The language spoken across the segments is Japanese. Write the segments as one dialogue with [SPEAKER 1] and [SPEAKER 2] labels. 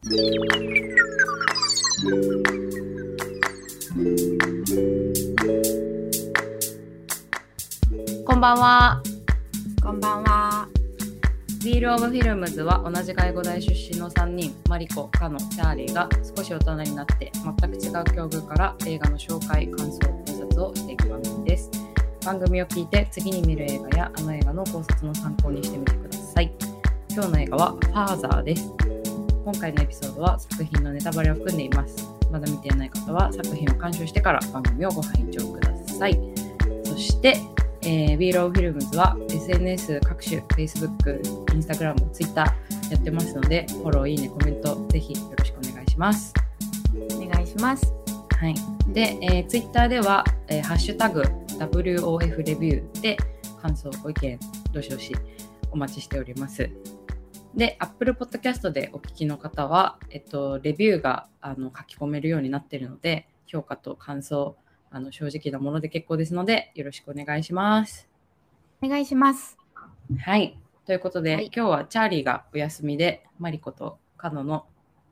[SPEAKER 1] こんばんは。
[SPEAKER 2] こんばんは。
[SPEAKER 1] ビールオブフィルムズは同じ外語大出身の3人、マリコ、カノ、チャーリーが少し大人になって全く違う境遇から映画の紹介、感想、考察をしていく番組です。番組を聞いて次に見る映画やあの映画の考察の参考にしてみてください。今日の映画はファーザーです。今回のエピソードは作品のネタバレを含んでいます。まだ見ていない方は作品を鑑賞してから番組をご拝聴ください。そしてビールオブフィルムズは SNS 各種 Facebook、Instagram、Twitter やってますのでフォロー、いいね、コメントぜひよろしくお願いします。
[SPEAKER 2] お願いします。
[SPEAKER 1] はい。で、Twitter では、ハッシュタグ WOF レビューで感想、ご意見どしどしお待ちしております。で、Apple Podcast でお聞きの方は、レビューが書き込めるようになっているので、評価と感想、正直なもので結構ですので、よろしくお願いします。
[SPEAKER 2] お願いします。
[SPEAKER 1] はい。ということで、
[SPEAKER 2] はい、
[SPEAKER 1] 今日はチャーリーがお休みで、マリコとカノの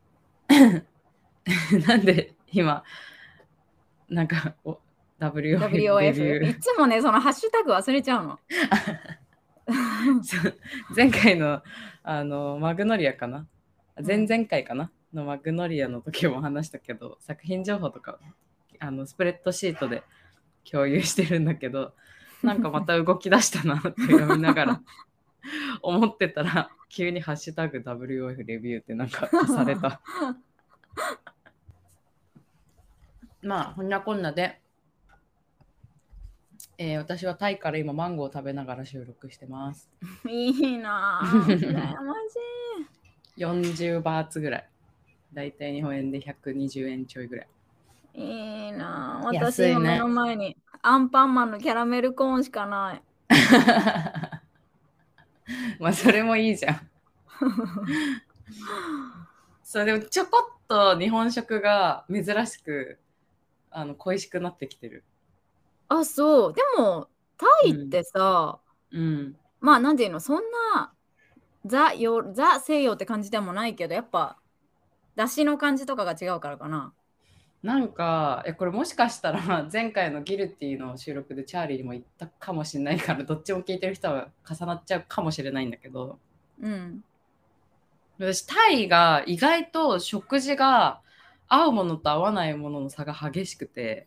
[SPEAKER 1] なんで今、なんか、WOF レビュー。
[SPEAKER 2] いつもね、そのハッシュタグ忘れちゃうの。
[SPEAKER 1] 前回のマグノリアかな、前々回かなのマグノリアの時も話したけど、作品情報とかスプレッドシートで共有してるんだけど、なんかまた動き出したなって読みながら思ってたら、急にハッシュタグ WOF レビューってなんか消された。まあこんなこんなで、私はタイから今マンゴーを食べながら収録してます。
[SPEAKER 2] いいなぁ。羨まし
[SPEAKER 1] い。40バーツぐらい。だいたい日本円で120円ちょいぐらい。
[SPEAKER 2] いいなぁ。私
[SPEAKER 1] 安いね。
[SPEAKER 2] 今目の前にアンパンマンのキャラメルコーンしかない。
[SPEAKER 1] まあそれもいいじゃん。そう、でもちょこっと日本食が珍しく恋しくなってきてる。
[SPEAKER 2] あ、そう。でもタイってさ、まあなんていうの、そんなザ西洋って感じでもないけど、やっぱ出汁の感じとかが違うからかな。
[SPEAKER 1] なんかこれもしかしたら前回のギルティの収録でチャーリーにも言ったかもしれないから、どっちも聞いてる人は重なっちゃうかもしれないんだけど、私タイが意外と食事が合うものと合わないものの差が激しくて、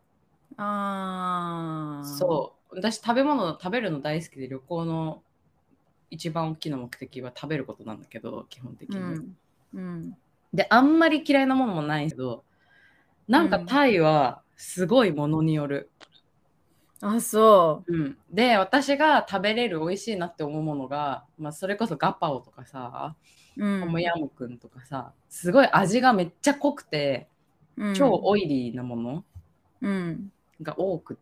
[SPEAKER 1] そう私食べるの大好きで、旅行の一番大きな目的は食べることなんだけど、基本的に、であんまり嫌いなものもないけど、なんかタイはすごいものによる。
[SPEAKER 2] あ、そう。
[SPEAKER 1] で、私が食べれる美味しいなって思うものが、まあ、それこそガパオとかさ、トムヤムクンとかさ、すごい味がめっちゃ濃くて、超オイリーなものが多くって、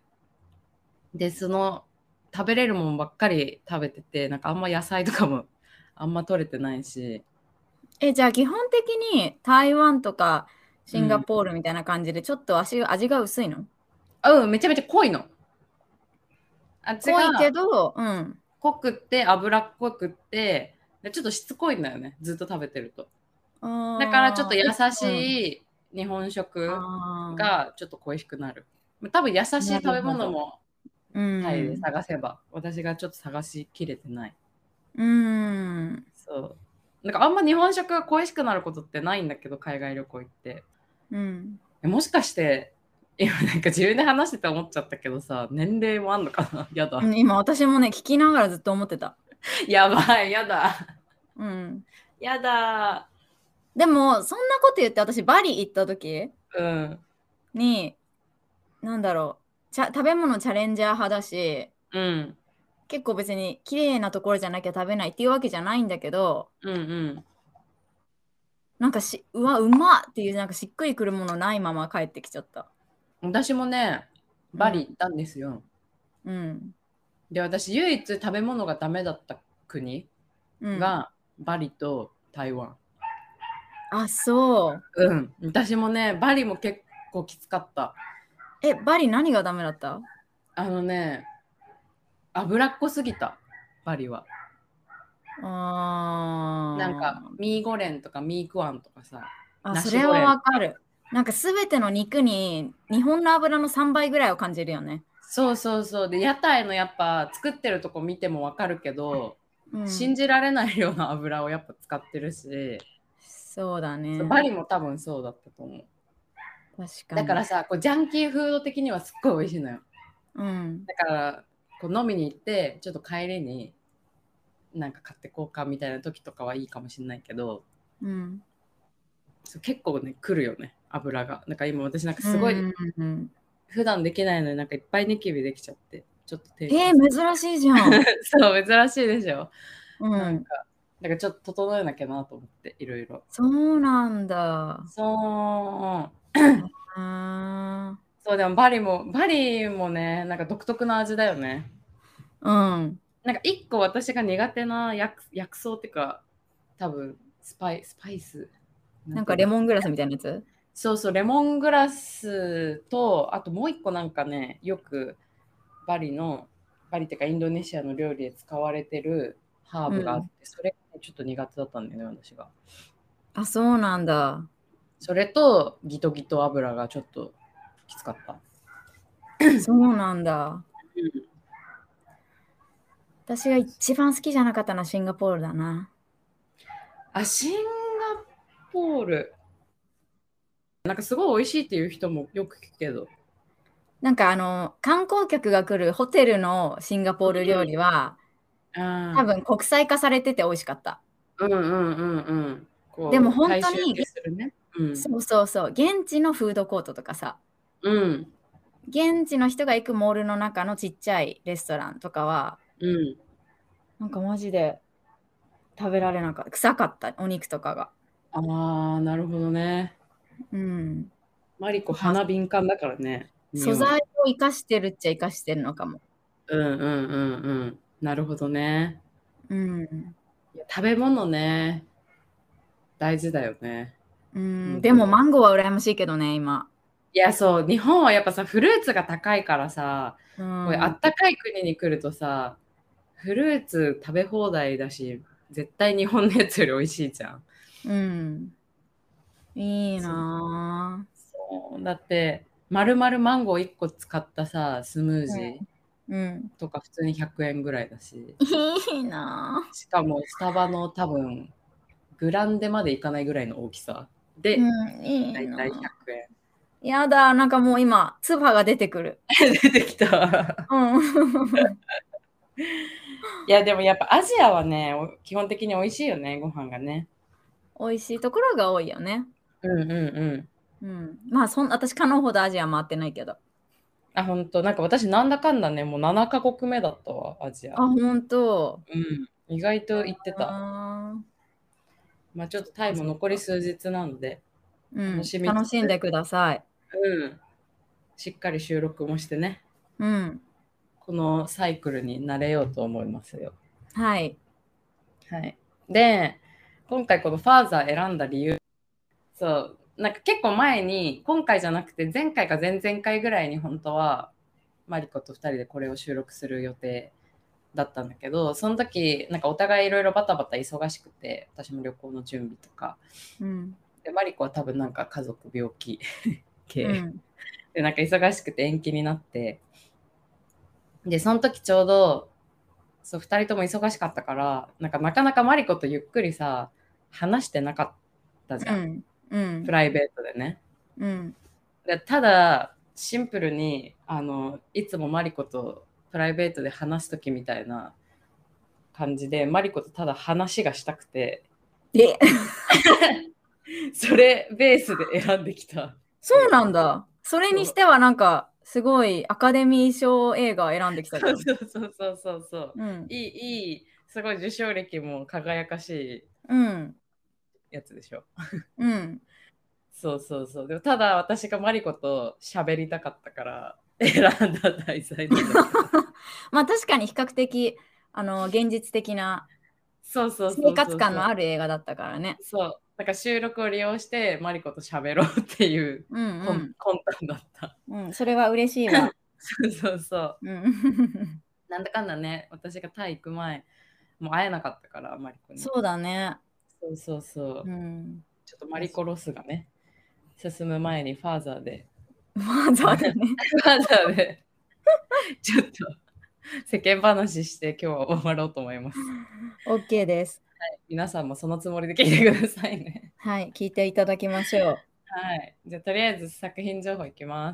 [SPEAKER 1] でその食べれるものばっかり食べてて、なんかあんま野菜とかもあんま取れてないし。
[SPEAKER 2] じゃあ基本的に台湾とかシンガポールみたいな感じでちょっと味が薄いの？
[SPEAKER 1] めちゃめちゃ濃いの。
[SPEAKER 2] 濃いけど、
[SPEAKER 1] 濃くって脂っこくってでちょっとしつこいんだよね、ずっと食べてると。だからちょっと優しい日本食がちょっと恋しくなる。多分優しい食べ物もタイで探せば、私がちょっと探しきれてない。そうなんかあんま日本食が恋しくなることってないんだけど、海外旅行行って、もしかして今なんか自分で話してて思っちゃったけどさ、年齢もあんのかな。やだ。
[SPEAKER 2] 今私もね聞きながらずっと思ってた。
[SPEAKER 1] やばい、やだ。やだ。
[SPEAKER 2] でもそんなこと言って、私バリ行った時に、なんだろう、食べ物チャレンジャー派だし、結構別に綺麗なところじゃなきゃ食べないっていうわけじゃないんだけど、なんかうわうまっていう、なんかしっくりくるものないまま帰ってきちゃった。
[SPEAKER 1] 私もねバリ行ったんですよ。で私唯一食べ物がダメだった国が、バリと台湾。
[SPEAKER 2] あ、そう。
[SPEAKER 1] 私もねバリも結構きつかった。
[SPEAKER 2] バリ何がダメだった？
[SPEAKER 1] 脂っこすぎた、バリは。 なんかミーゴレンとかミークワンとかさ。
[SPEAKER 2] それはわかる。なんかすべての肉に日本の油の3倍ぐらいを感じるよね。
[SPEAKER 1] そうそうそう。で、屋台のやっぱ作ってるとこ見てもわかるけど、信じられないような油をやっぱ使ってるし。
[SPEAKER 2] そうだね。
[SPEAKER 1] バリも多分そうだったと思う。
[SPEAKER 2] 確かに。
[SPEAKER 1] だからさ、こうジャンキーフード的にはすっごい美味しいのよ。だからこう飲みに行ってちょっと帰りになんか買ってこうかみたいな時とかはいいかもしれないけど、結構ね来るよね、油が。なんか今私なんかすごい、普段できないのになんかいっぱいニキビできちゃってちょっと
[SPEAKER 2] 珍しいじゃん。
[SPEAKER 1] そう珍しいでしょ。なんかちょっと整えなきゃなと思っていろいろ。
[SPEAKER 2] そうなんだ。
[SPEAKER 1] そうそう。でもバリもねなんか独特な味だよね。なんか一個私が苦手な薬草っていうか多分スパイス
[SPEAKER 2] なんかレモングラスみたいなやつ。
[SPEAKER 1] そうそう、レモングラスとあともう一個なんかね、よくバリっていうかインドネシアの料理で使われてるハーブがあって、それがちょっと苦手だったんだよね、私が。
[SPEAKER 2] そうなんだ。
[SPEAKER 1] それとギトギト油がちょっときつかった。
[SPEAKER 2] そうなんだ。私が一番好きじゃなかったのはシンガポールだな。
[SPEAKER 1] シンガポール。なんかすごい美味しいっていう人もよく聞くけど。
[SPEAKER 2] なんか観光客が来るホテルのシンガポール料理は、多分国際化されてて美味しかった。でも本当に、そうそうそう、現地のフードコートとかさ、現地の人が行くモールの中のちっちゃいレストランとかは、なんかマジで食べられなかった。臭かった、お肉とかが。
[SPEAKER 1] なるほどね。マリコ鼻敏感だからね。
[SPEAKER 2] 素材を生かしてるっちゃ生かしてるのかも。
[SPEAKER 1] なるほどね。食べ物ね、大事だよね。
[SPEAKER 2] でもマンゴーは羨ましいけどね、今。
[SPEAKER 1] いや、そう、日本はやっぱさ、フルーツが高いからさ、こうあったかい国に来るとさ、フルーツ食べ放題だし、絶対日本のやつより美味しいじゃん。
[SPEAKER 2] いいなぁ。
[SPEAKER 1] そう、だって、丸々マンゴー1個使ったさ、スムージーとか普通に100円ぐらいだし。
[SPEAKER 2] いいなぁ。
[SPEAKER 1] しかもスタバの多分、グランデまでいかないぐらいの大きさで、だいたい100円。
[SPEAKER 2] やだ、なんかもう今、ツバが出てくる。
[SPEAKER 1] 出てきた。いや、でもやっぱアジアはね、基本的に美味しいよね、ご飯がね。
[SPEAKER 2] 美味しいところが多いよね。まあ、私、可能ほどアジア回ってないけど。
[SPEAKER 1] 本当。なんか私、なんだかんだね、もう7カ国目だったわ、アジア。
[SPEAKER 2] 本当。
[SPEAKER 1] 意外と行ってた。まあちょっとタイも残り数日なので、
[SPEAKER 2] 楽しんでください。
[SPEAKER 1] しっかり収録もしてね。このサイクルになれようと思いますよ。
[SPEAKER 2] はい。
[SPEAKER 1] で、今回このファーザー選んだ理由、そう、なんか結構前に、今回じゃなくて前回か前々回ぐらいに本当はマリコと2人でこれを収録する予定だったんだけど、その時なんかお互いいろいろバタバタ忙しくて、私も旅行の準備とか、でマリコは多分なんか家族病気系、でなんか忙しくて延期になって、でその時ちょうどそう2人とも忙しかったから、なんかなかなかマリコとゆっくりさ話してなかったじゃん、プライベートでね。でただシンプルにいつもマリコとプライベートで話す時みたいな感じでマリコとただ話がしたくてそれベースで選んできた。
[SPEAKER 2] そうなんだ。それにしてはなんかすごいアカデミー賞映画を選んできたじゃん。
[SPEAKER 1] そう、いいすごい受賞歴も輝かしいやつでしょ。そうでもただ私がマリコと喋りたかったから選んだ題材だ
[SPEAKER 2] まあ確かに比較的現実的な生活感のある映画だったからね。
[SPEAKER 1] そうだから収録を利用してマリコと喋ろうっていう魂胆だった。
[SPEAKER 2] それは嬉しいわ。
[SPEAKER 1] そうなんだかんだね、私がタイ行く前もう会えなかったから、マリコに。
[SPEAKER 2] そうだね。
[SPEAKER 1] そうそうそう。
[SPEAKER 2] うん、
[SPEAKER 1] ちょっとマリコロスがね、進む前にファーザーで。
[SPEAKER 2] ファーザーでね。
[SPEAKER 1] ファーザーで、ちょっと世間話して今日は終わろうと思います。
[SPEAKER 2] OK です。
[SPEAKER 1] はい、皆さんもそのつもりで聞いてくださいね。
[SPEAKER 2] はい、聞いていただきましょう。
[SPEAKER 1] はい。じゃあとりあえず作品情報いきます。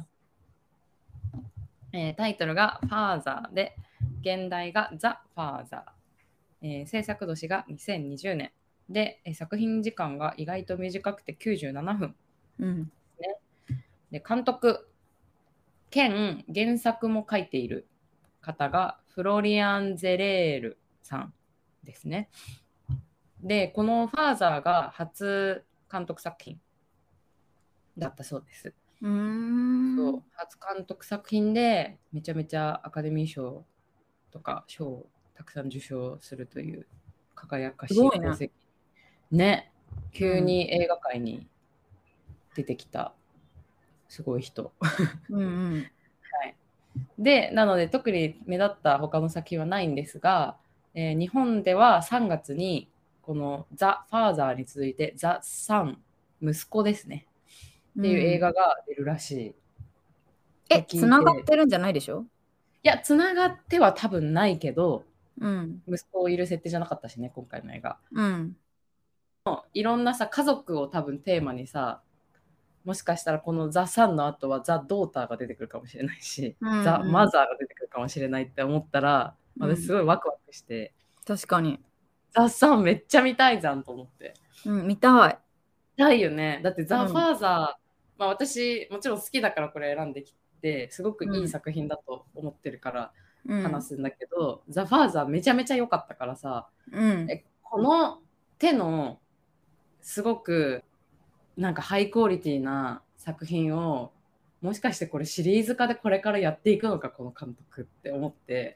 [SPEAKER 1] タイトルがファーザーで、現代がザ・ファーザー。制作年が2020年で、作品時間が意外と短くて97分、
[SPEAKER 2] うん
[SPEAKER 1] ね。で監督兼原作も書いている方がフロリアン・ゼレールさんですね。でこのファーザーが初監督作品だったそうです。そう初監督作品でめちゃめちゃアカデミー賞とか賞をたくさん受賞するという輝かしい功績ね。急に映画界に出てきたすごい人
[SPEAKER 2] うんうん、
[SPEAKER 1] はい、でなので特に目立った他の作品はないんですが、日本では3月にこのザ・ファーザーに続いてザ・サン、息子ですねっていう映画が出るらしい。
[SPEAKER 2] つながってるんじゃないでしょ？
[SPEAKER 1] いや、つながっては多分ないけど、
[SPEAKER 2] うん、
[SPEAKER 1] 息子いる設定じゃなかったしね、今回の映画。
[SPEAKER 2] うん、
[SPEAKER 1] いろんなさ、家族を多分テーマにさ、もしかしたらこのザ・サンの後はザ・ドーターが出てくるかもしれないし、
[SPEAKER 2] うんうん、
[SPEAKER 1] ザ・マザーが出てくるかもしれないって思ったら、私すごいワクワクして、
[SPEAKER 2] 確かに。
[SPEAKER 1] ザ・サンめっちゃ見たいじゃんと思って。
[SPEAKER 2] うん、見たい。
[SPEAKER 1] 見たいよね。だってザ・ファーザー、まあ私もちろん好きだからこれ選んできて、すごくいい作品だと思ってるから話すんだけど、ザ・ファーザーめちゃめちゃ良かったからさ、この手のすごくなんかハイクオリティな作品をもしかしてこれシリーズ化でこれからやっていくのかこの監督って思って、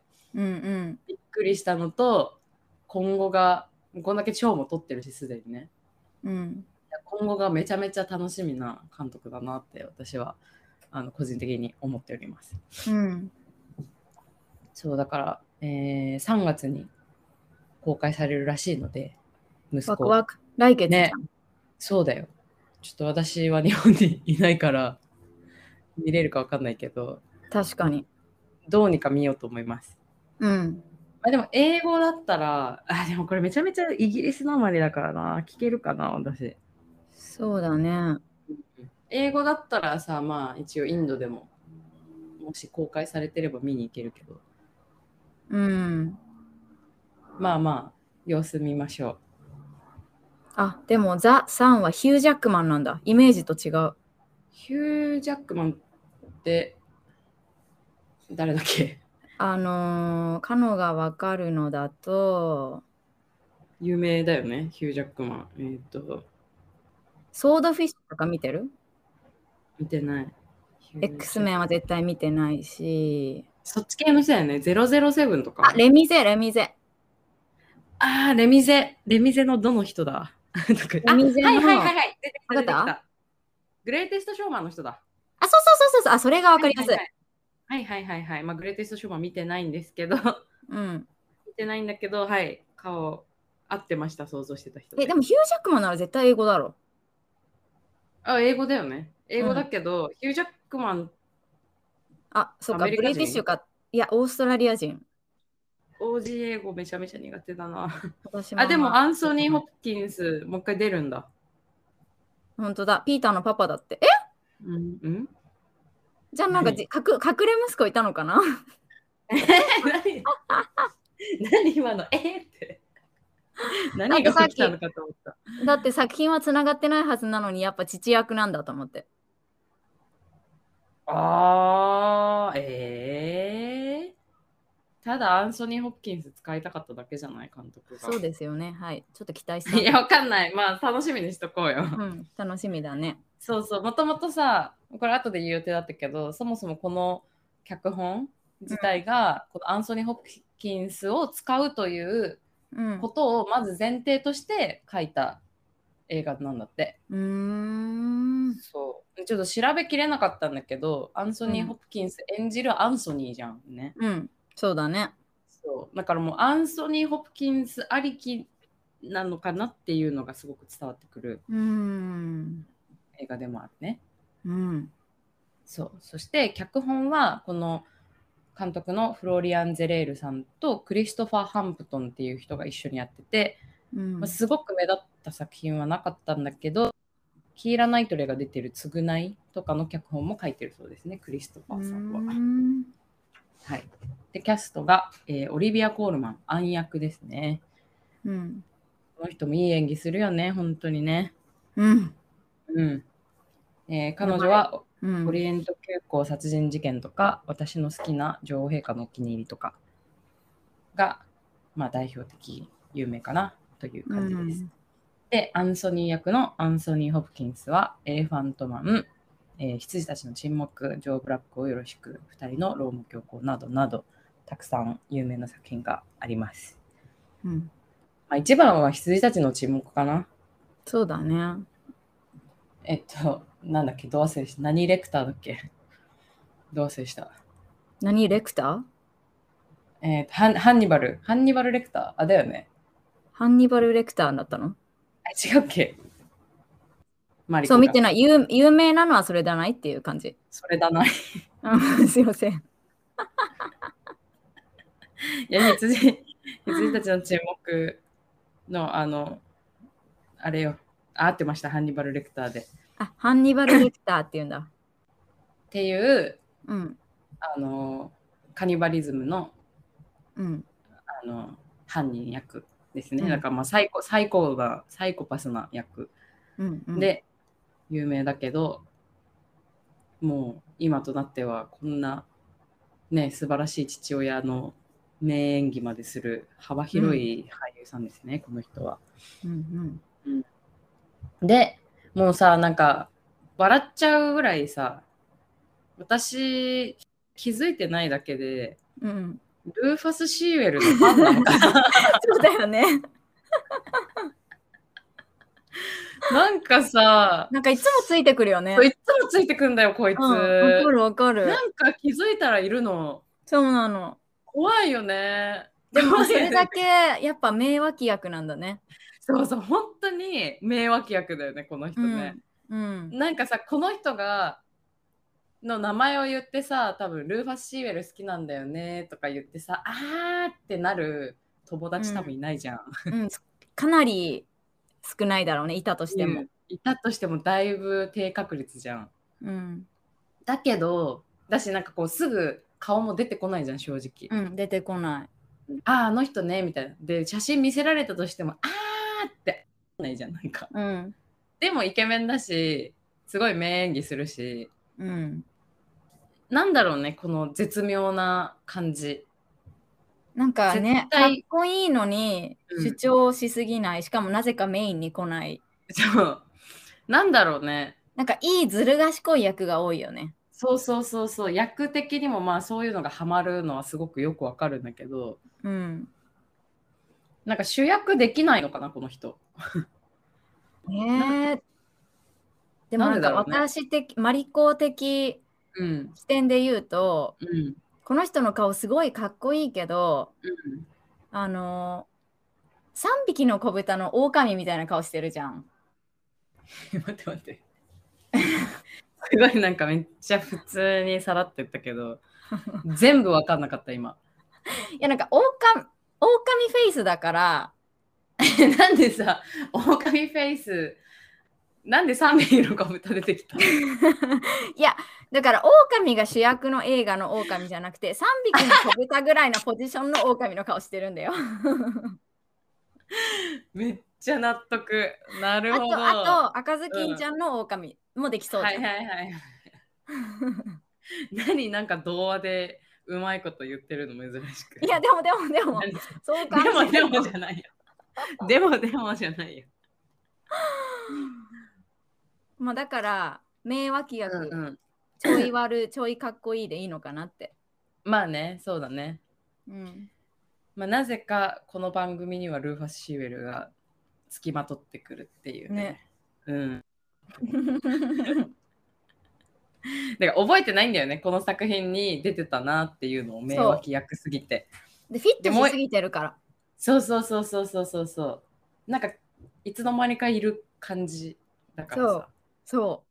[SPEAKER 1] びっくりしたのと、今後がこんだけ賞も取ってるしすでにね、今後がめちゃめちゃ楽しみな監督だなって私は個人的に思っております。そうだから、3月に公開されるらしいので、息子
[SPEAKER 2] ワクワク来月ね。
[SPEAKER 1] そうだよ。ちょっと私は日本にいないから見れるか分かんないけど、
[SPEAKER 2] 確かに
[SPEAKER 1] どうにか見ようと思います。でも英語だったら、でもこれめちゃめちゃイギリスなまりだからな、聞けるかな私。
[SPEAKER 2] そうだね。
[SPEAKER 1] 英語だったらさ、まあ一応インドでももし公開されてれば見に行けるけど、まあまあ様子見ましょう。
[SPEAKER 2] でもザ・サンはヒュー・ジャックマンなんだ。イメージと違う。
[SPEAKER 1] ヒュー・ジャックマンって誰だっけ？
[SPEAKER 2] カノがわかるのだと
[SPEAKER 1] 有名だよね、ヒュー・ジャックマン。
[SPEAKER 2] ソードフィッシュとか見てる？
[SPEAKER 1] 見てない。
[SPEAKER 2] X メンは絶対見てないし。
[SPEAKER 1] そっち系の人だよね。007とか。
[SPEAKER 2] レミゼ。
[SPEAKER 1] レミゼのどの人だ？
[SPEAKER 2] レミゼの
[SPEAKER 1] はい。出てき
[SPEAKER 2] た。
[SPEAKER 1] グレイテストショーマンの人だ。
[SPEAKER 2] そう。それがわかります。
[SPEAKER 1] はい。まあ、グレイテストショーマン見てないんですけど、見てないんだけど、はい、顔合ってました、想像してた人。
[SPEAKER 2] でもヒュー・ジャックマンなら絶対英語だろ。
[SPEAKER 1] 英語だよね。英語だけど、ヒュー・ジャックマン。
[SPEAKER 2] そうか、ブリティッシュか。いや、オーストラリア人。
[SPEAKER 1] OG 英語めちゃめちゃ苦手だな。でもアンソニー・ホプキンス、もう一回出るんだ。
[SPEAKER 2] 本当だ、ピーターのパパだって。じゃあなんか、隠れ息子いたのかな？
[SPEAKER 1] 何今のって何が起きたのかと思った。
[SPEAKER 2] だって作品はつながってないはずなのにやっぱ父役なんだと思って。ただアンソニー・ホプキンス使いたかっただけじゃない、監督が。そうですよね。はい、ちょっと期待した。
[SPEAKER 1] いや、わかんない。まあ楽しみにしとこうよ。
[SPEAKER 2] 楽しみだね。
[SPEAKER 1] そうもともとさ、これ後で言う予定だったけど、そもそもこの脚本自体が、このアンソニー・ホプキンスを使うということをまず前提として書いた映画なんだって。そうちょっと調べきれなかったんだけど、アンソニー・ホプキンス演じるアンソニーじゃんね。
[SPEAKER 2] そうだね。
[SPEAKER 1] そうだからもうアンソニー・ホプキンスありきなのかなっていうのがすごく伝わってくる映画でもあるね。そして脚本はこの監督のフローリアン・ゼレールさんとクリストファー・ハンプトンっていう人が一緒にやってて、すごく目立った作品はなかったんだけど、キーラ・ナイトレが出てる償いとかの脚本も書いてるそうですね、クリストファーさんは。はい、でキャストが、オリビア・コールマン、アン役ですね。この人もいい演技するよね、本当にね。彼女はオリエント急行殺人事件とか、私の好きな女王陛下のお気に入りとかが、代表的有名かなという感じです。で、アンソニー役のアンソニー・ホプキンスはエレファントマン、羊たちの沈黙、ジョー・ブラックをよろしく、2人のローマ教皇などなど、たくさん有名な作品があります。一番は羊たちの沈黙かな。
[SPEAKER 2] そうだね。
[SPEAKER 1] なんだっけ、どう忘れした。何レクターだっけ。どう忘れした。
[SPEAKER 2] 何レクタ
[SPEAKER 1] ーハンニバルレクター。だよね。
[SPEAKER 2] ハンニバルレクターだったの？
[SPEAKER 1] 違うっけ。
[SPEAKER 2] そう、見てない。有名なのはそれだないっていう感じ。
[SPEAKER 1] それだない。
[SPEAKER 2] すいません。
[SPEAKER 1] いや、羊たちの沈黙のあれよ。合ってました、ハンニバルレクターで。
[SPEAKER 2] ハンニバルレクターっていうんだ。
[SPEAKER 1] っていう、カニバリズムの、犯人役ですね。だからサイコパスな役、で有名だけど、もう今となってはこんなね、素晴らしい父親の名演技までする幅広い俳優さんですね、この人は。でもうさ、なんか笑っちゃうぐらいさ、私気づいてないだけで、ルーファス・シーウェルのファンなのかな。
[SPEAKER 2] そうだよね。
[SPEAKER 1] なんかさ、
[SPEAKER 2] なんかいつもついてくるよね。
[SPEAKER 1] いつもついてくんだよ、こいつ。
[SPEAKER 2] わかる。
[SPEAKER 1] なんか気づいたらいるの。
[SPEAKER 2] そうなの。
[SPEAKER 1] 怖いよね。
[SPEAKER 2] でもそれだけやっぱ名脇役なんだね。
[SPEAKER 1] そうそう、本当に名脇役だよね、この人ね。なんかさ、この人の名前を言ってさ、多分ルーファス・シーウェル好きなんだよねとか言ってさ、あーってなる友達多分いないじゃん。
[SPEAKER 2] かなり少ないだろうね、いたとしても。
[SPEAKER 1] いたとしてもだいぶ低確率じゃん。だけど、だしなんかこうすぐ顔も出てこないじゃん、正直。
[SPEAKER 2] 出てこない。
[SPEAKER 1] あの人ねみたいな。で、写真見せられたとしても、あーってないじゃん、なんか。でもイケメンだし、すごい名演技するし、なんだろうね、この絶妙な感じ。
[SPEAKER 2] なんかね、かっこいいのに主張しすぎない、しかもなぜかメインに来ない。
[SPEAKER 1] そう。なんだろうね。
[SPEAKER 2] なんかいいずる賢い役が多いよね。
[SPEAKER 1] そう。役的にもそういうのがハマるのはすごくよくわかるんだけど、なんか主役できないのかな、この人。
[SPEAKER 2] でもなんか私的、マリコ的視点で言うと、この人の顔すごいかっこいいけど、3匹の子豚の狼みたいな顔してるじゃん。
[SPEAKER 1] 待って。すごいなんかめっちゃ普通にさらって言ったけど、全部わかんなかった今。
[SPEAKER 2] いやなんか狼フェイスだから
[SPEAKER 1] なんでさ、狼フェイスなんで3匹の子豚出てきたの？い
[SPEAKER 2] やだから狼が主役の映画の狼じゃなくて3匹の子豚ぐらいのポジションの狼の顔してるんだよ。
[SPEAKER 1] めっちゃ納得。なるほど。
[SPEAKER 2] あと赤ずきんちゃんの狼もできそうじゃん。
[SPEAKER 1] 何なんか童話でうまいこと言ってるの珍しく。
[SPEAKER 2] いやでもそう感じる。
[SPEAKER 1] でもじゃないよ。でもじゃないよ。
[SPEAKER 2] まあだから名脇役、ちょい悪ちょいかっこいいでいいのかなって。
[SPEAKER 1] まあね、そうだね。なぜかこの番組にはルーファス・シーウェルがつきまとってくるっていうね。だから覚えてないんだよね、この作品に出てたなっていうのを名脇役すぎて。
[SPEAKER 2] で、フィットしすぎてるから。
[SPEAKER 1] そうそうそうそうそうそうそう。なんか、いつの間にかいる感じだからさ。
[SPEAKER 2] そう。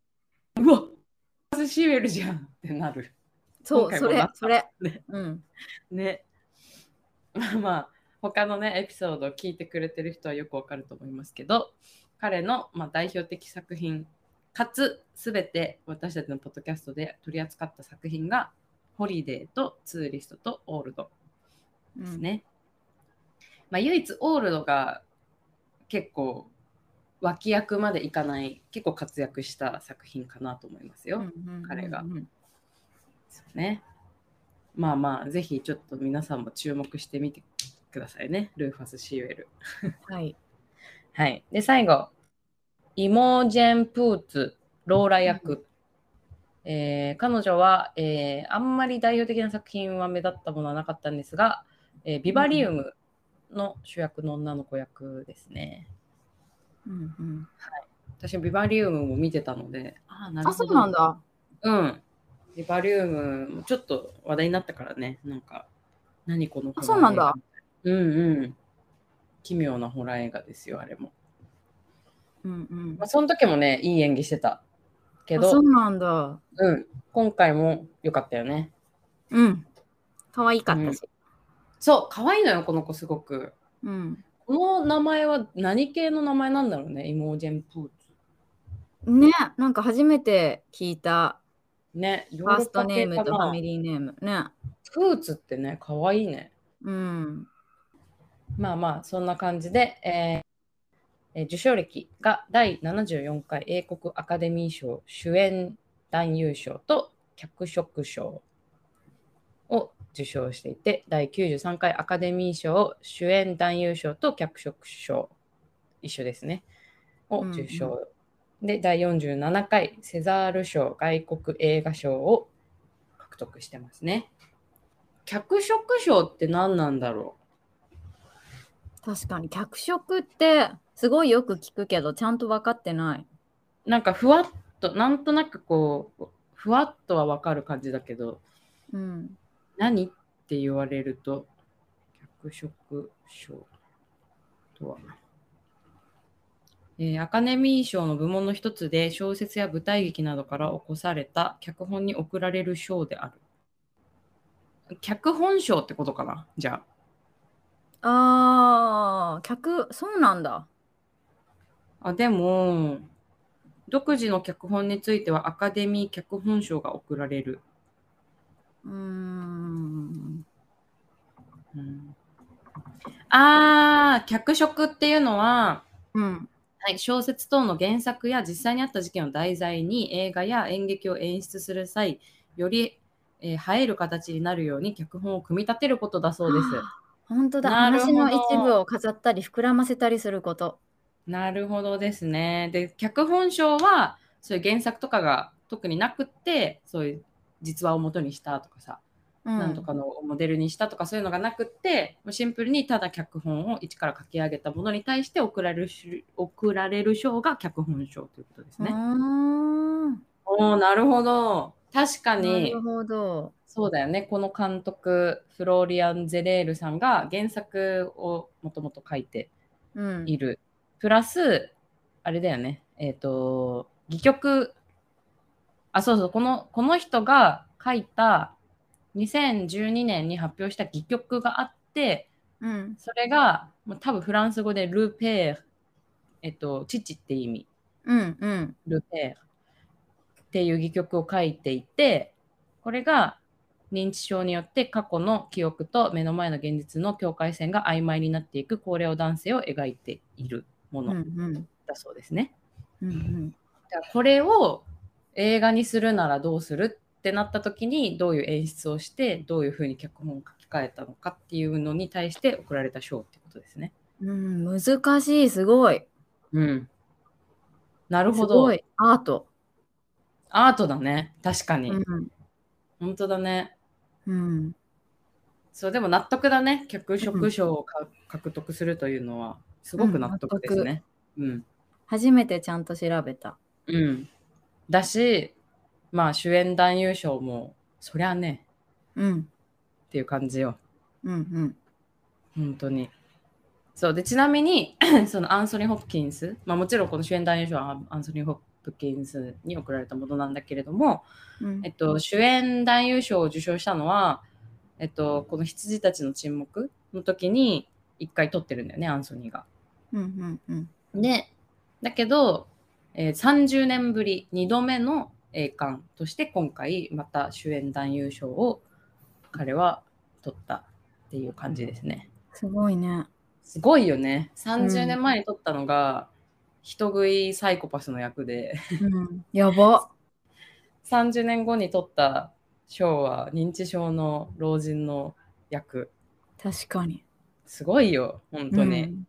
[SPEAKER 1] うわシーウェルじゃんってなる。
[SPEAKER 2] そう、それ。
[SPEAKER 1] ね。
[SPEAKER 2] うん。
[SPEAKER 1] ね。まあ、他のね、エピソードを聞いてくれてる人はよくわかると思いますけど、彼の、代表的作品、かつ、すべて私たちのポッドキャストで取り扱った作品が、ホリデーとツーリストとオールドですね。唯一オールドが結構脇役までいかない結構活躍した作品かなと思いますよ、彼が。そうね。ぜひちょっと皆さんも注目してみてくださいね、ルーファス・シーウェル。
[SPEAKER 2] はい。
[SPEAKER 1] はい。で、最後、イモジェン・プーツ、ローラ役。彼女は、あんまり代表的な作品は目立ったものはなかったんですが、ビバリウムの主役の女の子役ですね。はい、私ビバリウムも見てたので、
[SPEAKER 2] なるほど。そうなんだ。
[SPEAKER 1] ビバリウムもちょっと話題になったからね、なんか何このホラー映画。
[SPEAKER 2] そうなんだ。
[SPEAKER 1] 奇妙なホラー映画ですよ、あれも。その時もね、いい演技してたけど、
[SPEAKER 2] そうなんだ。
[SPEAKER 1] 今回も良かったよね。
[SPEAKER 2] 可愛かったし。
[SPEAKER 1] そう、可愛いのよ、この子すごく。この名前は何系の名前なんだろうね、イモージェン・プーツ。
[SPEAKER 2] ね、なんか初めて聞いた。
[SPEAKER 1] ね、
[SPEAKER 2] ファーストネームとファミリーネーム。ね。
[SPEAKER 1] プーツってね、可愛いね。そんな感じで、受賞歴が第74回英国アカデミー賞主演男優賞と脚色賞を受賞していて、第93回アカデミー賞主演男優賞と脚色賞、一緒ですね、を受賞。で、第47回セザール賞外国映画賞を獲得してますね。脚色賞って何なんだろ
[SPEAKER 2] う？確かに脚色ってすごいよく聞くけどちゃんと分かってない。
[SPEAKER 1] なんかふわっと、なんとなくこうふわっとは分かる感じだけど、何って言われると脚色賞とは、アカデミー賞の部門の一つで小説や舞台劇などから起こされた脚本に贈られる賞である。脚本賞ってことかな、じゃ
[SPEAKER 2] あ。そうなんだ。
[SPEAKER 1] でも独自の脚本についてはアカデミー脚本賞が贈られる。脚色っていうのは、小説等の原作や実際にあった事件を題材に映画や演劇を演出する際、より、映える形になるように脚本を組み立てることだそうです。
[SPEAKER 2] 本当だ。話の一部を飾ったり膨らませたりすること。
[SPEAKER 1] なるほどですね。で、脚本賞はそういう原作とかが特になくって、そういう実話を元にしたとかさ、なんとかのモデルにしたとかそういうのがなくって、シンプルにただ脚本を一から書き上げたものに対して贈られる賞が脚本賞ということですね。なるほど。確かに。
[SPEAKER 2] なるほど。
[SPEAKER 1] そうだよね。この監督、フローリアン・ゼレールさんが原作をもともと書いている。プラス、あれだよね。戯曲、そう、この人が書いた2012年に発表した戯曲があって、それが多分フランス語でルペー、父って意味。ルペーっていう戯曲を書いていて、これが認知症によって過去の記憶と目の前の現実の境界線が曖昧になっていく高齢男性を描いているものだそうですね。これを映画にするならどうするってなった時にどういう演出をしてどういうふうに脚本を書き換えたのかっていうのに対して贈られた賞ってことですね。
[SPEAKER 2] 難しい。すごい。
[SPEAKER 1] なるほど。すごい。
[SPEAKER 2] アート
[SPEAKER 1] だね。確かに。本当だね。そう、でも納得だね。脚色賞を獲得するというのはすごく納得ですね。
[SPEAKER 2] 初めてちゃんと調べた。
[SPEAKER 1] だし、主演男優賞もそりゃね、っていう感じよ。 本当に。そうで、ちなみにそのアンソニー・ホプキンス、もちろんこの主演男優賞はアンソニー・ホプキンスに贈られたものなんだけれども、主演男優賞を受賞したのは、この羊たちの沈黙の時に1回取ってるんだよね、アンソニーが。で、だけど、30年ぶり2度目の栄冠として今回また主演男優賞を彼は取ったっていう感じですね。
[SPEAKER 2] すごいね。
[SPEAKER 1] すごいよね。30年前に撮ったのが、人食いサイコパスの役で、
[SPEAKER 2] やば。
[SPEAKER 1] 30年後に撮った賞は認知症の老人の役。
[SPEAKER 2] 確かに。
[SPEAKER 1] すごいよ、本当に。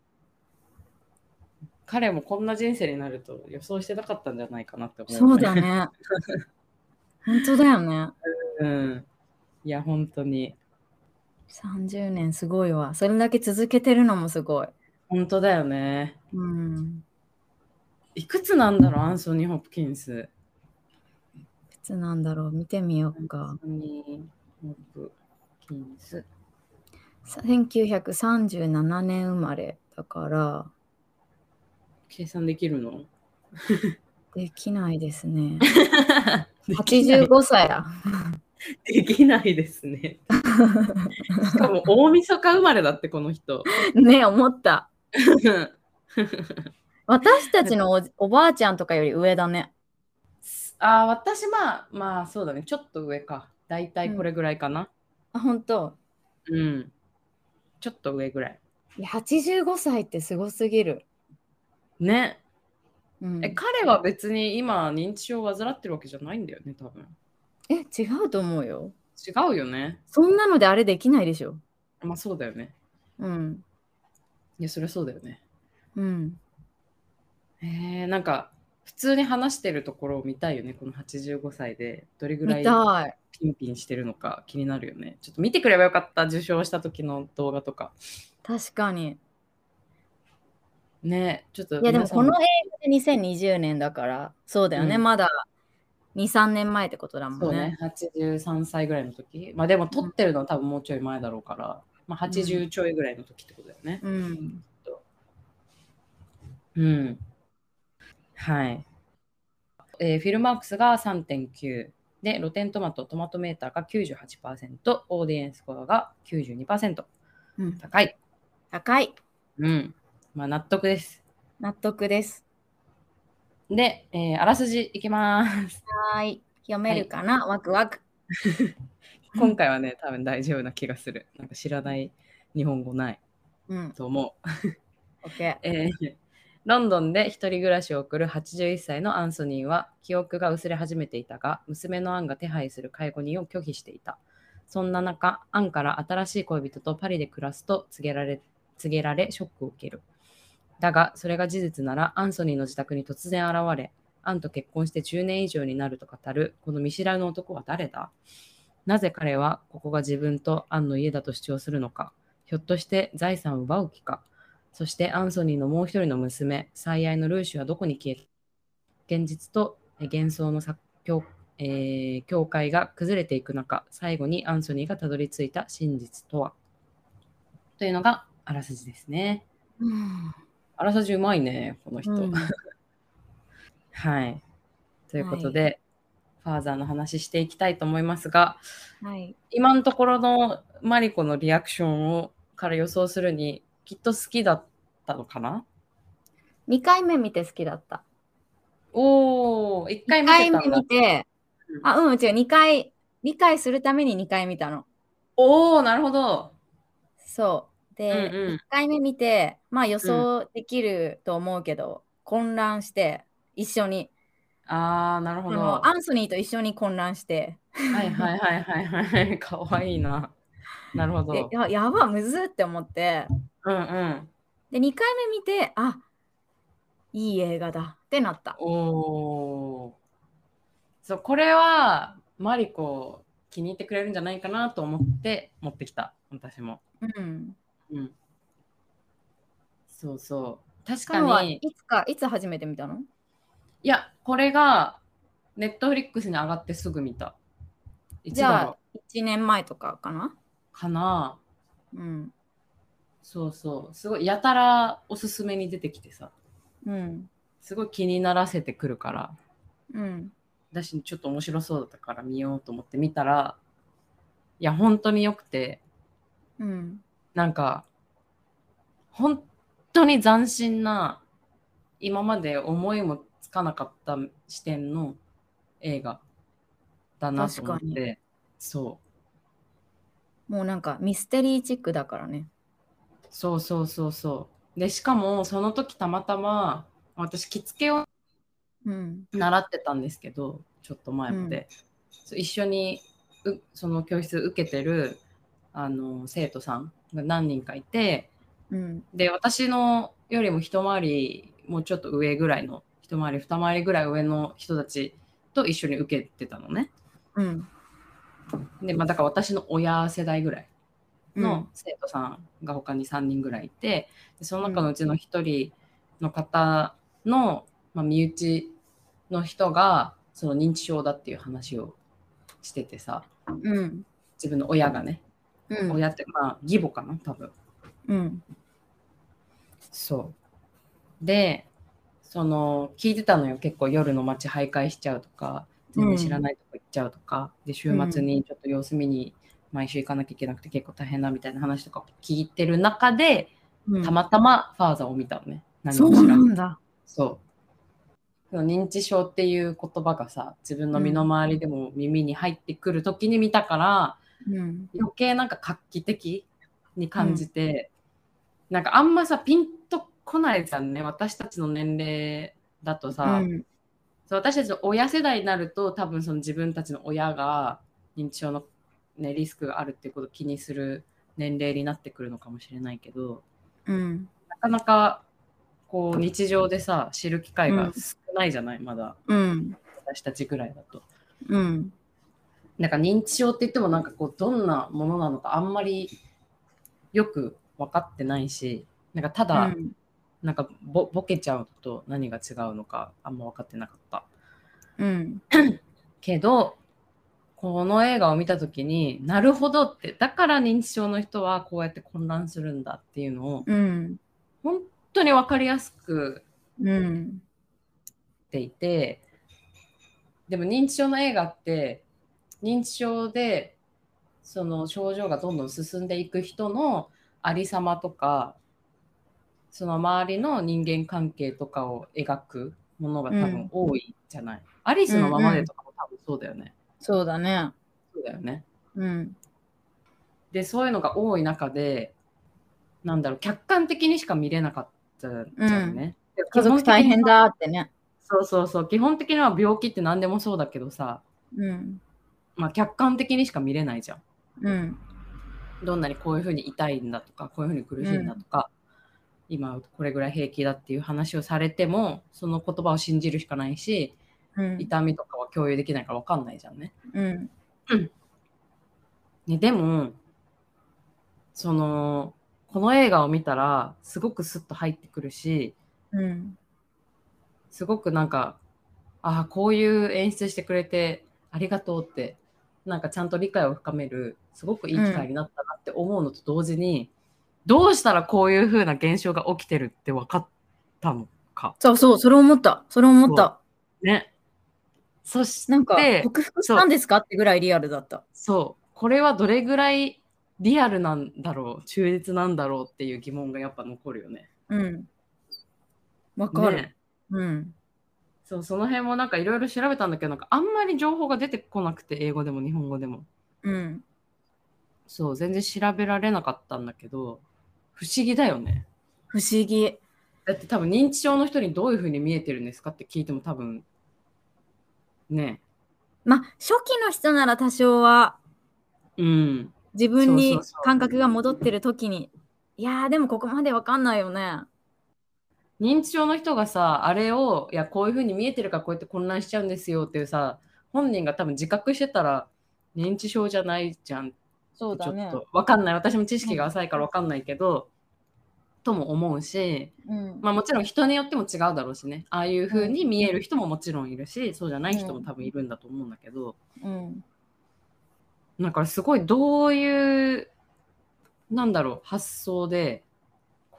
[SPEAKER 1] 彼もこんな人生になると予想してなかったんじゃないかなって思う。
[SPEAKER 2] そうだね。本当だよね。
[SPEAKER 1] いや、本当に。
[SPEAKER 2] 30年すごいわ。それだけ続けてるのもすごい。
[SPEAKER 1] 本当だよね。いくつなんだろう、アンソニー・ホプキンス。
[SPEAKER 2] いくつなんだろう、見てみようか。
[SPEAKER 1] アンソニー・ホプキンス。
[SPEAKER 2] 1937年生まれだから。
[SPEAKER 1] 計算できるの？
[SPEAKER 2] できないですね。85歳や。
[SPEAKER 1] できないですね。しかも大晦日生まれだって、この人。
[SPEAKER 2] ね、思った。私たちの おばあちゃんとかより上だね。
[SPEAKER 1] 私まあそうだね。ちょっと上か。だいたいこれぐらいかな。
[SPEAKER 2] 本当？
[SPEAKER 1] ちょっと上ぐらい。
[SPEAKER 2] 85歳ってすごすぎる。
[SPEAKER 1] ね。彼は別に今認知症を患ってるわけじゃないんだよね、多分。
[SPEAKER 2] 違うと思うよ。
[SPEAKER 1] 違うよね。
[SPEAKER 2] そんなのであれできないでしょ。
[SPEAKER 1] まあそうだよね。いや、そりゃそうだよね。なんか普通に話してるところを見たいよね、この85歳でどれぐらいピンピンしてるのか気になるよね。ちょっと見てくればよかった、受賞した時の動画とか。
[SPEAKER 2] 確かに。
[SPEAKER 1] ね、ちょっと。
[SPEAKER 2] いやでもこの映画で2020年だから、そうだよね、まだ2、3年前ってことだもんね。
[SPEAKER 1] そうね、83歳ぐらいの時。まあでも撮ってるのは多分もうちょい前だろうから、まあ80ちょいぐらいの時ってことだよね。はい。フィルマークスが 3.9 で、ロテントマトメーターが 98%、オーディエンススコアが 92%。高い。
[SPEAKER 2] 高い。
[SPEAKER 1] まあ納得です。
[SPEAKER 2] 納得です。
[SPEAKER 1] で、あらすじいきます。
[SPEAKER 2] はい。読めるかな、ワクワク。
[SPEAKER 1] 今回はね、多分大丈夫な気がする。なんか知らない日本語ない、と思う。ロンドンで一人暮らしを送る81歳のアンソニーは記憶が薄れ始めていたが、娘のアンが手配する介護人を拒否していた。そんな中、アンから新しい恋人とパリで暮らすと告げられショックを受ける。だが、それが事実なら、アンソニーの自宅に突然現れ、アンと結婚して10年以上になると語る、この見知らぬ男は誰だ？なぜ彼はここが自分とアンの家だと主張するのか？ひょっとして財産を奪う気か？そしてアンソニーのもう一人の娘、最愛のルーシュはどこに消えた？現実と幻想の境界が崩れていく中、最後にアンソニーがたどり着いた真実とは？というのがあらすじですね。あらすじうまいね、この人。はい。ということで、ファーザーの話していきたいと思いますが、今のところのマリコのリアクションから予想するに、きっと好きだったのかな？
[SPEAKER 2] 2 回目見て好きだった。
[SPEAKER 1] 1回見てたんだ。
[SPEAKER 2] 2回目見て、違う、2回、理解するために2回見たの。
[SPEAKER 1] なるほど。
[SPEAKER 2] そう。で、1回目見て、まあ予想できると思うけど、混乱して、一緒に。
[SPEAKER 1] なるほど。
[SPEAKER 2] アンソニーと一緒に混乱して。
[SPEAKER 1] はい。かわいいな。なるほど。
[SPEAKER 2] やば、むずって思って。で、2回目見て、いい映画だってなった。
[SPEAKER 1] そう、これはマリコ気に入ってくれるんじゃないかなと思って持ってきた、私も。そう確かに。
[SPEAKER 2] いつ初めて見たの？
[SPEAKER 1] いや、これがネットフリックスに上がってすぐ見た。
[SPEAKER 2] じゃあ1年前とかかな？
[SPEAKER 1] かな。 そうそう、すごいやたらおすすめに出てきてさ、うん、すごい気にならせてくるから、うん、だしちょっと面白そうだったから見ようと思って見たら、いや本当によくて、うん、なんか本当に斬新な、今まで思いもつかなかった視点の映画だなと思って。
[SPEAKER 2] そうもうなんかミステリーチックだからね。
[SPEAKER 1] そうそうそうそう。でしかもその時たまたま私着付けを習ってたんですけど、ちょっと前まで、一緒にその教室受けてる生徒さんが何人かいて、で私のよりも一回りもうちょっと上ぐらいの、一回り二回りぐらい上の人たちと一緒に受けてたのね。で、だから私の親世代ぐらいの生徒さんが他に3人ぐらいいて、でその中のうちの1人の方の、身内の人がその認知症だっていう話をしててさ、自分の親がね、親って義母かな多分、そうで、その聞いてたのよ、結構夜の街徘徊しちゃうとか、全然知らないとこ行っちゃうとか、で週末にちょっと様子見に毎週行かなきゃいけなくて結構大変だみたいな話とか聞いてる中で、たまたまファーザーを見たのね。
[SPEAKER 2] 何も知らんだ。
[SPEAKER 1] そう認知症っていう言葉がさ、自分の身の回りでも耳に入ってくる時に見たから、余計なんか画期的に感じて、なんかあんまさピンとこないじゃんね、私たちの年齢だとさ、そう私たちの親世代になると多分その自分たちの親が認知症の、ね、リスクがあるっていうことを気にする年齢になってくるのかもしれないけど、なかなかこう日常でさ知る機会が少ないじゃない、まだ、私たちぐらいだと、なんか認知症って言ってもなんかこうどんなものなのかあんまりよく分かってないし、なんかただ、なんかボケちゃうと何が違うのかあんま分かってなかった、けどこの映画を見た時になるほどって、だから認知症の人はこうやって混乱するんだっていうのを、本当に分かりやすくっていて、でも認知症の映画って認知症でその症状がどんどん進んでいく人のありさまとか、その周りの人間関係とかを描くものが多分多いじゃない、アリスのままでとかも多分そうだよね、
[SPEAKER 2] そうだね。
[SPEAKER 1] そうだよね。でそういうのが多い中で、なんだろう、客観的にしか見れなかったじゃんね、
[SPEAKER 2] 家族大変だってね。
[SPEAKER 1] そうそうそう、基本的には病気って何でもそうだけどさ、客観的にしか見れないじゃん、どんなにこういうふうに痛いんだとか、こういうふうに苦しいんだとか、今これぐらい平気だっていう話をされてもその言葉を信じるしかないし、痛みとかは共有できないから分かんないじゃんね、ね。でもそのこの映画を見たらすごくスッと入ってくるし、すごくなんかこういう演出してくれてありがとうって、なんかちゃんと理解を深めるすごくいい機会になったなって思うのと同時に、どうしたらこういう風な現象が起きてるって分かったのか。
[SPEAKER 2] そうそう、それ思った。それ思った。
[SPEAKER 1] ね。そして
[SPEAKER 2] なんか克服したんですかってぐらいリアルだった。
[SPEAKER 1] そう。これはどれぐらいリアルなんだろう、忠実なんだろうっていう疑問がやっぱ残るよね。
[SPEAKER 2] わかる。ね、
[SPEAKER 1] そう、その辺もなんかいろいろ調べたんだけど、なんかあんまり情報が出てこなくて、英語でも日本語でも。そう、全然調べられなかったんだけど、不思議だよね。
[SPEAKER 2] 不思議。
[SPEAKER 1] だって多分認知症の人にどういう風に見えてるんですかって聞いても多分ね。
[SPEAKER 2] 初期の人なら多少は、自分に感覚が戻ってる時に、いやでもここまでわかんないよね。
[SPEAKER 1] 認知症の人がさ、あれをいやこういう風に見えてるからこうやって混乱しちゃうんですよっていうさ、本人が多分自覚してたら認知症じゃないじゃん。
[SPEAKER 2] そうだね。
[SPEAKER 1] ちょっと分かんない、私も知識が浅いから分かんないけど、とも思うし、もちろん人によっても違うだろうしね、ああいう風に見える人ももちろんいるし、そうじゃない人も多分いるんだと思うんだけど、だからすごいどういうなんだろう発想で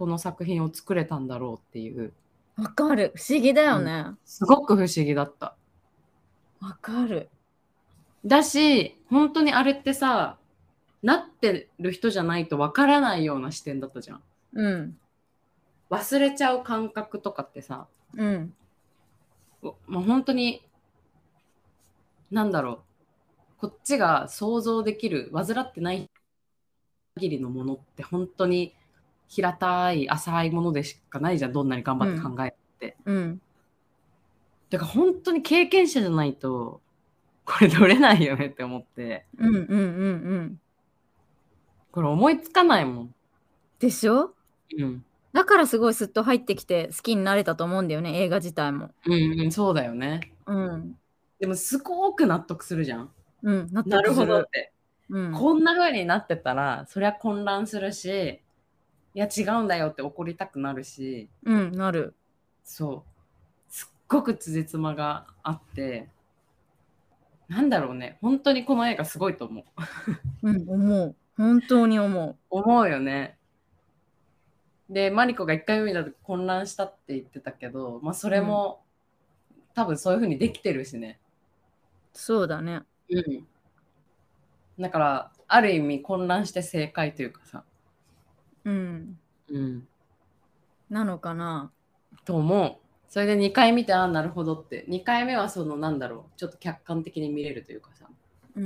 [SPEAKER 1] この作品を作れたんだろうっていう。
[SPEAKER 2] わかる。不思議だよね。
[SPEAKER 1] すごく不思議だった。
[SPEAKER 2] わかる。
[SPEAKER 1] だし、本当にあれってさ、なってる人じゃないとわからないような視点だったじゃん。
[SPEAKER 2] うん。
[SPEAKER 1] 忘れちゃう感覚とかってさ、
[SPEAKER 2] うん。
[SPEAKER 1] もう本当に、なんだろう。こっちが想像できる、患ってない限りのものって本当に平たい、浅いものでしかないじゃん。どんなに頑張って考えて。
[SPEAKER 2] うん。
[SPEAKER 1] だから本当に経験者じゃないと、これ取れないよねって思って。
[SPEAKER 2] うんうんうんうん。
[SPEAKER 1] これ思いつかないもん。
[SPEAKER 2] でしょ？
[SPEAKER 1] うん。
[SPEAKER 2] だからすごいスッと入ってきて好きになれたと思うんだよね、映画自体も。
[SPEAKER 1] うんうん、そうだよね。
[SPEAKER 2] うん。
[SPEAKER 1] でもすごく納得するじゃん。
[SPEAKER 2] うん、納
[SPEAKER 1] なる
[SPEAKER 2] 得する。
[SPEAKER 1] ほどって。
[SPEAKER 2] うん。
[SPEAKER 1] こんな風になってたら、そりゃ混乱するし、いや違うんだよって怒りたくなるし、
[SPEAKER 2] うん、なる。
[SPEAKER 1] そう。すっごく辻褄があって、なんだろうね。本当にこの映画すごいと思う。
[SPEAKER 2] うん、思う。本当に思う。
[SPEAKER 1] 思うよね。で、マリコが1回目見た時混乱したって言ってたけど、まあそれも、多分そういう風にできてるしね。
[SPEAKER 2] そうだね。
[SPEAKER 1] うん。だから、ある意味混乱して正解というかさ。
[SPEAKER 2] うん。
[SPEAKER 1] うん。
[SPEAKER 2] なのかな。
[SPEAKER 1] と思う。それで2回見て、ああ、なるほどって。2回目はその、なんだろう、ちょっと客観的に見れるというかさ。
[SPEAKER 2] うん。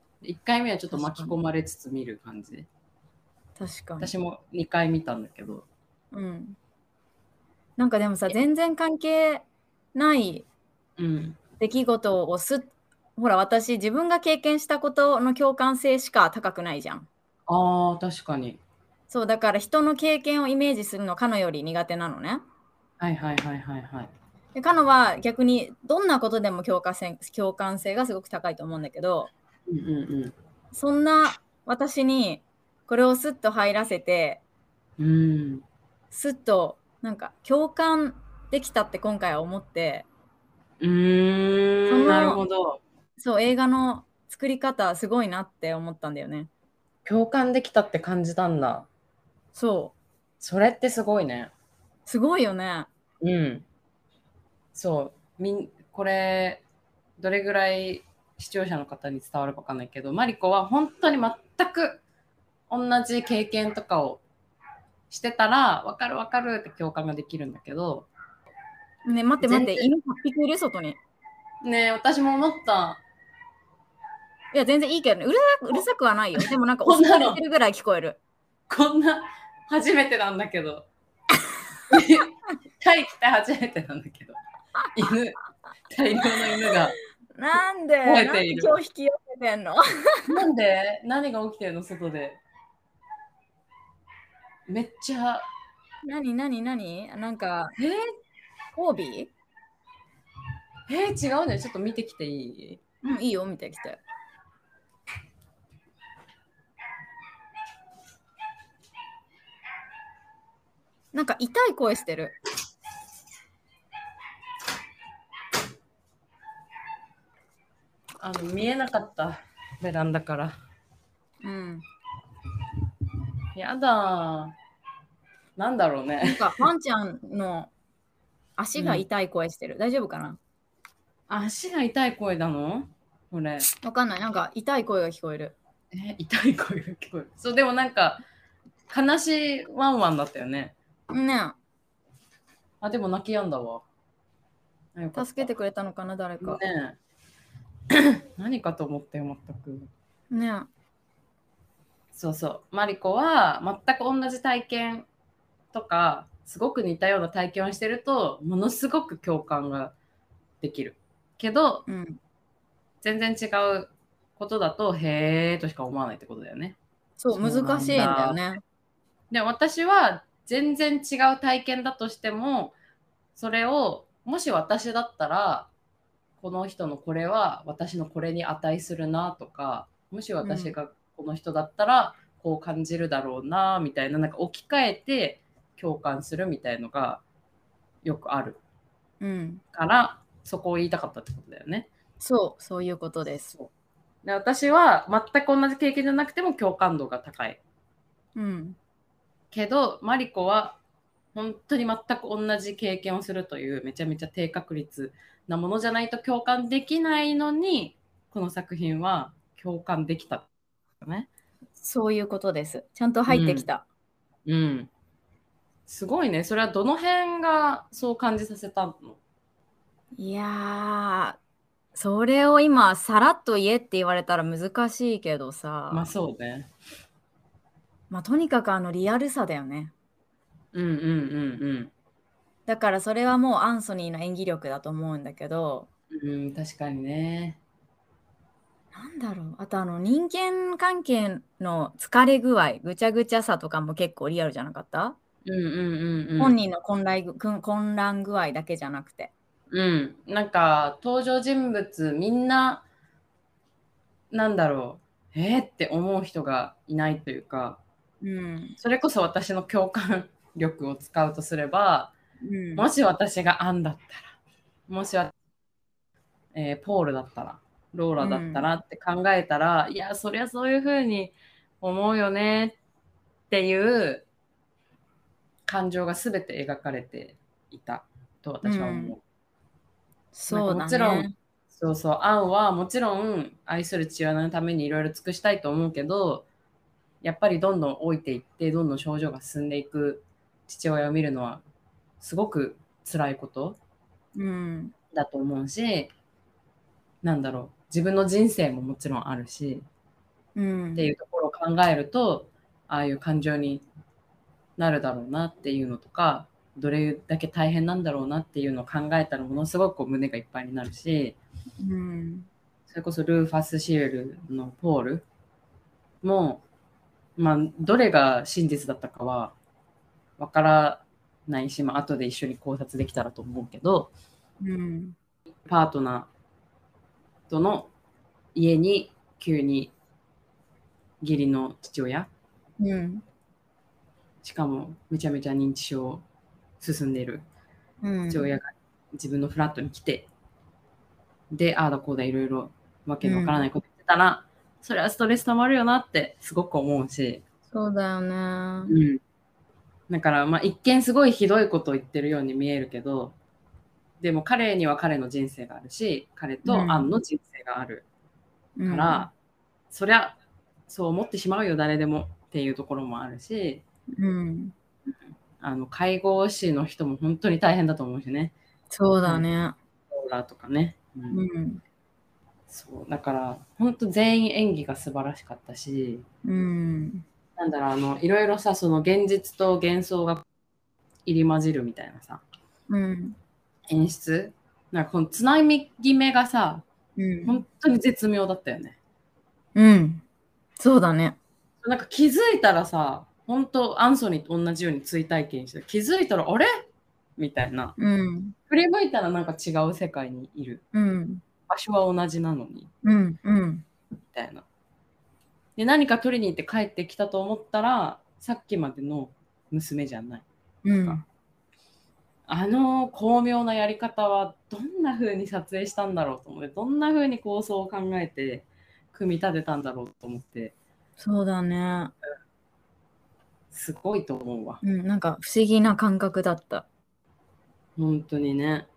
[SPEAKER 1] 1回目はちょっと巻き込まれつつ見る感じ。
[SPEAKER 2] 確かに。
[SPEAKER 1] 私も2回見たんだけど。
[SPEAKER 2] うん。なんかでもさ、全然関係ない出来事をほら、私、自分が経験したことの共感性しか高くないじゃん。
[SPEAKER 1] ああ、確かに。
[SPEAKER 2] そう、だから人の経験をイメージするのかのより苦手なのね。
[SPEAKER 1] はいはいはいはいはい。
[SPEAKER 2] で、かのは逆にどんなことでも共感性がすごく高いと思うんだけど、
[SPEAKER 1] うんうんうん。
[SPEAKER 2] そんな私にこれをスッと入らせて、スッとなんか共感できたって今回は思って、
[SPEAKER 1] なるほど。
[SPEAKER 2] そう、映画の作り方すごいなって思ったんだよね。
[SPEAKER 1] 共感できたって感じたんだ。
[SPEAKER 2] そう。
[SPEAKER 1] それってすごいね。
[SPEAKER 2] すごいよね。
[SPEAKER 1] うん。そう。これ、どれぐらい視聴者の方に伝わるかわかんないけど、マリコは本当に全く同じ経験とかをしてたら、わかるわかるって共感ができるんだけど。
[SPEAKER 2] ね、待って待って、犬8匹いる外に。
[SPEAKER 1] ねえ、私も思った。
[SPEAKER 2] いや、全然いいけどね。うるさくはないよ。でもなんか襲われてるぐらい聞こえる。
[SPEAKER 1] こんな、初めてなんだけど。タイ来て初めてなんだけど。大量の犬が。
[SPEAKER 2] なんで今日引き寄せてんの？
[SPEAKER 1] なんで何が起きてるの外で。めっちゃ。
[SPEAKER 2] 何なんか、コービ
[SPEAKER 1] ー違うね。ちょっと見てきていい？
[SPEAKER 2] うん、いいよ、見てきて。なんか痛い声してる。
[SPEAKER 1] 見えなかった。ベランダから。
[SPEAKER 2] うん。
[SPEAKER 1] やだ。なんだろうね。
[SPEAKER 2] なんかワンちゃんの足が痛い声してる。大丈夫かな？
[SPEAKER 1] 足が痛い声なの？これ。
[SPEAKER 2] わかんない。なんか痛い声が聞こえる。
[SPEAKER 1] 痛い声が聞こえる。そう、でもなんか、悲しいワンワンだったよね。
[SPEAKER 2] ね
[SPEAKER 1] え。でも泣き止んだわ。
[SPEAKER 2] 助けてくれたのかな、誰か。
[SPEAKER 1] ね何かと思って全く。
[SPEAKER 2] ね
[SPEAKER 1] そうそう。マリコは全く同じ体験とか、すごく似たような体験をしてると、ものすごく共感ができる。けど、全然違うことだと、へーとしか思わないってことだよね。
[SPEAKER 2] そう、難しいんだよね。
[SPEAKER 1] で、私は全然違う体験だとしても、それを、もし私だったら、この人のこれは私のこれに値するなとか、もし私がこの人だったらこう感じるだろうなみたいな、なんか置き換えて共感するみたいのがよくある、から、そこを言いたかったってことだよね。
[SPEAKER 2] そういうことです。
[SPEAKER 1] で、私は全く同じ経験じゃなくても共感度が高い。 けどマリコは本当に全く同じ経験をするというめちゃめちゃ低確率なものじゃないと共感できないのに、この作品は共感できた、ね。
[SPEAKER 2] そういうことです。ちゃんと入ってきた。
[SPEAKER 1] うん。すごいね。それはどの辺がそう感じさせたの？
[SPEAKER 2] いやー、それを今さらっと言えって言われたら難しいけどさ。
[SPEAKER 1] まあそうね。
[SPEAKER 2] まあとにかくリアルさだよね。
[SPEAKER 1] うんうんうんうん。
[SPEAKER 2] だからそれはもうアンソニーの演技力だと思うんだけど、
[SPEAKER 1] うん、確かにね。
[SPEAKER 2] なんだろう。あと人間関係の疲れ具合、ぐちゃぐちゃさとかも結構リアルじゃなかった？
[SPEAKER 1] うんうんうんうん。
[SPEAKER 2] 本人の混乱具合だけじゃなくて。
[SPEAKER 1] うん。なんか登場人物みんななんだろう、って思う人がいないというか、
[SPEAKER 2] うん。
[SPEAKER 1] それこそ私の共感力を使うとすれば、
[SPEAKER 2] うん。
[SPEAKER 1] もし私がアンだったら、もしは、ポールだったら、ローラだったらって考えたら、いや、そりゃそういうふうに思うよねっていう感情が全て描かれていたと私は思う。
[SPEAKER 2] うん。
[SPEAKER 1] なんか
[SPEAKER 2] そう
[SPEAKER 1] もちろん、
[SPEAKER 2] だね。
[SPEAKER 1] そうそう、アンはもちろん愛する父親のためにいろいろ尽くしたいと思うけど、やっぱりどんどん老いていってどんどん症状が進んでいく父親を見るのはすごく辛いこと
[SPEAKER 2] うん。
[SPEAKER 1] だと思うし、なんだろう、自分の人生ももちろんあるし
[SPEAKER 2] うん。
[SPEAKER 1] っていうところを考えると、ああいう感情になるだろうなっていうのとか、どれだけ大変なんだろうなっていうのを考えたらものすごく胸がいっぱいになるし、
[SPEAKER 2] うん。
[SPEAKER 1] それこそルーファス・シエルのポールも、まあ、どれが真実だったかはわからないし、まあ後で一緒に考察できたらと思うけど、
[SPEAKER 2] うん。
[SPEAKER 1] パートナーとの家に急に義理の父親、
[SPEAKER 2] うん。
[SPEAKER 1] しかもめちゃめちゃ認知症進んでいる父親が自分のフラットに来て、で、ああだこうだいろいろわけのわからないこと言ってたら、それはストレス溜まるよなってすごく思うし。
[SPEAKER 2] そうだよね。
[SPEAKER 1] うん。だから、まあ一見すごいひどいことを言ってるように見えるけど、でも彼には彼の人生があるし、彼とアンの人生があるから、そりゃそう思ってしまうよ誰でもっていうところもあるし、介護士の人も本当に大変だと思うしね。
[SPEAKER 2] そうだね。
[SPEAKER 1] ローラーとかね。そうだから本当全員演技が素晴らしかったし、なんだろう、いろいろさ、その現実と幻想が入り混じるみたいなさ、演出、なんかこのつなぎ目がさ、本当に絶妙だったよね。
[SPEAKER 2] そうだね。
[SPEAKER 1] なんか気づいたらさ、本当アンソニーと同じように追体験して、気づいたらあれみたいな。振り向いたらなんか違う世界にいる。場所は同じなのに。みたいな。で、何か取りに行って帰ってきたと思ったら、さっきまでの娘じゃない。巧妙なやり方はどんな風に撮影したんだろうと思って、どんな風に構想を考えて組み立てたんだろうと思って。
[SPEAKER 2] そうだね。
[SPEAKER 1] すごいと思うわ。
[SPEAKER 2] なんか不思議な感覚だった。
[SPEAKER 1] 本当にね。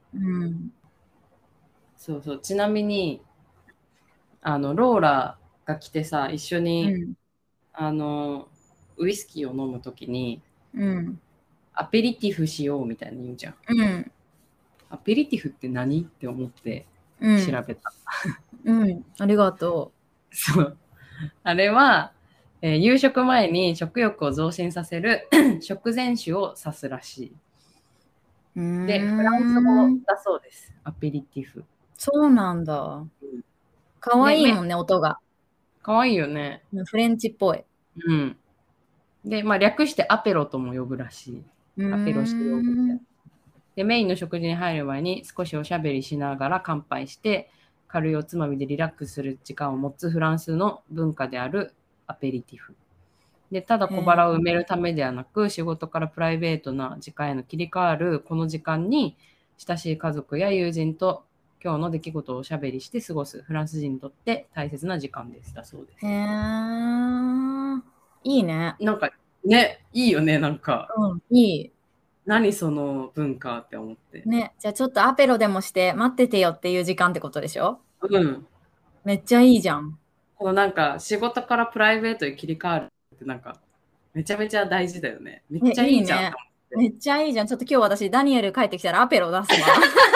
[SPEAKER 1] そうそう。ちなみに、ローラが来てさ、一緒に、ウイスキーを飲むときに、アペリティフしようみたいな言うじゃん。アペリティフって何って思って調べた。
[SPEAKER 2] ありがと
[SPEAKER 1] う。そう。あれは、夕食前に食欲を増進させる食前酒を指すらしい。で、フランス語だそうです。アペリティフ。
[SPEAKER 2] そうなんだ。かわいいもんね、音が。
[SPEAKER 1] かわいいよね。
[SPEAKER 2] フレンチっぽい。
[SPEAKER 1] で、まあ略してアペロとも呼ぶらしい。アペロして呼ぶみたいな。で、メインの食事に入る前に少しおしゃべりしながら乾杯して、軽いおつまみでリラックスする時間を持つフランスの文化であるアペリティフ。で、ただ小腹を埋めるためではなく、仕事からプライベートな時間への切り替わるこの時間に、親しい家族や友人と今日の出来事をおしゃべりして過ごすフランス人にとって大切な時間ですだそうです。
[SPEAKER 2] いいね。
[SPEAKER 1] なんかね、いいよね、なんか。
[SPEAKER 2] いい。
[SPEAKER 1] 何その文化って思って。
[SPEAKER 2] ね、じゃあちょっとアペロでもして待っててよっていう時間ってことでしょ？
[SPEAKER 1] うん。
[SPEAKER 2] めっちゃいいじゃん。
[SPEAKER 1] このなんか仕事からプライベートに切り替わるってなんかめちゃめちゃ大事だよね。めっちゃいいじゃん。
[SPEAKER 2] いいね。めっちゃいいじゃん。ちょっと今日私ダニエル帰ってきたらアペロ出すわ。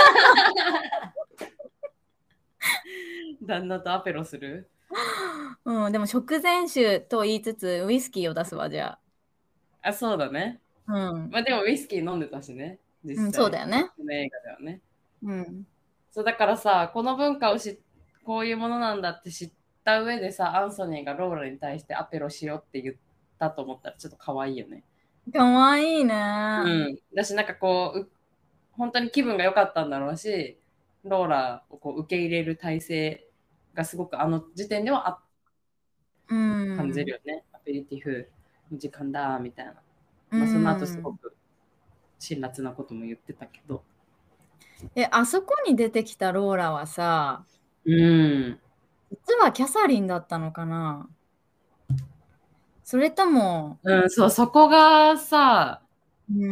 [SPEAKER 1] 旦那とアペロする？
[SPEAKER 2] うん、でも食前酒と言いつつウイスキーを出すわ、じゃ
[SPEAKER 1] あ、そうだね。
[SPEAKER 2] あ。うん。
[SPEAKER 1] まあでもウイスキー飲んでたしね、実
[SPEAKER 2] うん、そう
[SPEAKER 1] 際。
[SPEAKER 2] だよね。
[SPEAKER 1] この映画ではね。
[SPEAKER 2] うん。
[SPEAKER 1] そうだからさ、この文化をこういうものなんだって知った上でさ、アンソニーがローラに対してアペロしようって言ったと思ったらちょっと可愛いよね。
[SPEAKER 2] かわいいね。
[SPEAKER 1] うん。だしなんかこう、本当に気分が良かったんだろうし、ローラをこう受け入れる体制がすごくあの時点では感じるよね。アペリティフの時間だみたいな。まあ、その後すごく辛辣なことも言ってたけど。
[SPEAKER 2] あそこに出てきたローラはさ、
[SPEAKER 1] うん。
[SPEAKER 2] 実はキャサリンだったのかな？それとも、
[SPEAKER 1] うん、そう、そこがさ、
[SPEAKER 2] うん。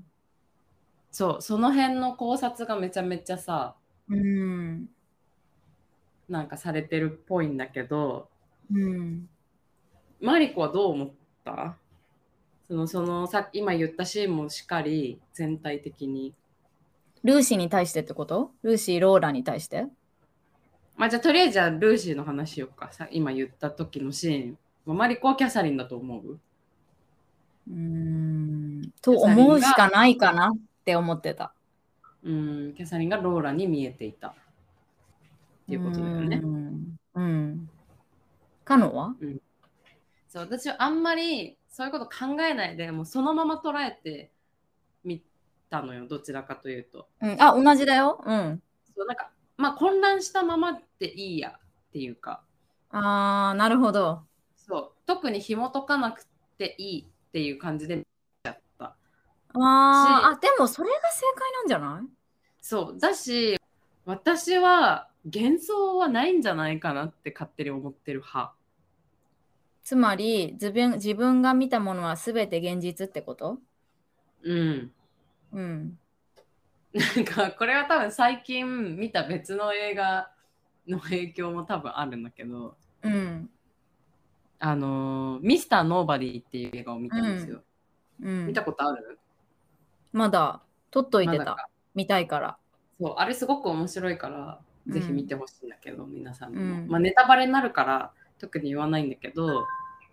[SPEAKER 1] そう、その辺の考察がめちゃめちゃさ、
[SPEAKER 2] うん。
[SPEAKER 1] なんかされてるっぽいんだけど、
[SPEAKER 2] うん。
[SPEAKER 1] マリコはどう思った？今言ったシーンもしっかり全体的に。
[SPEAKER 2] ルーシーに対してってこと？ルーシー、ローラに対して？
[SPEAKER 1] まあじゃあとりあえずルーシーの話よっか。今言った時のシーン。マリコはキャサリンだと思う？
[SPEAKER 2] と思うしかないかなって思ってた。
[SPEAKER 1] キャサリンがローラに見えていたっていうことだよね。
[SPEAKER 2] カノは？
[SPEAKER 1] そう、私はあんまりそういうこと考えないでもうそのまま捉えてみたのよ、どちらかというと。
[SPEAKER 2] 同じだよ。
[SPEAKER 1] そうなんかまあ混乱したままでいいやっていうか。
[SPEAKER 2] なるほど。
[SPEAKER 1] そう特に紐解かなくていいっていう感じで見ちゃった
[SPEAKER 2] でもそれが正解なんじゃない？
[SPEAKER 1] そうだし、私は幻想はないんじゃないかなって勝手に思ってる派。
[SPEAKER 2] つまり自分が見たものは全て現実ってこと？
[SPEAKER 1] なんかこれは多分最近見た別の映画の影響も多分あるんだけど、ミスターノーバディっていう映画を見たんですよ。見たことある？
[SPEAKER 2] まだ取っといてた。見たいから。
[SPEAKER 1] そう、あれすごく面白いから、ぜひ見てほしいんだけど、皆さんにも。まあネタバレになるから特に言わないんだけど、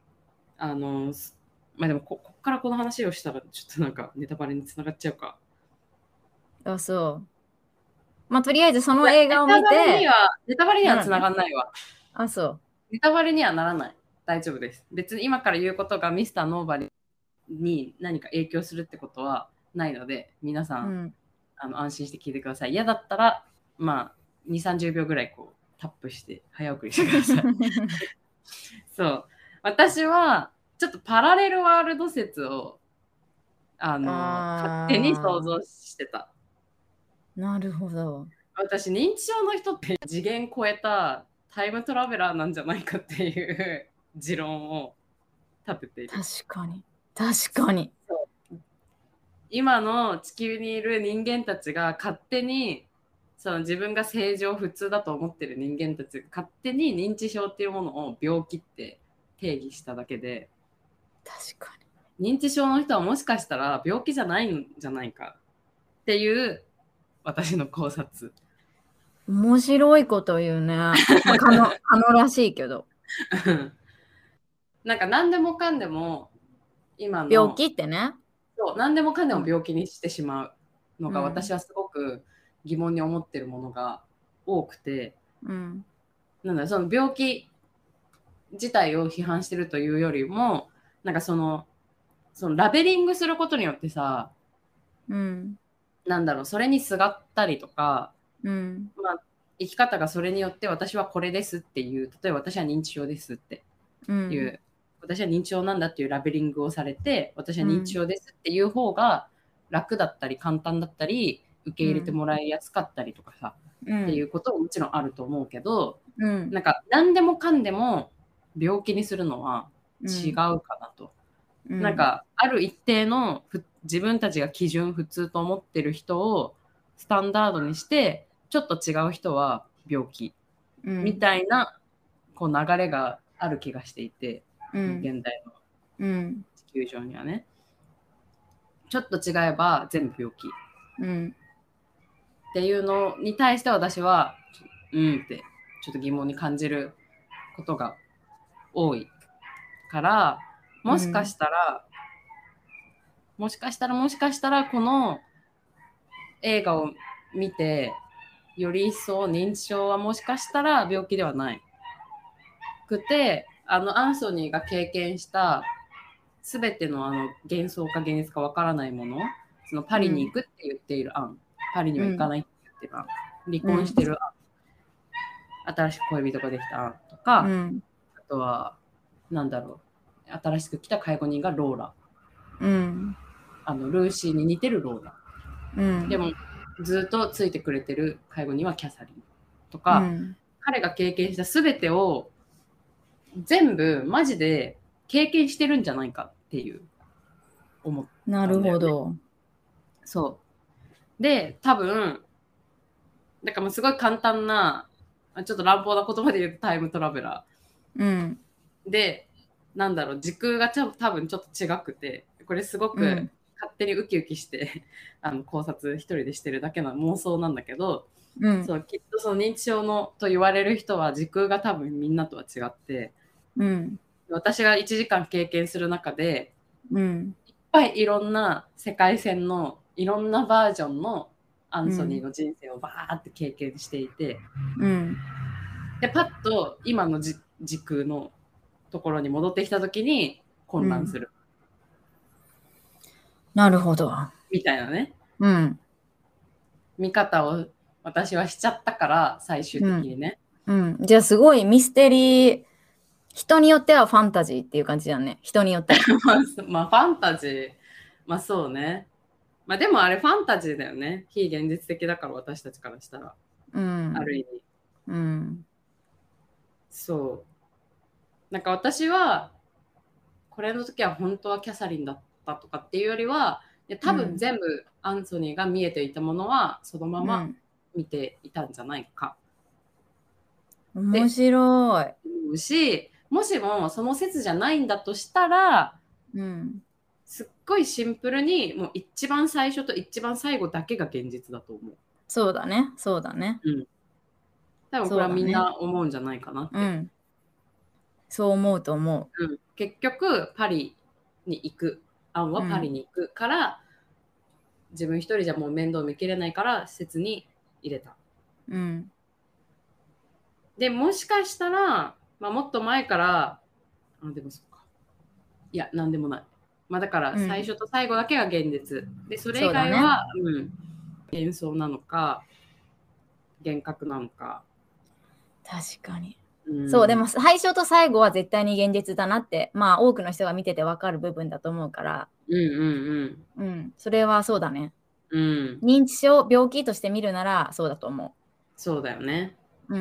[SPEAKER 1] まあでもこっからこの話をしたらちょっとなんかネタバレにつながっちゃうか。
[SPEAKER 2] そう。まあとりあえずその映画を見て。
[SPEAKER 1] ネタバレにはつながんないわ。
[SPEAKER 2] そう。
[SPEAKER 1] ネタバレにはならない。大丈夫です。別に今から言うことがミスターノーバディに何か影響するってことはないので、皆さん、安心して聞いてください。嫌だったら、まあ、2、30秒ぐらいこうタップして早送りしてください。そう。私は、ちょっとパラレルワールド説を、勝手に想像してた。
[SPEAKER 2] なるほど。
[SPEAKER 1] 私、認知症の人って次元超えたタイムトラベラーなんじゃないかっていう持論を立てている。
[SPEAKER 2] 確かに。確かに。
[SPEAKER 1] 今の地球にいる人間たちが勝手にその自分が正常普通だと思ってる人間たちが勝手に認知症っていうものを病気って定義しただけで、
[SPEAKER 2] 確か
[SPEAKER 1] に認知症の人はもしかしたら病気じゃないんじゃないかっていう私の考察。
[SPEAKER 2] 面白いこと言うね。可能らしいけど。
[SPEAKER 1] なんか何でもかんでも今の
[SPEAKER 2] 病気ってね。
[SPEAKER 1] そう何でもかんでも病気にしてしまうのが私はすごく疑問に思ってるものが多くて、なんだその病気自体を批判してるというよりもなんかそのラベリングすることによってさ、なんだろうそれにすがったりとか、まあ、生き方がそれによって私はこれですっていう、例えば私は認知症ですっていう、私は認知症なんだっていうラベリングをされて私は認知症ですっていう方が楽だったり簡単だったり受け入れてもらいやすかったりとかさ、っていうことももちろんあると思うけど、なんか何でもかんでも病気にするのは違うかなとなんかある一定の自分たちが基準普通と思ってる人をスタンダードにしてちょっと違う人は病気みたいなこう流れがある気がしていて、現代の地球上にはね、ちょっと違えば全部病気、っていうのに対して私はってちょっと疑問に感じることが多いから、もしかしたらこの映画を見てより一層認知症はもしかしたら病気ではないくて、アンソニーが経験した全ての幻想か現実かわからないもの、そのパリに行くって言っている案、パリには行かないって言ってる案、離婚してる案、新しく恋人ができた案とか、あとはなんだろう、新しく来た介護人がローラ、ルーシーに似てるローラ、でもずっとついてくれてる介護人はキャサリンとか、彼が経験した全てを全部マジで経験してるんじゃないかっていう思ったんだよね。なるほど。そうで、多分だからもうすごい簡単なちょっと乱暴な言葉で言うとタイムトラベラー、で、なんだろう、時空が多分ちょっと違くて、これすごく勝手にウキウキして考察一人でしてるだけの妄想なんだけど、そうきっとその認知症のと言われる人は時空が多分みんなとは違って、私が1時間経験する中で、いっぱいいろんな世界線のいろんなバージョンのアンソニーの人生をバーって経験していて、でパッと今の時空のところに戻ってきた時に混乱する、
[SPEAKER 2] なるほど
[SPEAKER 1] みたいなね、見方を私はしちゃったから最終的にね、
[SPEAKER 2] じゃあすごいミステリー、人によってはファンタジーっていう感じだね。人によっては
[SPEAKER 1] まあファンタジー、まあそうね、まあでもあれファンタジーだよね。非現実的だから私たちからしたら、ある意味、そうなんか私はこれの時は本当はキャサリンだったとかっていうよりは、多分全部アンソニーが見えていたものはそのまま見ていたんじゃないか、
[SPEAKER 2] 面白
[SPEAKER 1] いし、もしもその説じゃないんだとしたら、すっごいシンプルにもう一番最初と一番最後だけが現実だと思う。
[SPEAKER 2] そうだね。
[SPEAKER 1] 多分これはみんな思うんじゃないかなって。
[SPEAKER 2] そう思うと思
[SPEAKER 1] う。結局パリに行く、アンはパリに行くから、自分一人じゃもう面倒見きれないから施設に入れた。でもしかしたら、もっと前からでもそうか、いやなんでもない。だから最初と最後だけが現実、でそれ以外は、幻想なのか幻覚なのか。
[SPEAKER 2] 確かに、そうでも最初と最後は絶対に現実だなって多くの人が見てて分かる部分だと思うから、それはそうだね、認知症病気として見るならそうだと思う。
[SPEAKER 1] そうだよね。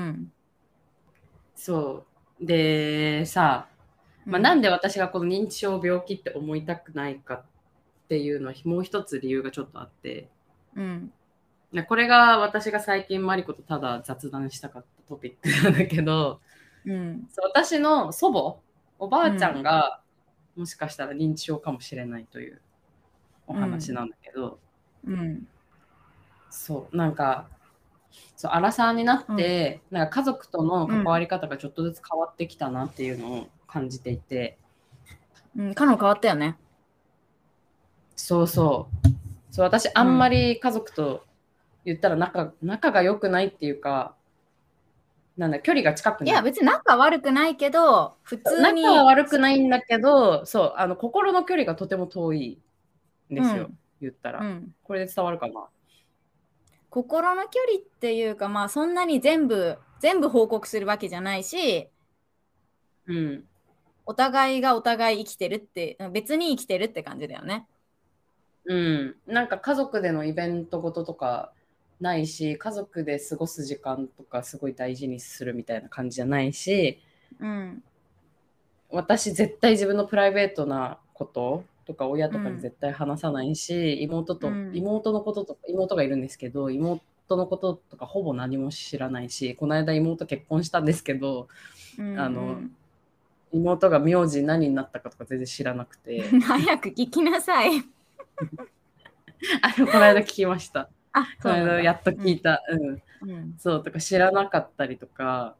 [SPEAKER 1] そうでさ、なんで私がこの認知症病気って思いたくないかっていうのはもう一つ理由がちょっとあって、これが私が最近マリコとただ雑談したかったトピックなんだけど、私の祖母、おばあちゃんが、もしかしたら認知症かもしれないというお話なんだけど、そうなんかそうアラサーになって、なんか家族との関わり方がちょっとずつ変わってきたなっていうのを感じていて、
[SPEAKER 2] かの変わったよね。
[SPEAKER 1] そう私あんまり家族と言ったら仲が良くないっていうか、なんだ距離が近くない。
[SPEAKER 2] いや別に仲悪くないけど普通に
[SPEAKER 1] 仲は悪くないんだけど、そう心の距離がとても遠いんですよ、言ったら、これで伝わるかな。
[SPEAKER 2] 心の距離っていうかそんなに全部報告するわけじゃないし、お互いがお互い生きてるって別に生きてるって感じだよね。
[SPEAKER 1] なんか家族でのイベントごととかないし、家族で過ごす時間とかすごい大事にするみたいな感じじゃないし、私絶対自分のプライベートなこととか親とかに絶対話さないし、妹のこととか、妹がいるんですけど、妹のこととかほぼ何も知らないし、この間妹結婚したんですけど、妹が名字何になったかとか全然知らなくて
[SPEAKER 2] 早く聞きなさい
[SPEAKER 1] この間聞きました。この
[SPEAKER 2] 間
[SPEAKER 1] やっと聞いた。そうとか知らなかったりとか、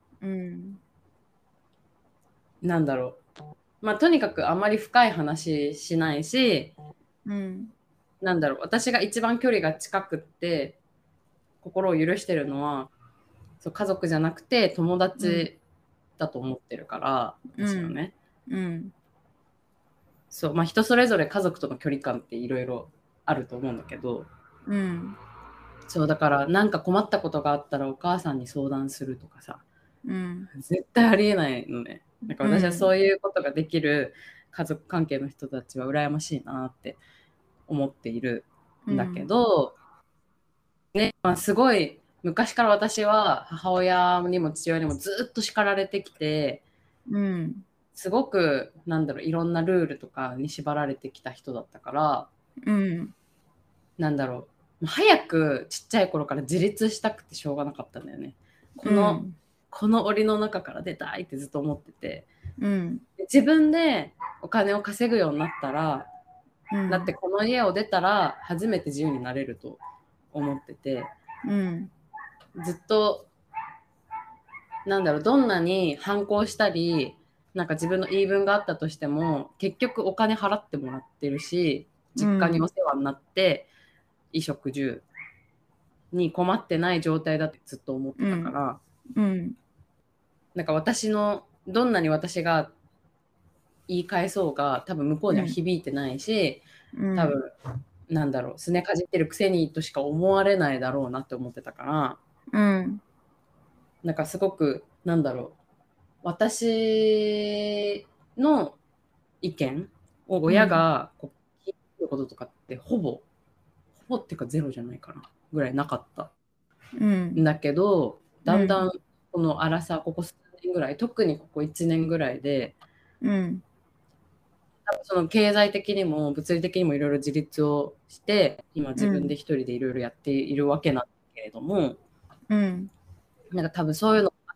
[SPEAKER 1] なんだろう。とにかくあまり深い話しないし、なんだろう。私が一番距離が近くって心を許してるのは、そう家族じゃなくて友達だと思ってるから、私はね。そう、人それぞれ家族との距離感っていろいろあると思うんだけど、そうだからなんか困ったことがあったらお母さんに相談するとかさ、絶対ありえないのね。なんか私はそういうことができる家族関係の人たちは羨ましいなって思っているんだけど、すごい昔から私は母親にも父親にもずっと叱られてきて、すごくいろんなルールとかに縛られてきた人だったから、早くちっちゃい頃から自立したくてしょうがなかったんだよね。この檻の中から出たいってずっと思ってて、自分でお金を稼ぐようになったら、だってこの家を出たら初めて自由になれると思ってて、ずっとどんなに反抗したりなんか自分の言い分があったとしても結局お金払ってもらってるし、実家にお世話になって、衣食住に困ってない状態だってずっと思ってたから、なんかどんなに私が言い返そうが多分向こうには響いてないし、多分すねかじってるくせにとしか思われないだろうなって思ってたから、なんかすごく私の意見を親が聞いてることとかってほぼっていうかゼロじゃないかなぐらいなかったんだけど、だんだんこのここ数年ぐらい、特にここ1年ぐらいで、その経済的にも物理的にもいろいろ自立をして今自分で一人でいろいろやっているわけなんだけれども、なんか多分そういうのがあって、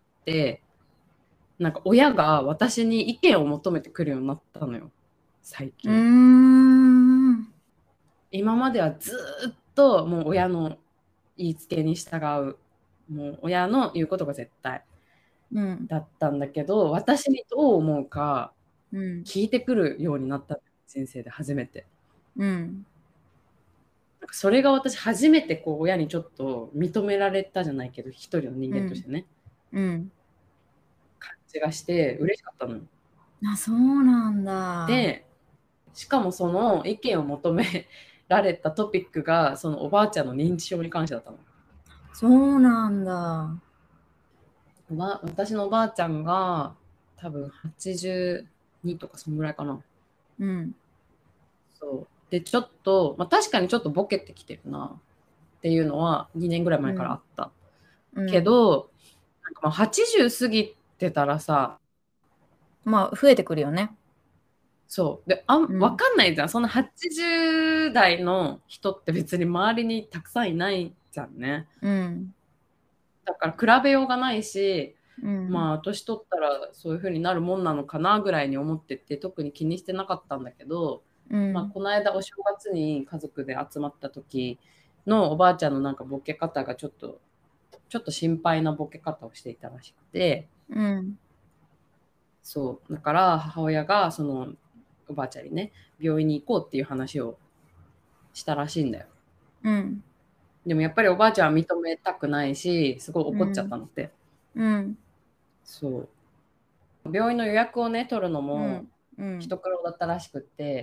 [SPEAKER 1] なんか親が私に意見を求めてくるようになったのよ最近。今まではずっともう親の言いつけに従う、もう親の言うことが絶対だったんだけど、私にどう思うか聞いてくるようになった人生で初めて。なんかそれが私初めてこう親にちょっと認められたじゃないけど、一人の人間としてね、感じがして嬉しかったのよ。
[SPEAKER 2] そうなんだ。
[SPEAKER 1] でしかもその意見を求められたトピックがそのおばあちゃんの認知症に関してだったの。
[SPEAKER 2] そうなんだ。
[SPEAKER 1] 私のおばあちゃんが多分82とかそのぐらいかな。そうでちょっと、確かにちょっとボケてきてるなっていうのは2年ぐらい前からあった、けどなんか80過ぎてたらさ、
[SPEAKER 2] 増えてくるよね。
[SPEAKER 1] そうで分かんないじゃん、そんな80代の人って別に周りにたくさんいないじゃんね。だから比べようがないし、年取ったらそういう風になるもんなのかなぐらいに思ってて特に気にしてなかったんだけど、この間お正月に家族で集まった時のおばあちゃんのなんかボケ方がちょっと心配なボケ方をしていたらしくて、そうだから母親がそのおばあちゃんにね病院に行こうっていう話をしたらしいんだよ。でもやっぱりおばあちゃんは認めたくないしすごい怒っちゃったのって、そう病院の予約をね取るのも一苦労だったらしくって、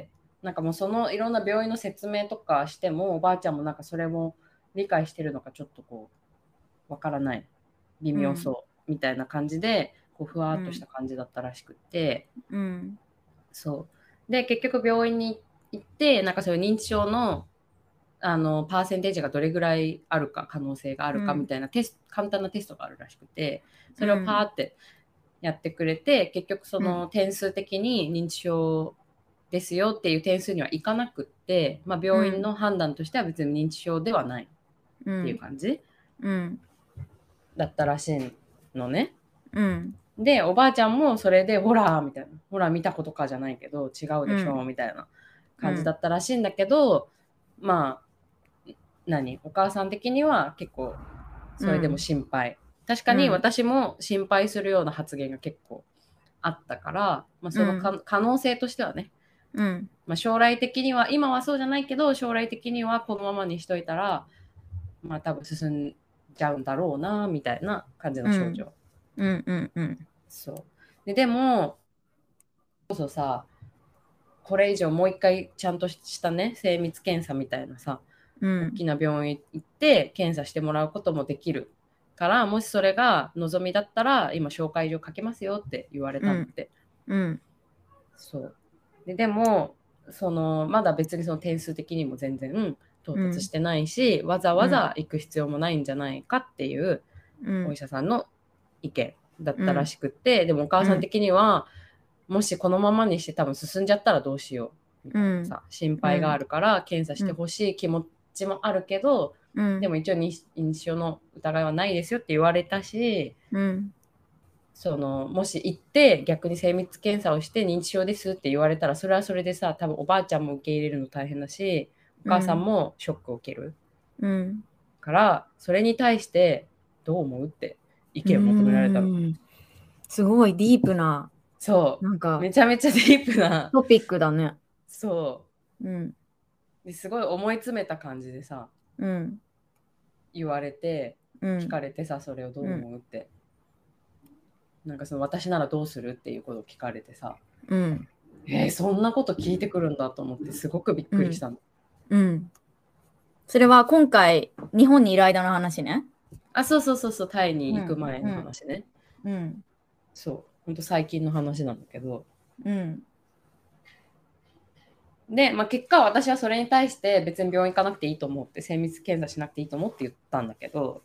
[SPEAKER 1] なんかもうそのいろんな病院の説明とかしてもおばあちゃんもなんかそれも理解してるのかちょっとこうわからない、微妙そうみたいな感じでこうふわっとした感じだったらしくって、そうで結局病院に行ってなんかそういう認知症のパーセンテージがどれぐらいあるか可能性があるかみたいな簡単なテストがあるらしくて、それをパーってやってくれて、結局その点数的に認知症ですよっていう点数にはいかなくって、まあ、病院の判断としては別に認知症ではないっていう感じ、だったらしいのね。でおばあちゃんもそれでほらみたいな、ほら見たことかじゃないけど違うでしょ、みたいな感じだったらしいんだけど、まあお母さん的には結構それでも心配、確かに私も心配するような発言が結構あったから、まあ、その可能性としてはね、まあ、将来的には今はそうじゃないけど将来的にはこのままにしといたらまあ多分進んじゃうんだろうなみたいな感じの症状。そうでもこそさ、これ以上もう一回ちゃんとしたね精密検査みたいなさ、大きな病院行って検査してもらうこともできるから、もしそれが望みだったら今紹介状書けますよって言われたのって、そうでもまだ別にその点数的にも全然到達してないし、わざわざ行く必要もないんじゃないかっていうお医者さんの意見だったらしくって、でもお母さん的には、もしこのままにして多分進んじゃったらどうしようみたいなさ、心配があるから検査してほしい気持ちもあるけど、でも一応認知症の疑いはないですよって言われたし、もし行って逆に精密検査をして認知症ですって言われたらそれはそれでさ、多分おばあちゃんも受け入れるの大変だしお母さんもショックを受ける、から、それに対してどう思うって意見を求められたの。
[SPEAKER 2] すごいディープな、
[SPEAKER 1] そうなんかめちゃめちゃディープな
[SPEAKER 2] トピックだね。
[SPEAKER 1] そう、ですごい思い詰めた感じでさ、言われて、聞かれてさ、それをどう思うって、なんか私ならどうするっていうことを聞かれてさ、そんなこと聞いてくるんだと思ってすごくびっくりしたの。
[SPEAKER 2] それは今回日本にいる間の話ね。
[SPEAKER 1] あ、そうタイに行く前の話ね。そうほんと最近の話なんだけど、で、まあ、結果私はそれに対して別に病院行かなくていいと思って、精密検査しなくていいと思って言ったんだけど、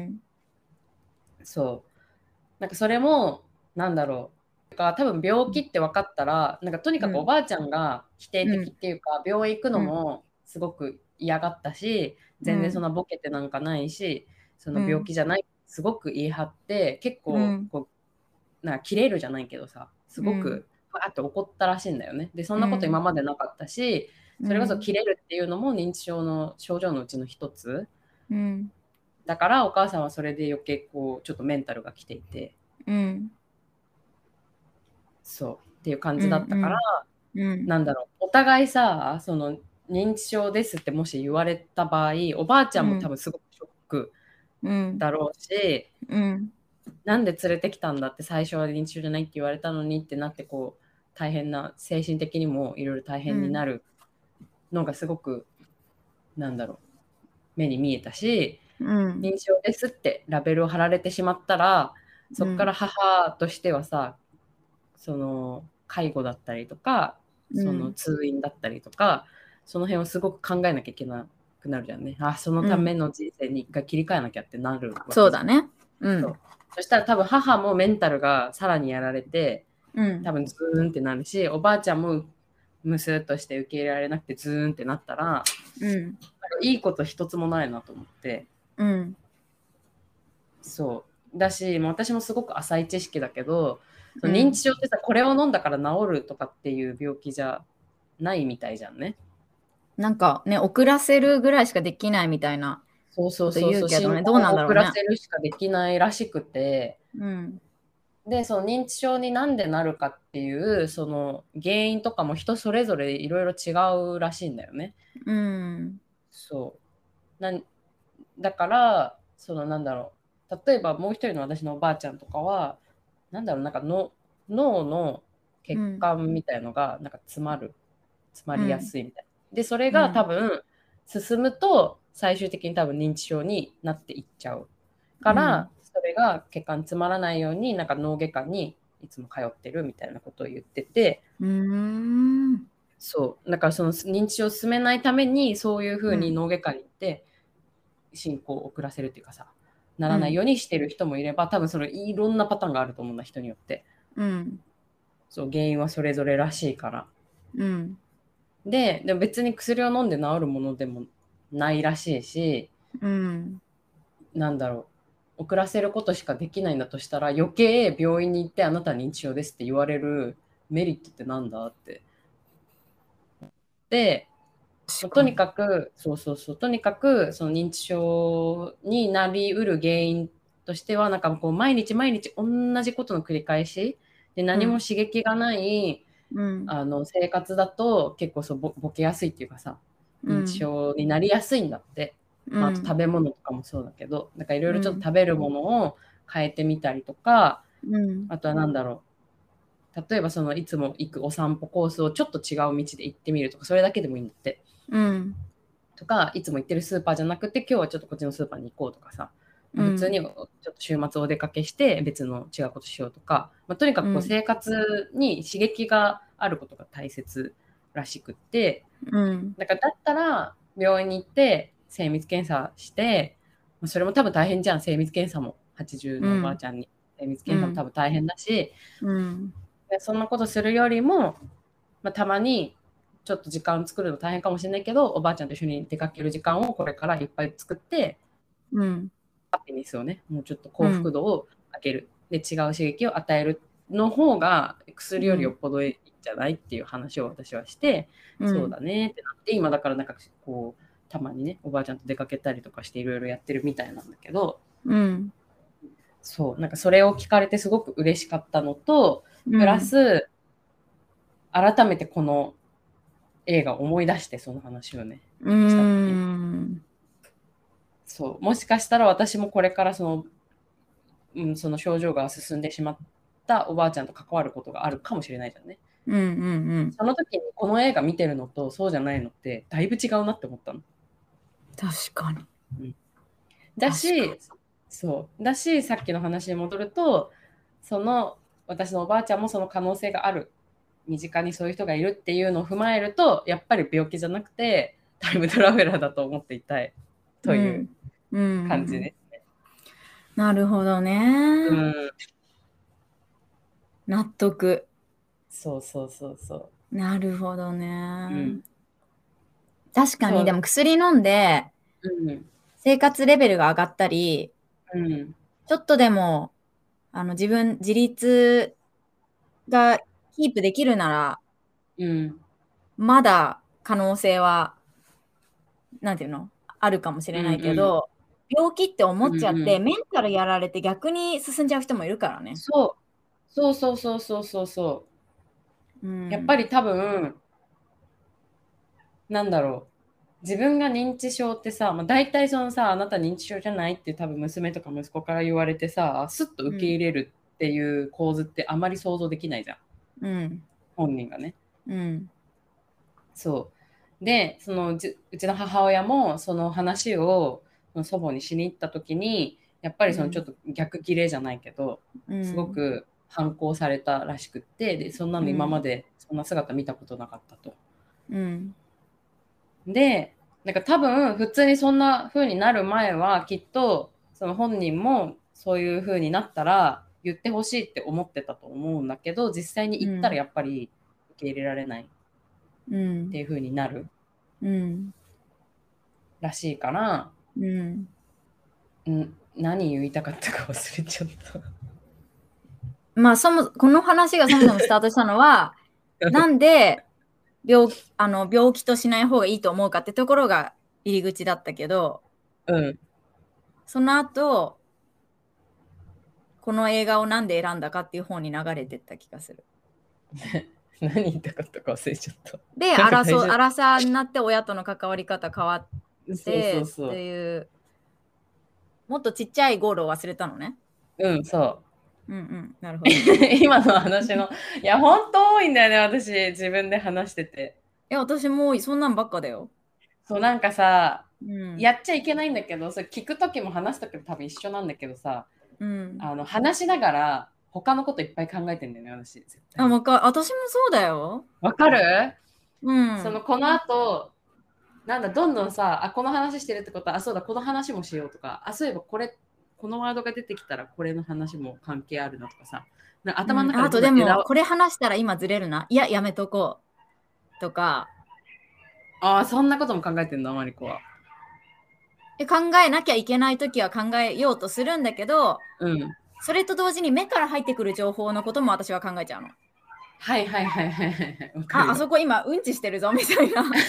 [SPEAKER 1] そうなんかそれもなんだろう、多分病気って分かったらなんかとにかくおばあちゃんが否定的っていうか、病院行くのもすごく嫌がったし、全然そんなボケてなんかないし、その病気じゃない、すごく言い張って結構こうなんか切れるじゃないけどさ、すごくバーって怒ったらしいんだよね。でそんなこと今までなかったし、それこそ切れるっていうのも認知症の症状のうちの一つ、だからお母さんはそれで余計こうちょっとメンタルが来ていて、そうっていう感じだったから、なんだろう、お互いさ、その認知症ですってもし言われた場合、おばあちゃんも多分すごくショックだろうし、なんで連れてきたんだって、最初は認知症じゃないって言われたのにってなって、こう大変な、精神的にもいろいろ大変になるのがすごく、なんだろう、目に見えたし、認知症ですってラベルを貼られてしまったら、そこから母としてはさ、その介護だったりとか、その通院だったりとか、その辺をすごく考えなきゃいけなくなるじゃんね。そのための人生に一回切り替えなきゃってなるわけ。
[SPEAKER 2] そうだね。
[SPEAKER 1] そしたら多分母もメンタルがさらにやられて、多分ズーンってなるし、おばあちゃんもムスッとして受け入れられなくてズーンってなったら、いいこと一つもないなと思って、そうだし、私もすごく浅い知識だけど、認知症ってさ、これを飲んだから治るとかっていう病気じゃないみたいじゃんね。
[SPEAKER 2] なんかね、遅らせるぐらいしかできないみたいなこと言うけどね、どうなんだろうね。
[SPEAKER 1] 遅らせるしかできないらしくて、でその認知症になんでなるかっていうその原因とかも人それぞれいろいろ違うらしいんだよね。そうだからなんだろう、例えばもう一人の私のおばあちゃんとかはなんだろう、なんか脳の血管みたいのがなんか詰まりやすいみたいな、でそれが多分進むと最終的に多分認知症になっていっちゃうから、それが血管詰まらないようになんか脳外科にいつも通ってるみたいなことを言ってて、そうだからその認知症を進めないためにそういうふうに脳外科に行って進行を遅らせるっていうかさ、ならないようにしてる人もいれば、多分それいろんなパターンがあると思うんだ、人によって。そう原因はそれぞれらしいから、
[SPEAKER 2] うん、
[SPEAKER 1] でも別に薬を飲んで治るものでもないらしいし、
[SPEAKER 2] うん、
[SPEAKER 1] なんだろう、遅らせることしかできないんだとしたら、余計病院に行ってあなた認知症ですって言われるメリットってなんだって。で、とにかく、とにかく、その認知症になりうる原因としては、なんかこう、毎日毎日同じことの繰り返しで、何も刺激がない、
[SPEAKER 2] うん、
[SPEAKER 1] 生活だと、結構ボケやすいっていうかさ、認知
[SPEAKER 2] うん、
[SPEAKER 1] 症になりやすいんだって。まあ、あと
[SPEAKER 2] うん、
[SPEAKER 1] 食べ物とかもそうだけど、なんかいろいろちょっと
[SPEAKER 2] うん、
[SPEAKER 1] 食べるものを変えてみたりとか、
[SPEAKER 2] うん、
[SPEAKER 1] あとはなんだろう、例えばそのいつも行くお散歩コースをちょっと違う道で行ってみるとか、それだけでもいいんだって。
[SPEAKER 2] うん、
[SPEAKER 1] とか、いつも行ってるスーパーじゃなくて、今日はちょっとこっちのスーパーに行こうとかさ、
[SPEAKER 2] うん、
[SPEAKER 1] 普通にちょっと週末お出かけして別の違うことしようとか、とにかくこう生活に刺激があることが大切らしくって、
[SPEAKER 2] うん、
[SPEAKER 1] だったら病院に行って精密検査して、それも多分大変じゃん、精密検査も。80のおばあちゃんに精密検査も多分大変だし、
[SPEAKER 2] うん、
[SPEAKER 1] でそんなことするよりも、たまにちょっと時間作るの大変かもしれないけど、おばあちゃんと一緒に出かける時間をこれからいっぱい作って、
[SPEAKER 2] うん、
[SPEAKER 1] ハピネスをね、もうちょっと幸福度を上げる。で、違う刺激を与えるの方が薬よりよっぽどいいんじゃないっていう話を私はして、そうだねってなって、今だからなんかこう、たまにね、おばあちゃんと出かけたりとかしていろいろやってるみたいなんだけど、そう、なんかそれを聞かれてすごく嬉しかったのと、プラス、改めてこの映画を思い出してその話をね、した時そう、もしかしたら私もこれからその症状が進んでしまったおばあちゃんと関わることがあるかもしれないじゃんね。その時にこの映画見てるのとそうじゃないのってだいぶ違うなって思ったの。
[SPEAKER 2] 確かに。
[SPEAKER 1] だし、さっきの話に戻ると、私のおばあちゃんもその可能性がある。身近にそういう人がいるっていうのを踏まえると、やっぱり病気じゃなくてタイムトラベラーだと思っていたいという感じですね。
[SPEAKER 2] なるほどね。納得。
[SPEAKER 1] そう。
[SPEAKER 2] なるほどね。確かに、でも薬飲んで、生活レベルが上がったり、ちょっとでも、自立がキープできるなら、まだ可能性は、なんていうのあるかもしれないけど、病気って思っちゃって、メンタルやられて逆に進んじゃう人もいるからね。
[SPEAKER 1] そう。やっぱり多分、なんだろう。自分が認知症ってさ、大体そのさ、あなた認知症じゃないって多分娘とか息子から言われてさ、すっと受け入れるっていう構図ってあまり想像できないじゃん。本人がね。そう。で、うちの母親もその話を祖母にしに行った時に、やっぱりそのちょっと逆ギレじゃないけど、すごく反抗されたらしくって、でそんなの今までそんな姿見たことなかったと。で、なんか多分普通にそんな風になる前はきっとその本人もそういう風になったら言ってほしいって思ってたと思うんだけど、実際に言ったらやっぱり受け入れられないっていう風になるらしいから、何言いたかったか忘れちゃった。
[SPEAKER 2] この話がそもそもスタートしたのは、なんで病気としない方がいいと思うかってところが入り口だったけど、その後、この映画をなんで選んだかっていう方に流れてった気がする。
[SPEAKER 1] 何言いたかったか忘れちゃった。
[SPEAKER 2] で、アラサーになって親との関わり方変わってっていう、もっとちっちゃいゴールを忘れたのね。
[SPEAKER 1] そう。
[SPEAKER 2] なるほど。
[SPEAKER 1] 今の話の、いや、本当多いんだよね、私、自分で話してて。
[SPEAKER 2] 私もそんなんばっかだよ。
[SPEAKER 1] そう、なんかさ、やっちゃいけないんだけど、それ聞くときも話すときも多分一緒なんだけどさ、話しながら他のこといっぱい考えてんだよね、私。
[SPEAKER 2] 私もそうだよ。
[SPEAKER 1] わかる？この後、なんだ、どんどんさ、この話してるってことは、そうだ、この話もしようとか、そういえばこのワードが出てきたらこれの話も関係あるなとかさ、頭の中で
[SPEAKER 2] あとでもこれ話したら今ずれるな。いや、やめとことか。
[SPEAKER 1] ああ、そんなことも考えてんだ、マリコは。
[SPEAKER 2] 考えなきゃいけないときは考えようとするんだけど、
[SPEAKER 1] うん。
[SPEAKER 2] それと同時に目から入ってくる情報のことも私は考えちゃうの。
[SPEAKER 1] はいはいはいはいはい。
[SPEAKER 2] あそこ今うんちしてるぞみたいな。なん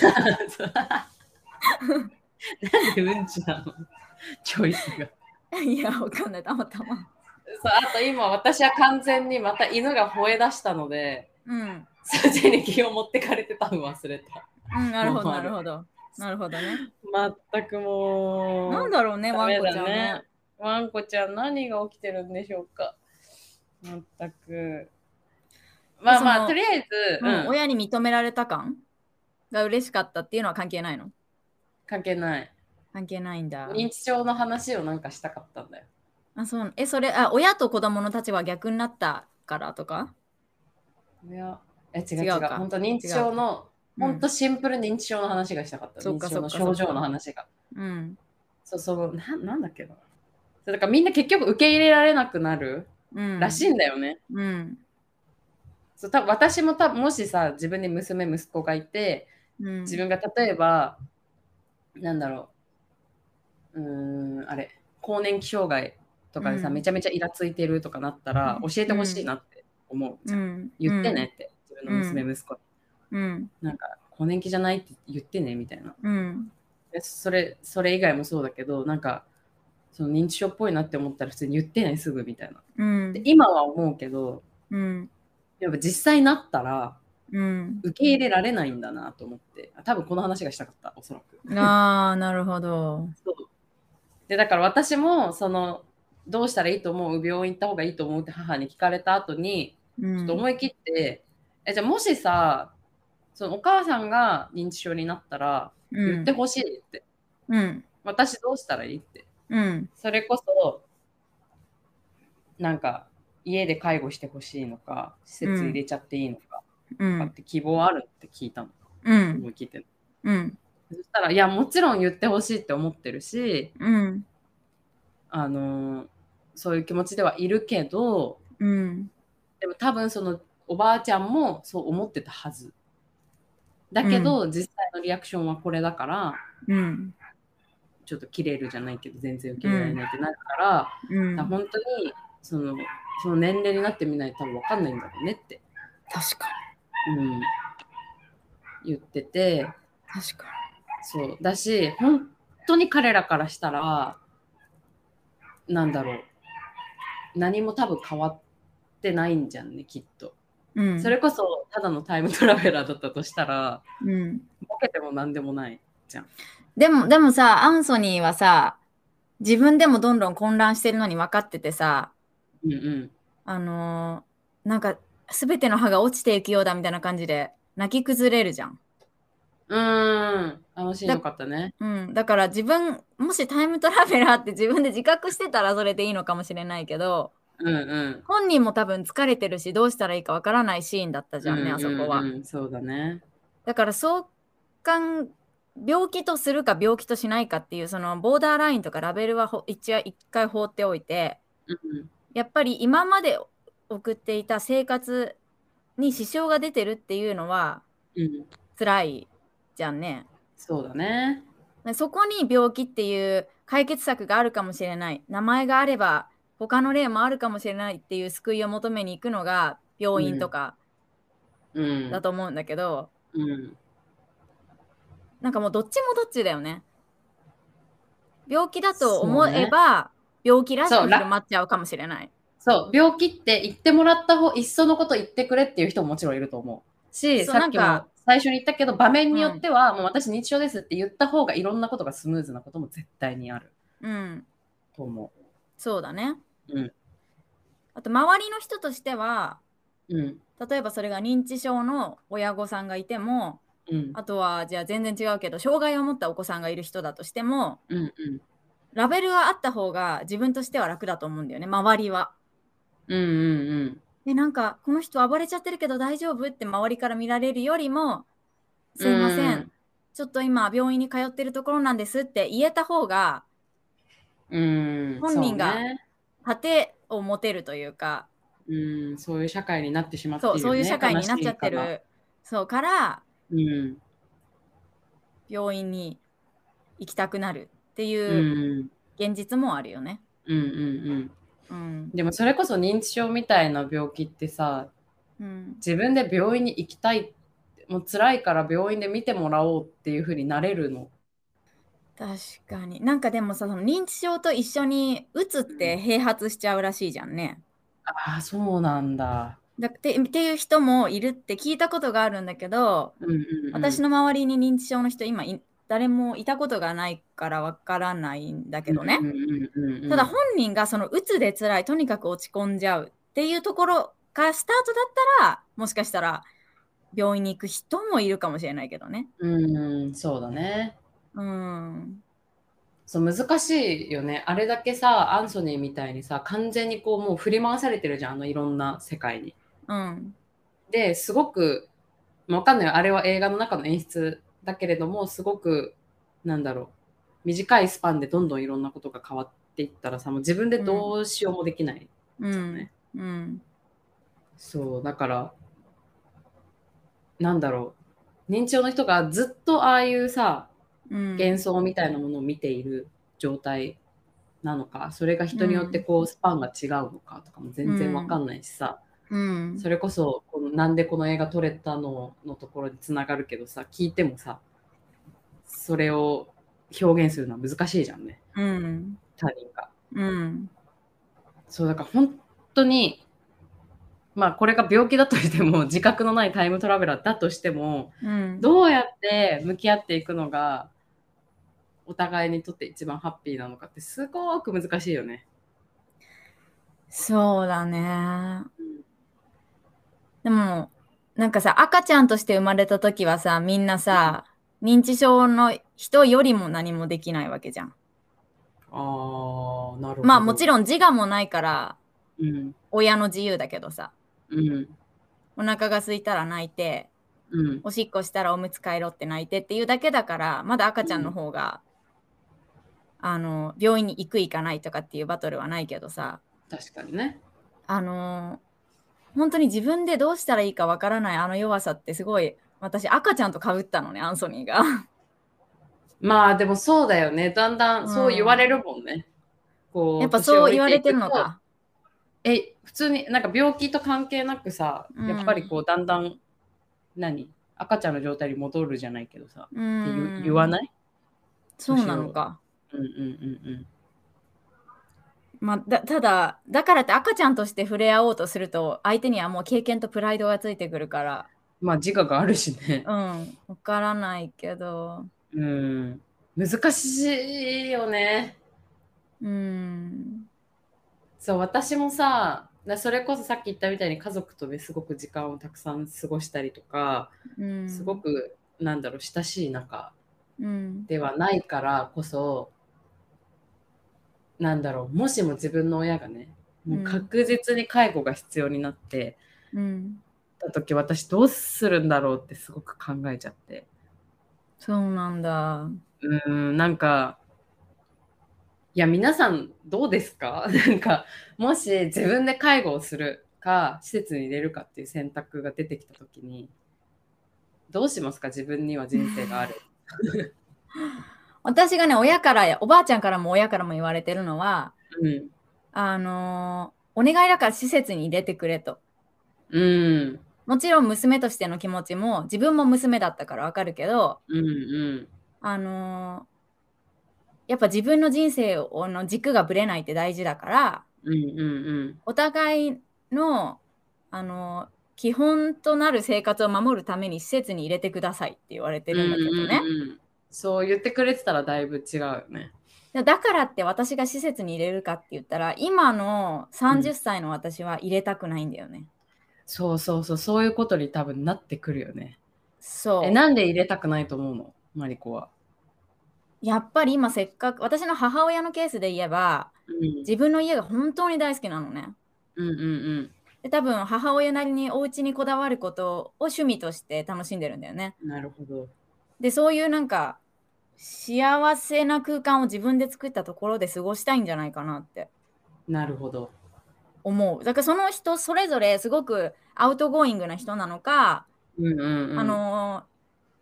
[SPEAKER 1] でうんちなのチョイスが。
[SPEAKER 2] いや、わかんない。たまたま。
[SPEAKER 1] そう、あと今私は完全にまた犬が吠え出したので、
[SPEAKER 2] うん。
[SPEAKER 1] そっちに気を持ってかれてたの忘れた。
[SPEAKER 2] うん、なるほど、なるほど。なるほどね。
[SPEAKER 1] 全くもう。
[SPEAKER 2] なんだろうね、ワンコちゃんね。
[SPEAKER 1] ワンコちゃん何が起きてるんでしょうか。全く。まあまあ、とりあえず、
[SPEAKER 2] 親に認められた感が嬉しかったっていうのは関係ないの？
[SPEAKER 1] 関係ない。
[SPEAKER 2] 関係ないんだ。
[SPEAKER 1] 認知症の話をなんかしたかったんだよ。
[SPEAKER 2] そう。親と子供の立場は逆になったからとか？
[SPEAKER 1] 違う。本当認知症の、本当シンプル認知症の話がしたかった。認知症の症状の話が。なんだっけな。だからみんな結局受け入れられなくなるらしいんだよね。多分私ももしさ、自分に娘息子がいて、自分が例えばなんだろう、更年期障害とかでさ、めちゃめちゃイラついてるとかなったら、教えてほしいなって思うじゃん。言ってねって、自分の娘息子に。なんか更年期じゃないって言ってねみたいな。それ以外もそうだけど、なんかその認知症っぽいなって思ったら普通に言ってねすぐみたいな。で今は思うけど、やっぱ実際になったら受け入れられないんだなと思って、多分この話がしたかった、おそらく。
[SPEAKER 2] なるほど。
[SPEAKER 1] そうで、だから私もどうしたらいいと思う、病院行った方がいいと思うって母に聞かれた後に、ちょっと思い切って、じゃあもしさ、そのお母さんが認知症になったら言ってほしいって、私どうしたらいいって、それこそなんか家で介護してほしいのか、施設入れちゃっていいのか、って希望あるって聞いたの。思い切って。そしたら、いや、もちろん言ってほしいって思ってるし、そういう気持ちではいるけど、でも多分そのおばあちゃんもそう思ってたはず。だけど、実際のリアクションはこれだから、ちょっと切れるじゃないけど、全然受け入れられないってなるから、本当にその年齢になってみないと多分分かんないんだろうねって。
[SPEAKER 2] 確か
[SPEAKER 1] に。言ってて。
[SPEAKER 2] 確かに。
[SPEAKER 1] そうだし、本当に彼らからしたら、なんだろう、何も多分変わってないんじゃんね、きっと。それこそただのタイムトラベラーだったとしたら、ボケても何でもないじゃん。
[SPEAKER 2] でもさ、アンソニーはさ、自分でもどんどん混乱してるのに分かっててさ、なんか全ての歯が落ちていくようだみたいな感じで泣き崩れるじゃん。
[SPEAKER 1] 楽しいのかったね。
[SPEAKER 2] だからもしタイムトラベラーって自分で自覚してたらそれでいいのかもしれないけど、本人も多分疲れてるしどうしたらいいかわからないシーンだったじゃんね、あそこは。
[SPEAKER 1] そうだね。だ
[SPEAKER 2] から病気とするか病気としないかっていうそのボーダーラインとかラベルは一回放っておいて、やっぱり今まで送っていた生活に支障が出てるっていうのは辛いじゃんね。
[SPEAKER 1] そうだね。
[SPEAKER 2] そこに病気っていう解決策があるかもしれない、名前があれば他の例もあるかもしれないっていう救いを求めに行くのが病院とかだと思うんだけど、なんかもうどっちもどっちだよね。病気だと思えば、病気らしく広まっちゃうかもしれない。
[SPEAKER 1] そう、病気って言ってもらった方、いっそのこと言ってくれっていう人ももちろんいると思うし、さっきも最初に言ったけど、場面によっては、もう私認知症ですって言った方がいろんなことがスムーズなことも絶対にある。と思う。
[SPEAKER 2] そうだね。あと周りの人としては、例えばそれが認知症の親御さんがいても、あとはじゃあ全然違うけど障害を持ったお子さんがいる人だとしても、ラベルがあった方が自分としては楽だと思うんだよね、周りは。でなんかこの人暴れちゃってるけど大丈夫って周りから見られるよりも、すいません、ちょっと今病院に通ってるところなんですって言えた方が、本人が盾を持てるというか、
[SPEAKER 1] そういう社会になってしまっている、ね、
[SPEAKER 2] そういう社会になっちゃってる。そうから、 病院に行きたくなるっていう現実もあるよね。
[SPEAKER 1] でもそれこそ認知症みたいな病気ってさ、自分で病院に行きたい、もう辛いから病院で見てもらおうっていう風になれるの？
[SPEAKER 2] 確かに。なんかでもさ、その認知症と一緒にうつって併発しちゃうらしいじゃんね。
[SPEAKER 1] ああ、そうなんだ。
[SPEAKER 2] っていう人もいるって聞いたことがあるんだけど、私の周りに認知症の人今誰もいたことがないからわからないんだけどね。ただ本人がそのうつで辛い、とにかく落ち込んじゃうっていうところがスタートだったら、もしかしたら病院に行く人もいるかもしれないけどね。
[SPEAKER 1] そうだね。そう、難しいよね。あれだけさ、アンソニーみたいにさ、完全にこうもう振り回されてるじゃん、いろんな世界に。で、すごく、わかんないよ。あれは映画の中の演出だけれども、すごく、なんだろう。短いスパンでどんどんいろんなことが変わっていったらさ、もう自分でどうしようもできないじゃんね。そう、だから、なんだろう。認知症の人がずっとああいうさ、幻想みたいなものを見ている状態なのか、それが人によってこうスパンが違うのかとかも全然わかんないしさ、それこそなんでこの映画撮れたののところにつながるけどさ、聞いてもさ、それを表現するのは難しいじゃんね、他人が。そうだから本当に、まあこれが病気だとしても自覚のないタイムトラベラーだとしても、どうやって向き合っていくのがお互いにとって一番ハッピーなのかってすごく難しいよね。
[SPEAKER 2] そうだね。でもなんかさ、赤ちゃんとして生まれた時はさ、みんなさ、認知症の人よりも何もできないわけじゃん。
[SPEAKER 1] なるほど。
[SPEAKER 2] まあもちろん自我もないから、親の自由だけどさ、お腹が空いたら泣いて、おしっこしたらおむつ替えろって泣いてっていうだけだから、まだ赤ちゃんの方が、病院に行く行かないとかっていうバトルはないけどさ、
[SPEAKER 1] 確かにね。
[SPEAKER 2] 本当に自分でどうしたらいいかわからないあの弱さってすごい、私赤ちゃんと被ったのね、アンソニーが。
[SPEAKER 1] まあでもそうだよね。だんだんそう言われるもんね。こう
[SPEAKER 2] やっぱそう言われてるのか。
[SPEAKER 1] 普通になんか病気と関係なくさ、やっぱりこうだんだん赤ちゃんの状態に戻るじゃないけどさ、って言わない？
[SPEAKER 2] そうなのか。まあ、ただだからって赤ちゃんとして触れ合おうとすると相手にはもう経験とプライドがついてくるから、
[SPEAKER 1] まあ自我があるしね。
[SPEAKER 2] 分からないけど、
[SPEAKER 1] 難しいよね。そう、私もさ、それこそさっき言ったみたいに家族とですごく時間をたくさん過ごしたりとか、すごく親しい仲ではないからこそ、もしも自分の親がね、もう確実に介護が必要になってた時、私どうするんだろうってすごく考えちゃって。
[SPEAKER 2] そうなんだ。
[SPEAKER 1] なんか、いや皆さんどうですか？もし自分で介護をするか施設に入れるかっていう選択が出てきた時にどうしますか？自分には人生がある。
[SPEAKER 2] 私がね、親からおばあちゃんからも親からも言われてるのは、お願いだから施設に入れてくれと。もちろん娘としての気持ちも自分も娘だったからわかるけど、やっぱ自分の人生の軸がぶれないって大事だから、お互いの、基本となる生活を守るために施設に入れてくださいって言われてるんだけどね。
[SPEAKER 1] そう言ってくれてたらだいぶ違うよね。
[SPEAKER 2] だからって私が施設に入れるかって言ったら、今の30歳の私は入れたくないんだよね。
[SPEAKER 1] そういうことに多分なってくるよね。
[SPEAKER 2] そう。
[SPEAKER 1] なんで入れたくないと思うの？マリコは。
[SPEAKER 2] やっぱり今せっかく、私の母親のケースで言えば、自分の家が本当に大好きなのね。で多分母親なりにお家にこだわることを趣味として楽しんでるんだよね。
[SPEAKER 1] なるほど。
[SPEAKER 2] でそういうなんか幸せな空間を自分で作ったところで過ごしたいんじゃないかなって。
[SPEAKER 1] なるほど。
[SPEAKER 2] 思う。だからその人それぞれすごくアウトゴーイングな人なのか、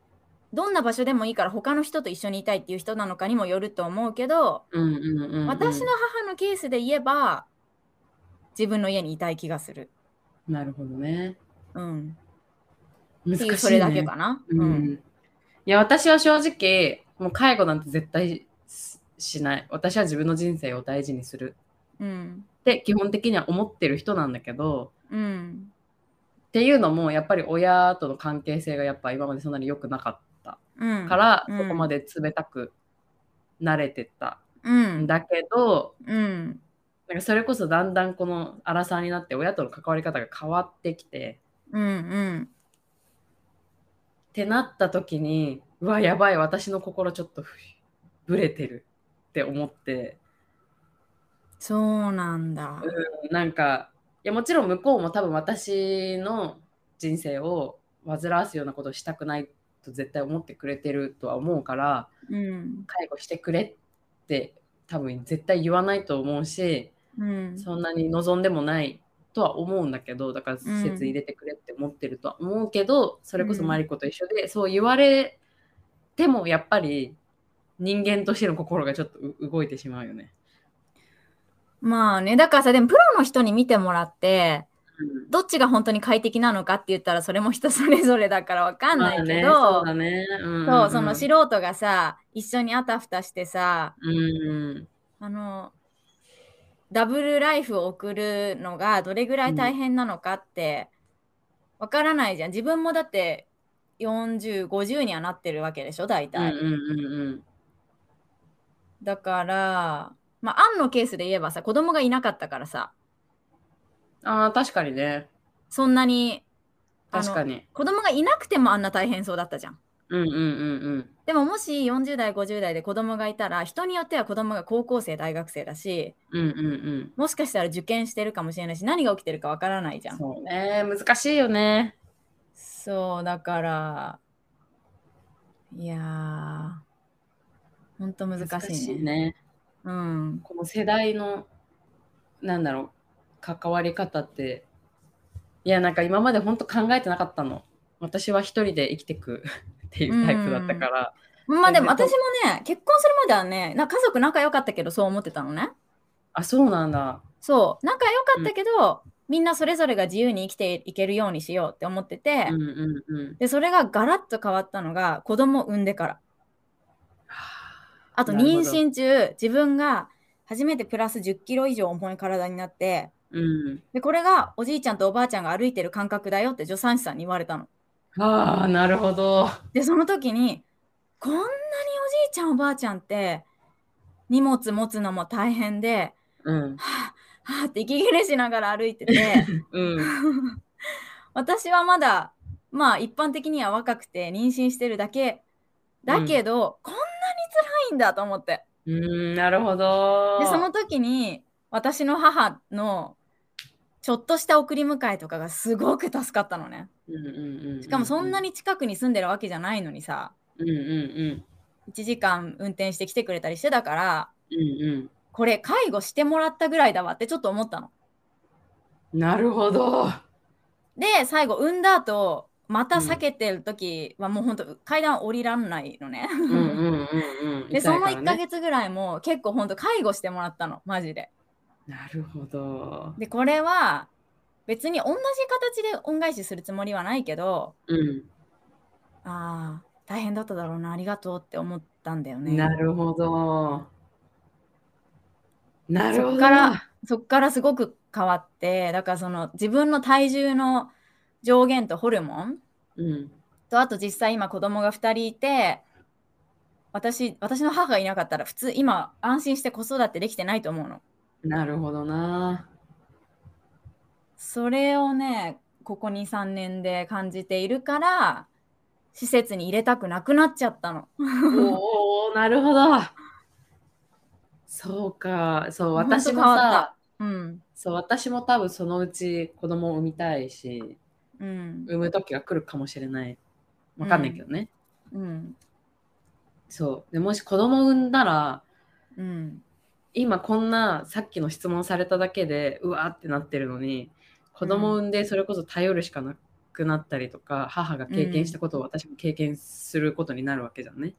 [SPEAKER 2] どんな場所でもいいから他の人と一緒にいたいっていう人なのかにもよると思うけど、私の母のケースで言えば自分の家にいたい気がする。
[SPEAKER 1] なるほどね。
[SPEAKER 2] うん。
[SPEAKER 1] 難しいね。
[SPEAKER 2] それだけかな。
[SPEAKER 1] いや、私は正直もう介護なんて絶対しない。私は自分の人生を大事にする、って基本的には思ってる人なんだけど、っていうのもやっぱり親との関係性がやっぱ今までそんなに良くなかったから、そこまで冷たくなれてたんだけど、なんかそれこそだんだんこのアラサーになって親との関わり方が変わってきて、ってなった時に、うわやばい、私の心ちょっとブレてるって思って。
[SPEAKER 2] そうなんだ。
[SPEAKER 1] なんかいやもちろん向こうも多分私の人生を煩わすようなことをしたくないと絶対思ってくれてるとは思うから、介護してくれって多分絶対言わないと思うし、そんなに望んでもないとは思うんだけど、だから施設入れてくれって思ってるとは思うけど、それこそマリコと一緒で、そう言われてもやっぱり人間としての心がちょっと動いてしまうよね。
[SPEAKER 2] まあね、だからさ、でもプロの人に見てもらって、どっちが本当に快適なのかって言ったらそれも人それぞれだから分かんないけど、
[SPEAKER 1] そうだね。
[SPEAKER 2] そう、その素人がさ、一緒にあたふたしてさ、ダブルライフを送るのがどれぐらい大変なのかって分からないじゃん。自分もだって40、50にはなってるわけでしょ、大体。だから、まあ、アンのケースで言えばさ、子供がいなかったからさ。
[SPEAKER 1] 確かにね。
[SPEAKER 2] そんなに、
[SPEAKER 1] 確かに。
[SPEAKER 2] 子供がいなくてもあんな大変そうだったじゃん。でももし40代、50代で子供がいたら、人によっては子供が高校生、大学生だし、もしかしたら受験してるかもしれないし、何が起きてるかわからないじゃん。
[SPEAKER 1] そうね、難しいよね。
[SPEAKER 2] そう、だから、いやー、ほんと難しいね。
[SPEAKER 1] この世代の、なんだろう、関わり方って、いや、なんか今まで本当考えてなかったの。私は一人で生きてくっていうタイプだったから。
[SPEAKER 2] まあでも私もね、結婚するまではね、家族仲良かったけどそう思ってたのね。
[SPEAKER 1] あ、そうなんだ。
[SPEAKER 2] そう、仲良かったけど、みんなそれぞれが自由に生きていけるようにしようって思ってて、で、それがガラッと変わったのが子供を産んでから。あと妊娠中、自分が初めてプラス10キロ以上重い体になって、でこれがおじいちゃんとおばあちゃんが歩いてる感覚だよって助産師さんに言われたの。
[SPEAKER 1] ああ、なるほど。
[SPEAKER 2] でその時にこんなにおじいちゃんおばあちゃんって荷物持つのも大変で、はあって息切れしながら歩いてて、私はまだまあ一般的には若くて妊娠してるだけだけど、こんなに辛いんだと思って。
[SPEAKER 1] なるほど。
[SPEAKER 2] でその時に私の母のちょっとした送り迎えとかがすごく助かったのね。しかもそんなに近くに住んでるわけじゃないのにさ、1時間運転してきてくれたりしてたから、これ介護してもらったぐらいだわってちょっと思ったの。
[SPEAKER 1] なるほど。
[SPEAKER 2] で最後産んだ後また避けてる時はもうほんと階段降りらんないのね。でその1ヶ月ぐらいも結構ほんと介護してもらったのマジで。
[SPEAKER 1] なるほど。
[SPEAKER 2] でこれは別に同じ形で恩返しするつもりはないけど、ああ大変だっただろうな、ありがとうって思ったんだよね。
[SPEAKER 1] なるほど。なるほど。
[SPEAKER 2] そっからすごく変わって、だからその自分の体重の上限とホルモン、とあと実際今子供が2人いて、私の母がいなかったら普通今安心して子育てできてないと思うの。
[SPEAKER 1] なるほどな。
[SPEAKER 2] それをねここ 2,3 年で感じているから施設に入れたくなくなっちゃったの。
[SPEAKER 1] おー、なるほど。そうか。そう私もさ、そう私も多分そのうち子供を産みたいし、産む時が来るかもしれない。わかんないけどね。そうでもし子供産んだら、今こんなさっきの質問されただけでうわーってなってるのに、子供産んでそれこそ頼るしかなくくなったりとか、母が経験したことを私も経験することになるわけじゃんね。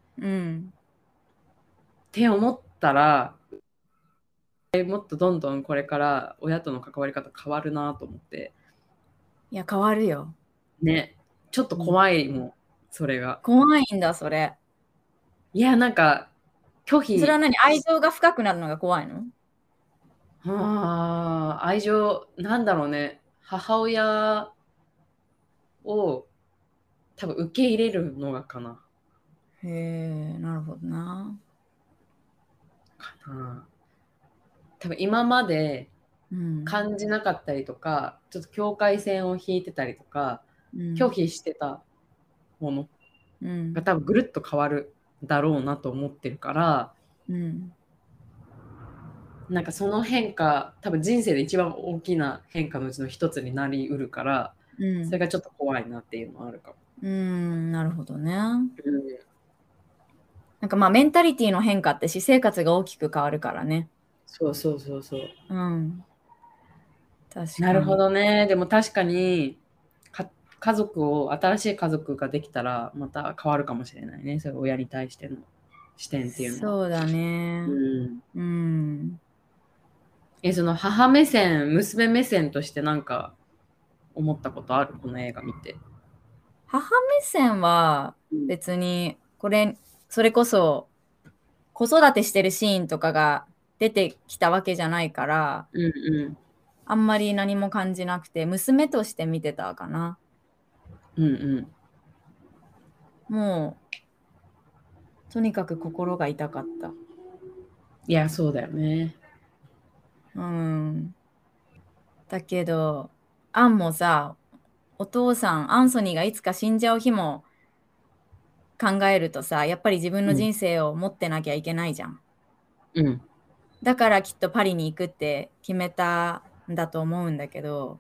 [SPEAKER 1] って思ったら、もっとどんどんこれから親との関わり方変わるなと思って。
[SPEAKER 2] いや変わるよ
[SPEAKER 1] ね。ちょっと怖いもん、それが。
[SPEAKER 2] 怖いんだそれ。
[SPEAKER 1] いやなんか拒否。
[SPEAKER 2] それは何、愛情が深くなるのが怖いの？
[SPEAKER 1] 愛情なんだろうね。母親を多分受け入れるのがかな。
[SPEAKER 2] へえ、なるほどな。
[SPEAKER 1] かな。多分今まで感じなかったりとか、ちょっと境界線を引いてたりとか、拒否してたものが多分ぐるっと変わるだろうなと思ってるから、なんかその変化、多分人生で一番大きな変化のうちの一つになりうるから、それがちょっと怖いなっていうのはあるかも。
[SPEAKER 2] なるほどね。なんかまあメンタリティの変化って私生活が大きく変わるからね。
[SPEAKER 1] そうそうそうそう。
[SPEAKER 2] 確かに。
[SPEAKER 1] なるほどね。でも確かに家族を、新しい家族ができたらまた変わるかもしれないね。それ親に対しての視点っていうのは。
[SPEAKER 2] そうだね。
[SPEAKER 1] その母目線、娘目線としてなんか思ったことある？この映画見て。
[SPEAKER 2] 母目線は別にそれこそ子育てしてるシーンとかが出てきたわけじゃないから、あんまり何も感じなくて、娘として見てたかな。もうとにかく心が痛かった。
[SPEAKER 1] いやそうだよね。
[SPEAKER 2] だけどアンもさ、お父さんアンソニーがいつか死んじゃう日も考えるとさ、やっぱり自分の人生を持ってなきゃいけないじゃん。だからきっとパリに行くって決めたんだと思うんだけど、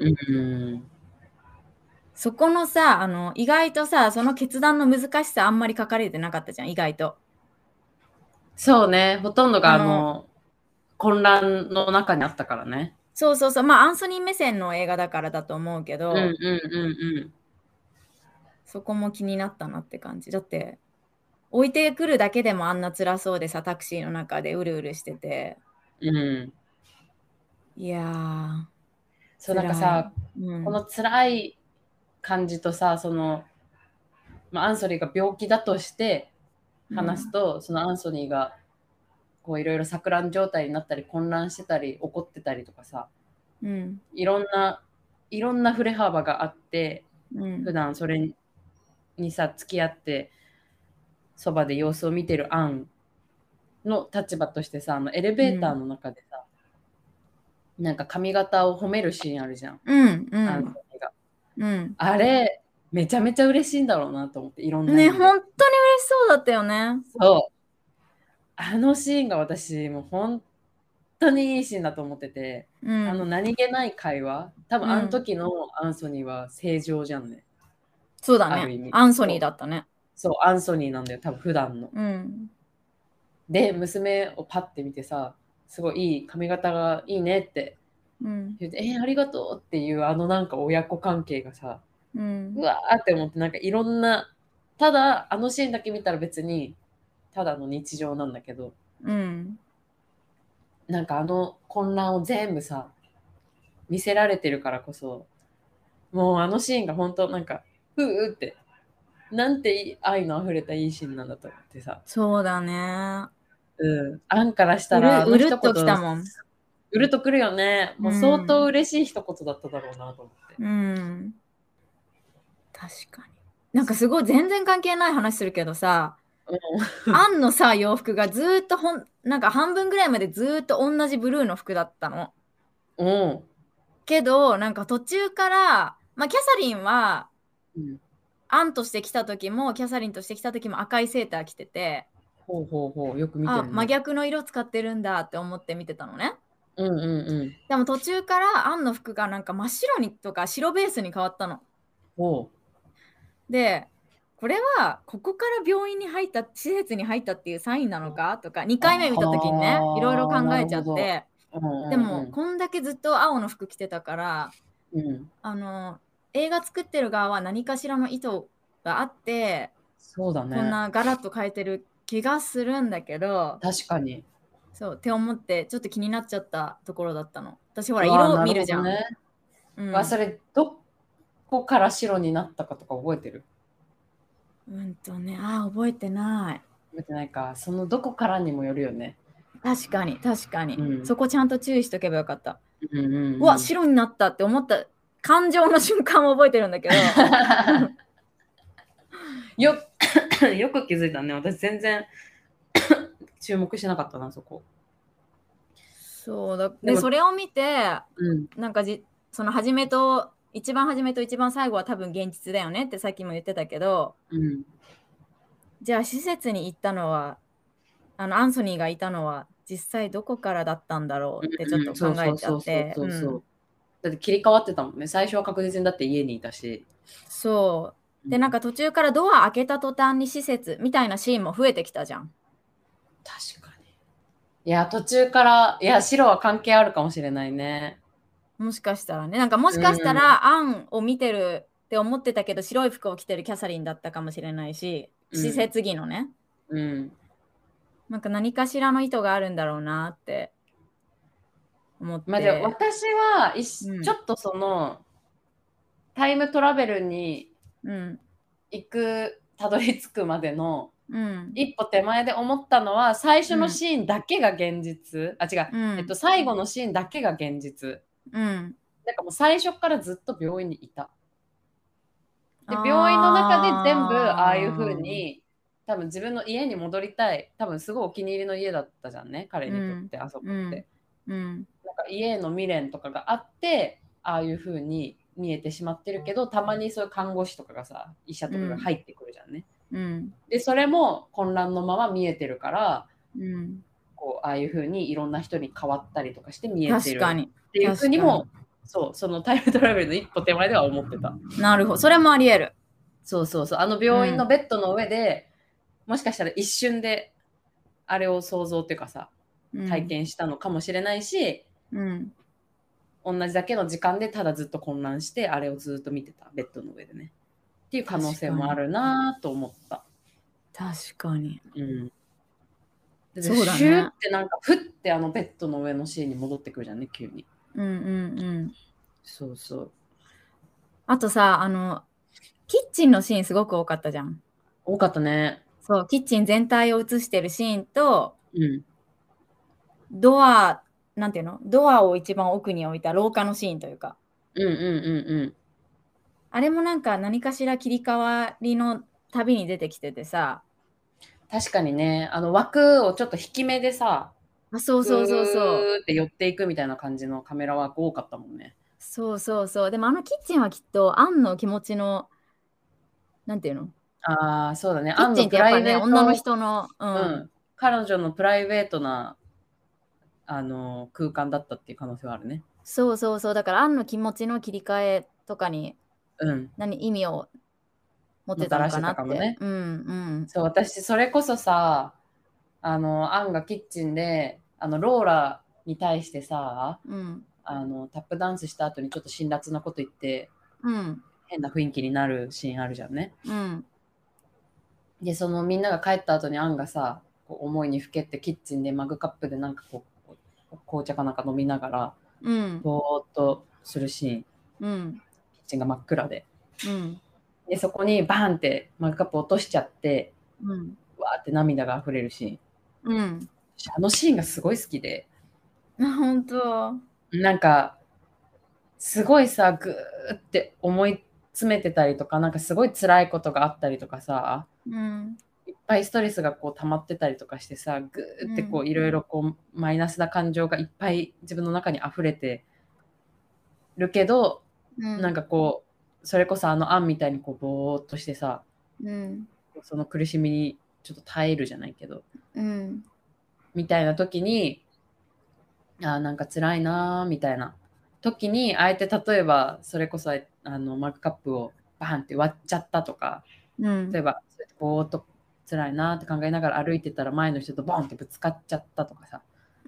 [SPEAKER 2] そこのさ、意外とさ、その決断の難しさあんまり書かれてなかったじゃん、意外と。
[SPEAKER 1] そうね、ほとんどが混乱の中にあったからね。
[SPEAKER 2] そうそうそう、まあアンソニー目線の映画だからだと思うけど、そこも気になったなって感じ。だって置いてくるだけでもあんな辛そうでさ、タクシーの中でうるうるしてて。いやー、
[SPEAKER 1] そうなんかさ、この辛い感じとさ、その、アンソニーが病気だとして話すと、そのアンソニーがこういろいろ錯乱状態になったり混乱してたり怒ってたりとかさ、いろんな振れ幅があって、普段それにさ付き合ってそばで様子を見てるアンの立場としてさ、エレベーターの中でさ、なんか髪型を褒めるシーンあるじゃん、アンソニーが。あれめちゃめちゃ嬉しいんだろうなと思って、いろんな意味で。
[SPEAKER 2] ね、本当に嬉しそうだったよね。
[SPEAKER 1] そう。あのシーンが私もう本当にいいシーンだと思ってて、何気ない会話、多分あの時のアンソニーは正常じゃんね。
[SPEAKER 2] そうだね。アンソニーだったね。
[SPEAKER 1] そう、アンソニーなんだよ、多分普段の。で、娘をパッて見てさ、すごいいい髪型がいいねって言って、ありがとうっていうなんか親子関係がさ、うわーって思って、なんかいろんな、ただあのシーンだけ見たら別にただの日常なんだけど、なんか混乱を全部さ見せられてるからこそ、もうあのシーンが本当なんかふーってなんて愛の溢れたいいシーンなんだと思ってさ。
[SPEAKER 2] そうだね。
[SPEAKER 1] アンからしたら
[SPEAKER 2] うるっときたもん。
[SPEAKER 1] うるっとくるよね。もう相当嬉しい一言だっただろうなと思って。
[SPEAKER 2] 確かに。なんかすごい全然関係ない話するけどさ、アンのさ洋服がずっとなんか半分ぐらいまでずっと同じブルーの服だったの。けどなんか途中から、キャサリンは、アンとして来た時もキャサリンとして来た時も赤いセーター着てて、
[SPEAKER 1] よく見てるね。
[SPEAKER 2] 真逆の色使ってるんだって思って見てたのね。でも途中からアンの服がなんか真っ白にとか白ベースに変わったの。でこれはここから病院に入った施設に入ったっていうサインなのかとか2回目見た時にね、いろいろ考えちゃって、でもこんだけずっと青の服着てたから、 映画作ってる側は何かしらの意図があって、
[SPEAKER 1] そうだね。
[SPEAKER 2] こんなガラッと変えてる気がするんだけど、
[SPEAKER 1] 確かに。
[SPEAKER 2] そうって思ってちょっと気になっちゃったところだったの。私ほら色見るじゃん。
[SPEAKER 1] ね、それどこから白になったかとか覚えてる？
[SPEAKER 2] 覚えてない。
[SPEAKER 1] 覚えてないか。そのどこからにもよるよね。
[SPEAKER 2] 確かに確かに、
[SPEAKER 1] うん、
[SPEAKER 2] そこちゃんと注意しとけばよかった。
[SPEAKER 1] う
[SPEAKER 2] わ、白になったって思った感情の瞬間を覚えてるんだけど
[SPEAKER 1] よく気づいたね。私全然注目しなかったな、そこ。
[SPEAKER 2] そうだ。で、それを見て、なんかその一番初めと一番最後は多分現実だよねってさっきも言ってたけど、じゃあ施設に行ったのは、アンソニーがいたのは実際どこからだったんだろうってちょっと考えちゃって。
[SPEAKER 1] だって切り替わってたもんね。最初は確実にだって家にいたし。
[SPEAKER 2] そう。で、なんか途中からドア開けた途端に施設みたいなシーンも増えてきたじゃん。
[SPEAKER 1] 確かに。いや、途中から、いや、白は関係あるかもしれないね。
[SPEAKER 2] もしかしたらね。なんかもしかしたら、アンを見てるって思ってたけど、白い服を着てるキャサリンだったかもしれないし、施設着のね。なんか何かしらの意図があるんだろうなって思って。
[SPEAKER 1] じゃあ私はちょっとそのタイムトラベルに行く、たどり着くまでの一歩手前で思ったのは、最初のシーンだけが現実、最後のシーンだけが現実。なんかもう最初からずっと病院にいた。で病院の中で全部ああいう風に多分自分の家に戻りたい、多分すごいお気に入りの家だったじゃんね、彼にとって、あそこって。なんか家への未練とかがあってああいう風に見えてしまってるけど、たまにそういう看護師とかがさ、医者とかが入ってくるじゃんね。でそれも混乱のまま見えてるから、こうああいう風にいろんな人に変わったりとかして見えてるっていう風にも、そのタイムトラベルの一歩手前では思ってた。
[SPEAKER 2] なるほど、それもあり得る。
[SPEAKER 1] あの病院のベッドの上で、もしかしたら一瞬であれを想像っていうかさ、体験したのかもしれないし、同じだけの時間でただずっと混乱してあれをずっと見てた、ベッドの上でねっていう可能性もあるなと思った。
[SPEAKER 2] 確かに。
[SPEAKER 1] そうだね。シューってなんかふってあのベッドの上のシーンに戻ってくるじゃんね、急に。そうそう。
[SPEAKER 2] あとさ、キッチンのシーンすごく多かったじゃん。
[SPEAKER 1] 多かったね。
[SPEAKER 2] そう、キッチン全体を映してるシーンと、ドアを一番奥に置いた廊下のシーンというか。あれもなんか何かしら切り替わりの旅に出てきててさ。
[SPEAKER 1] 確かにね、枠をちょっと引き目でさ、
[SPEAKER 2] そう
[SPEAKER 1] って寄っていくみたいな感じのカメラワーク多かったもんね。
[SPEAKER 2] そう。でもキッチンはきっとアンの気持ちの、なんていうの？
[SPEAKER 1] そうだね。
[SPEAKER 2] キッチンってやっぱね、女の人の、
[SPEAKER 1] 彼女のプライベートな空間だったっていう可能性はあるね。
[SPEAKER 2] そうだからアンの気持ちの切り替えとかに、意味を持ってたのかなって。ね、
[SPEAKER 1] そう、私それこそさ、アンがキッチンでローラに対してさ、タップダンスした後にちょっと辛辣なこと言って、変な雰囲気になるシーンあるじゃんね。でそのみんなが帰った後にアンがさ、こう思いにふけってキッチンでマグカップでなんかこう紅茶かなんか飲みながら、ぼーっとするシーン、キッチンが真っ暗で、でそこにバーンってマグカップ落としちゃって、わーって涙が溢れるシーン、あのシーンがすごい好きで。
[SPEAKER 2] 本当
[SPEAKER 1] なんかすごいさ、ぐーって思い詰めてたりとか、なんかすごい辛いことがあったりとかさ、いっぱいストレスがこう溜まってたりとかしてさ、ぐーってこういろいろこうマイナスな感情がいっぱい自分の中に溢れてるけど、なんかこうそれこそアンみたいにこうぼーっとしてさ、その苦しみにちょっと耐えるじゃないけど、みたいな時になんか辛いなみたいな時に、あえて例えばそれこそマグカップをバーンって割っちゃったとか、例えばそうやってぼーっと辛いなって考えながら歩いてたら前の人とボンってぶつかっちゃったとかさ、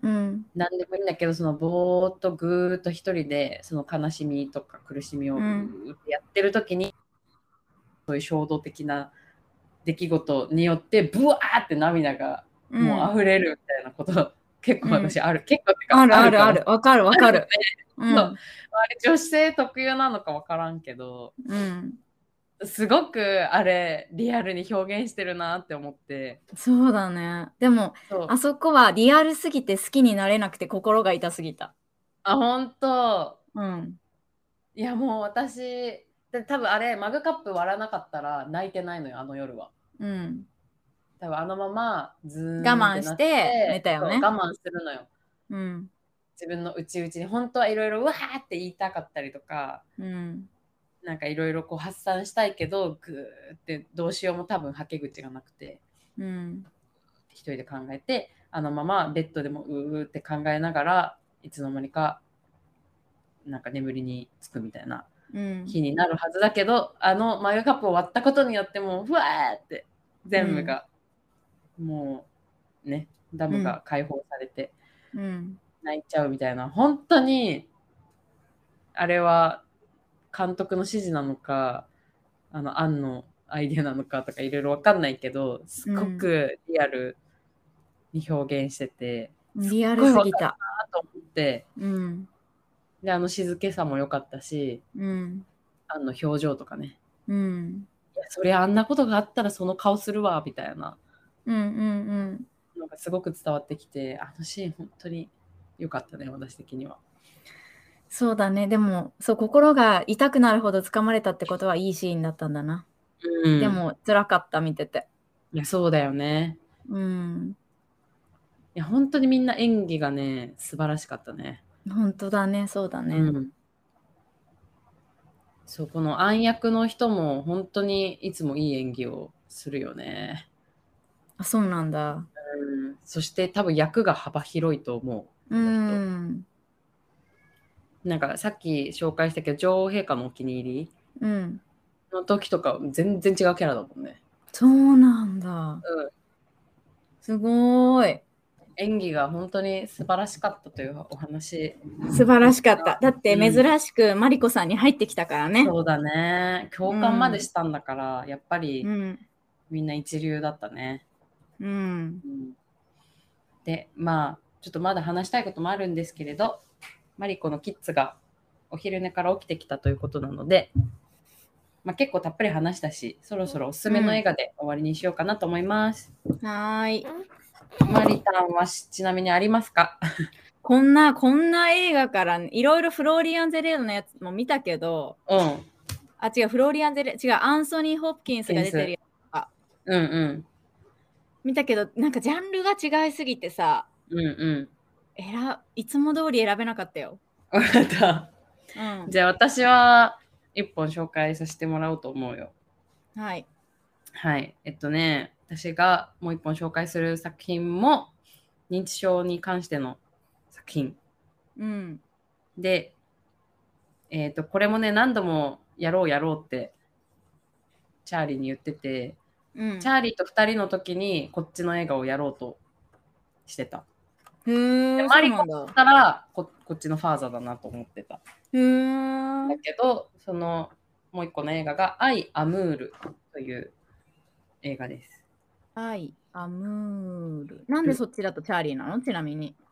[SPEAKER 2] うん、
[SPEAKER 1] 何でもいいんだけど、そのぼーっとぐーっと一人でその悲しみとか苦しみをやってる時に、そういう衝動的な出来事によってブワーって涙がもう溢れるみたいなこと、結構私ある、結構ってか
[SPEAKER 2] ある
[SPEAKER 1] あるから、
[SPEAKER 2] あるある、わかるわかる。
[SPEAKER 1] そう、あれ女性特有なのかわからんけど、すごくあれリアルに表現してるなって思って。
[SPEAKER 2] そうだね。でもあそこはリアルすぎて好きになれなくて心が痛すぎた。
[SPEAKER 1] あ、本当。
[SPEAKER 2] うん。
[SPEAKER 1] いやもう私で多分あれマグカップ割らなかったら泣いてないのよ、あの夜は。
[SPEAKER 2] うん。
[SPEAKER 1] 多分あのままズ
[SPEAKER 2] 我慢し
[SPEAKER 1] ーンってなっ
[SPEAKER 2] て寝
[SPEAKER 1] て、
[SPEAKER 2] たよね。
[SPEAKER 1] そう我慢するのよ。
[SPEAKER 2] うん。
[SPEAKER 1] 自分の内々に本当はいろいろうわーって言いたかったりとか、
[SPEAKER 2] うん。
[SPEAKER 1] なんかいろいろこう発散したいけど、ぐーってどうしようも多分はけ口がなくて、
[SPEAKER 2] うん。
[SPEAKER 1] 一人で考えて、あのままベッドでもうーって考えながら、いつの間にかなんか眠りにつくみたいな日になるはずだけど、あのマグカップを割ったことによってもうふわーって全部が、もうね、ダムが解放されて泣いちゃうみたいな、本当にあれは監督の指示なのか、アンのアイデアなのかとかいろいろわかんないけど、すっごくリアルに表現してて、
[SPEAKER 2] リアルすぎた
[SPEAKER 1] なと思って、で静けさも良かったし、アンの表情とかね、いやそりゃあんなことがあったらその顔するわみたいな、なんかすごく伝わってきて、あのシーン本当に良かったね、私的には。
[SPEAKER 2] そうだね。でもそう、心が痛くなるほど掴まれたってことはいいシーンだったんだな。でも辛かった、見てて。
[SPEAKER 1] いやそうだよね。いや本当にみんな演技がね素晴らしかったね。
[SPEAKER 2] 本当だね、そうだね。
[SPEAKER 1] そう、この暗役の人も本当にいつもいい演技をするよね。
[SPEAKER 2] あ、そうなんだ。
[SPEAKER 1] そして多分役が幅広いと思う。なんかさっき紹介したけど、女王陛下のお気に入りの時とか全然違うキャラだもんね。
[SPEAKER 2] そうなんだ。すごい。
[SPEAKER 1] 演技が本当に素晴らしかったというお話。
[SPEAKER 2] 素晴らしかった。だって珍しくマリコさんに入ってきたからね。
[SPEAKER 1] そうだね。共感までしたんだから、やっぱりみんな一流だったね。で、まあちょっとまだ話したいこともあるんですけれど、マリコのキッズがお昼寝から起きてきたということなので、結構たっぷり話したし、そろそろおすすめの映画で終わりにしようかなと思います。
[SPEAKER 2] はい。
[SPEAKER 1] マリタンはちなみにありますか？
[SPEAKER 2] こんな映画からいろいろフローリアン・ゼレードのやつも見たけど、あ、違う、フローリアン・ゼレ違う、アンソニー・ホプキンスが出てるやつか。見たけど、なんかジャンルが違いすぎてさ、いつも通り選べなかったよ。
[SPEAKER 1] わかった。じゃあ私は一本紹介させてもらおうと思うよ。
[SPEAKER 2] はい。
[SPEAKER 1] はい。私がもう一本紹介する作品も認知症に関しての作品。で、これもね、何度もやろうってチャーリーに言ってて、チャーリーと2人の時にこっちの映画をやろうとしてた。マリコだったらこっちのファーザーだなと思ってた。だけど、そのもう一個の映画がアイ・アムールという映画です。
[SPEAKER 2] アイ・アムール。なんでそっちだとチャーリーなの？ちなみに。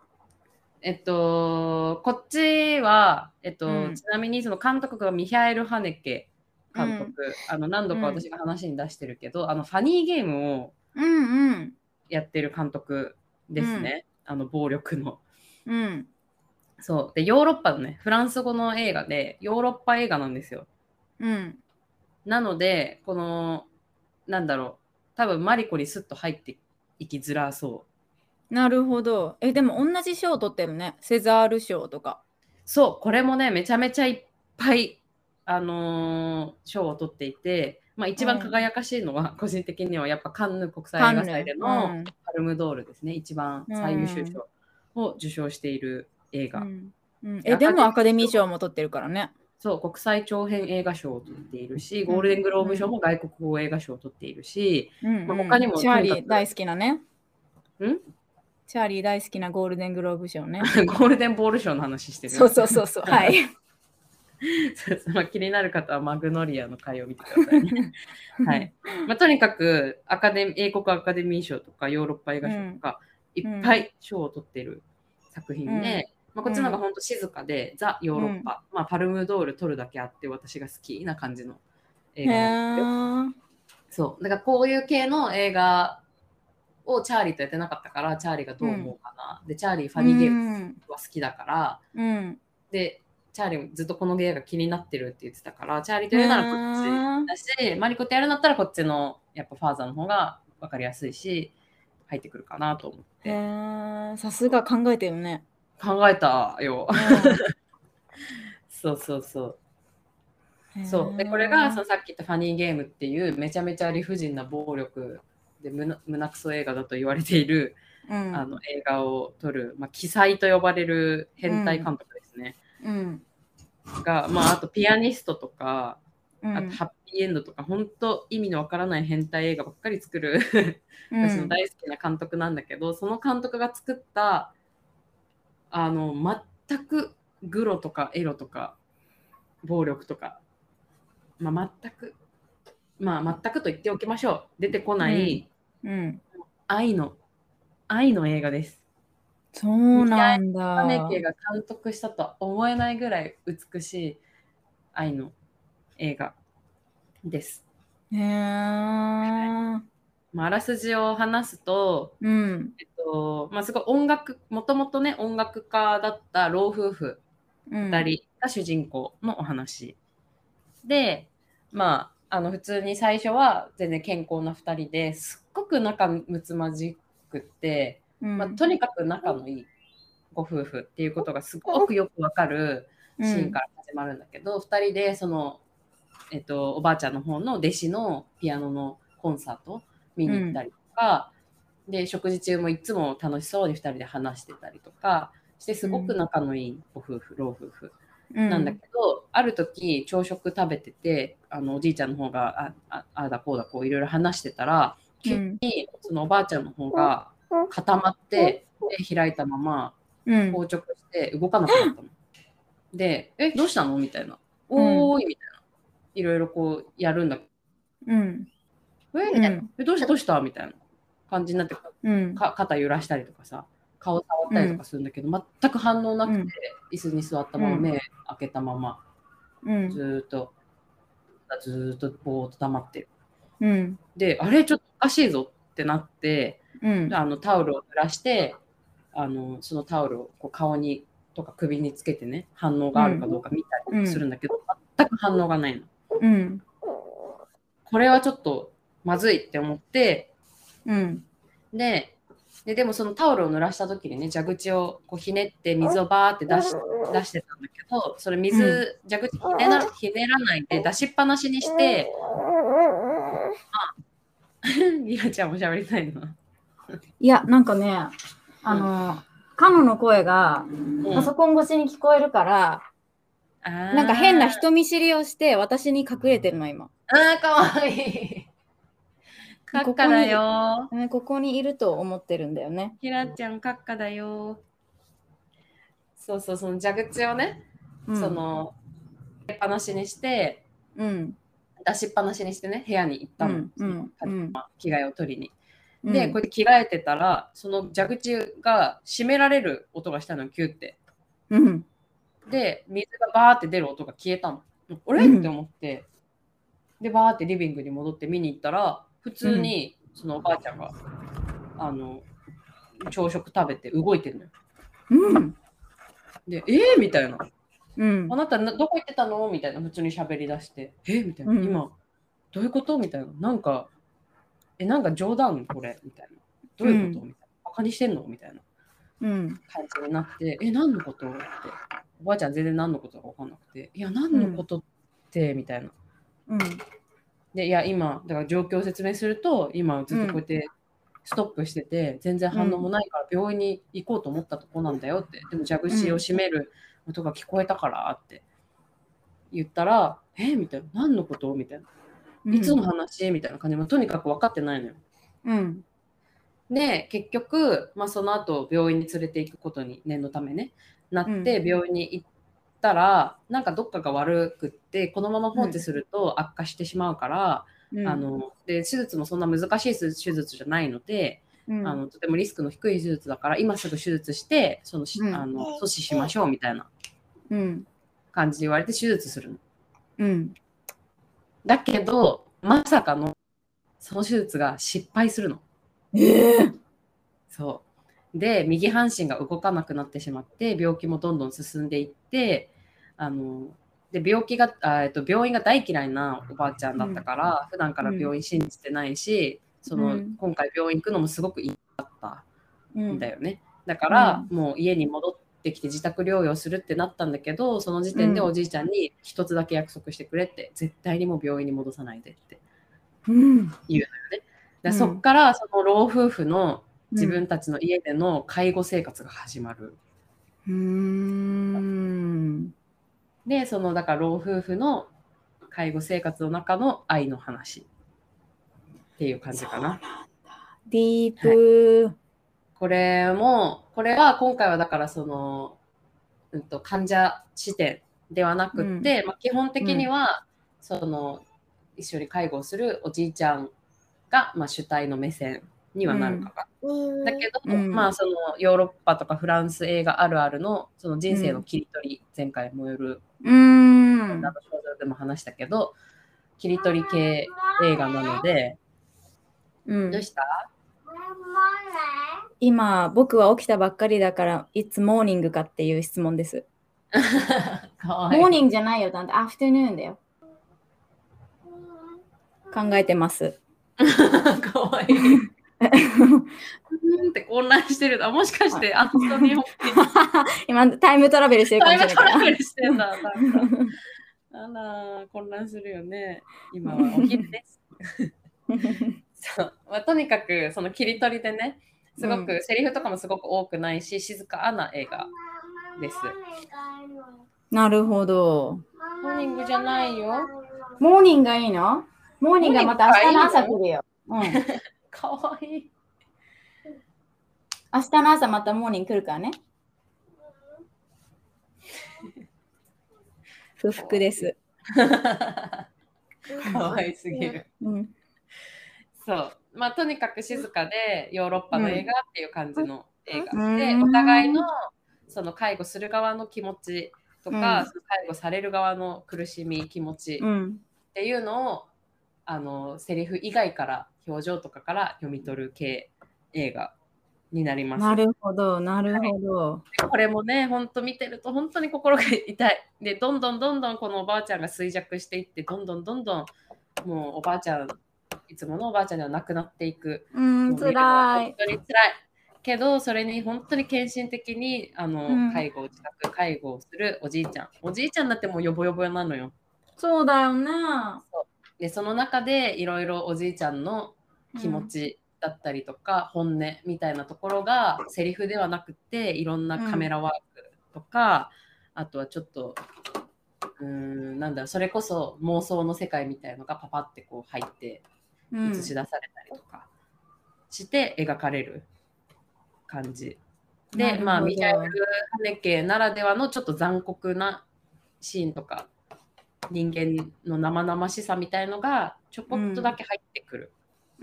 [SPEAKER 1] こっちは、ちなみにその監督がミハエル・ハネケ監督、何度か私が話に出してるけど、ファニーゲームをやってる監督ですね。暴力の。そう。で、ヨーロッパのね、フランス語の映画で、ヨーロッパ映画なんですよ。なので、この、なんだろう、多分マリコにスッと入っていきづらそう。
[SPEAKER 2] なるほど。でも同じ賞を取ってるね。セザール賞とか。
[SPEAKER 1] そう、これもね、めちゃめちゃいっぱい、賞を取っていて、一番輝かしいのは、個人的にはやっぱカンヌ国際映画祭でのパルムドールですね。一番最優秀賞を受賞している映画。
[SPEAKER 2] でもアカデミー賞も取ってるからね。
[SPEAKER 1] そう、国際長編映画賞を取っているし、ゴールデングローブ賞も外国語映画賞を取っているし、他にも
[SPEAKER 2] チャーリー大好きなね。 チャーリー大好きなゴールデングローブ賞ね。
[SPEAKER 1] ゴールデンボール賞の話してる。
[SPEAKER 2] そうそうそうそう。はい。
[SPEAKER 1] まあ、気になる方はマグノリアの回を見てくださいね。はい。まあ、とにかく英国アカデミー賞とかヨーロッパ映画賞とか、いっぱい賞を取ってる作品で、まあ、こっちの方が本当静かで、ザ・ヨーロッパ、まあ、パルムドール取るだけあって私が好きな感じの映画なんですよ。そう。だからこういう系の映画をチャーリーとやってなかったから、チャーリーがどう思うかな。で、チャーリーファニーゲームは好きだから、で、チャーリーもずっとこの映画気になってるって言ってたから、チャーリーとやるならこっちだし、マリコとやるんだったらこっちのやっぱファーザーの方が分かりやすいし、入ってくるかなと思って。
[SPEAKER 2] さすが考えてるね。
[SPEAKER 1] 考えたよ。そうそうそう。そうでこれがそのさっき言ったファニーゲームっていうめちゃめちゃ理不尽な暴力で胸クソ映画だと言われている、映画を撮る、まあ、奇才と呼ばれる変態監督ですね。が、まあ、あとピアニストとか、あとハッピーエンドとか本当意味のわからない変態映画ばっかり作る私の大好きな監督なんだけど、その監督が作った全くグロとかエロとか暴力とか、まあ、全くと言っておきましょう。出てこない、愛の映画です。
[SPEAKER 2] そうなんだ。
[SPEAKER 1] ミキャエル・ハネケが監督したとは思えないぐらい美しい愛の映画です。まあ、あらすじを話すと、まあ、すごいもともとね音楽家だった老夫婦2人が主人公のお話、で、まあ、普通に最初は全然健康な2人ですっごく仲睦まじくって、まあ、とにかく仲のいいご夫婦っていうことがすごくよくわかるシーンから始まるんだけど、2人でその、おばあちゃんの方の弟子のピアノのコンサート見に行ったりとか、で食事中もいつも楽しそうに2人で話してたりとかしてすごく仲のいいご夫婦、老夫婦なんだけど、ある時朝食食べてておじいちゃんの方があだこうだこういろいろ話してたら急にそのおばあちゃんの方が固まって手開いたまま硬直して動かなくなったの。でどうしたのみたいな、おーいみたいな、いろいろこうやるんだけど、みたいな、どうしたみたいな感じになって、肩揺らしたりとかさ顔触ったりとかするんだけど、全く反応なくて、椅子に座ったまま目開けたまま、ずっとぼーっと黙ってる。であれちょっとおかしいぞってなって、タオルを濡らしてそのタオルをこう顔にとか首につけてね反応があるかどうか見たりするんだけど、全く反応がないの。これはちょっとまずいって思って、でもそのタオルを濡らした時にね蛇口をこうひねって水をバーって出してたんだけど、それ蛇口ひねらないで出しっぱなしにしてリアちゃんも喋りたいの？
[SPEAKER 2] いやなんかねカノの声がパソコン越しに聞こえるから、なんか変な人見知りをして私に隠れてるの今。
[SPEAKER 1] かわいい。カッカだよ。
[SPEAKER 2] ここにいると思ってるんだよね。
[SPEAKER 1] ひらちゃんカッカだよ。そうその蛇口をね、その出っぱなしにして、出しっぱなしにしてね部屋に行ったの、着替えを取りに。でこうやって着替えてたらその蛇口が閉められる音がしたの、キュって。で水がバーって出る音が消えたの。あれって思って、でバーってリビングに戻って見に行ったら普通にそのおばあちゃんが朝食食べて動いてるのよ。でみたいな、あなたどこ行ってたのみたいな、普通に喋り出して、みたいな、今どういうことみたいな、なんか冗談これみたいな、どういうことみたいな、バカにしてんのみたいな感じになって、何のことって、おばあちゃん全然何のことか分かんなくて、いや何のことってみたいな。でいや今だから状況を説明すると、今ずっとこうやってストップしてて、全然反応もないから病院に行こうと思ったとこなんだよって、でも蛇口を閉める音が聞こえたからって言ったら、みたいな、何のことみたいな、いつの話みたいな感じで、とにかく分かってないのよ。 で結局、その後病院に連れて行くことに念のためねなって病院に行ったら、なんかどっかが悪くってこのまま放置すると悪化してしまうから、で手術もそんな難しい手術じゃないので、とてもリスクの低い手術だから今すぐ手術して阻止しましょうみたいな感じで言われて手術するの。だけどまさかのその手術が失敗するの。そうで右半身が動かなくなってしまって病気もどんどん進んでいってで病院が大嫌いなおばあちゃんだったから、普段から病院信じてないし、今回病院行くのもすごく嫌だったんだよね。だから、もう家に戻ってきて自宅療養するってなったんだけど、その時点でおじいちゃんに一つだけ約束してくれって、絶対にもう病院に戻さないでって言うのよね。でそっからその老夫婦の自分たちの家での介護生活が始まる。でだから老夫婦の介護生活の中の愛の話っていう感じかな。
[SPEAKER 2] ディープ、
[SPEAKER 1] はい、これは今回はだから患者視点ではなくって、基本的には一緒に介護をするおじいちゃんが、主体の目線にはなるかな。だけど、ヨーロッパとかフランス映画あるあるのその人生の切り取り、前回も夜でも話したけど切り取り系映画なので、どうした？
[SPEAKER 2] 今僕は起きたばっかりだからいつモーニングかっていう質問です。モーニングじゃないよ、だってアフタヌーンだよ。考えてます。
[SPEAKER 1] かわいい。って混乱してる。もしかしてアントニオ
[SPEAKER 2] 今タイムトラベルしてるかもしれない。
[SPEAKER 1] タイムトラベルしてんだ。あら混乱するよね。今はお昼です。そうとにかくその切り取りでね、すごくセリフとかもすごく多くないし、静かな映画です。
[SPEAKER 2] なるほど。
[SPEAKER 1] モーニングじゃないよ。
[SPEAKER 2] モーニングがいいの？モーニングがまた明日の朝来るよ。
[SPEAKER 1] かわいい。
[SPEAKER 2] 明日の朝またモーニング来るからね。不服です。
[SPEAKER 1] かわいすぎる。そう。とにかく静かでヨーロッパの映画っていう感じの映画で、お互いのその介護する側の気持ちとか、介護される側の苦しみ、気持ちっていうのをセリフ以外から表情とかから読み取る系映画になります。
[SPEAKER 2] なるほど、なるほど。
[SPEAKER 1] これもね、本当見てると本当に心が痛い。で、どんどんこのおばあちゃんが衰弱していって、どんどんもうおばあちゃん、いつものおばあちゃんではなくなっていく。
[SPEAKER 2] 辛い。
[SPEAKER 1] 本当に辛い。けど、それに本当に献身的に自宅介護をするおじいちゃん。おじいちゃんだってもうヨボヨボなのよ。
[SPEAKER 2] そうだよね。
[SPEAKER 1] でその中でいろいろおじいちゃんの気持ちだったりとか、本音みたいなところがセリフではなくていろんなカメラワークとか、あとはちょっとそれこそ妄想の世界みたいのがパパってこう入って映し出されたりとかして描かれる感じで、ミハエル・ハネケならではのちょっと残酷なシーンとか人間の生々しさみたいのがちょこっとだけ入ってくる。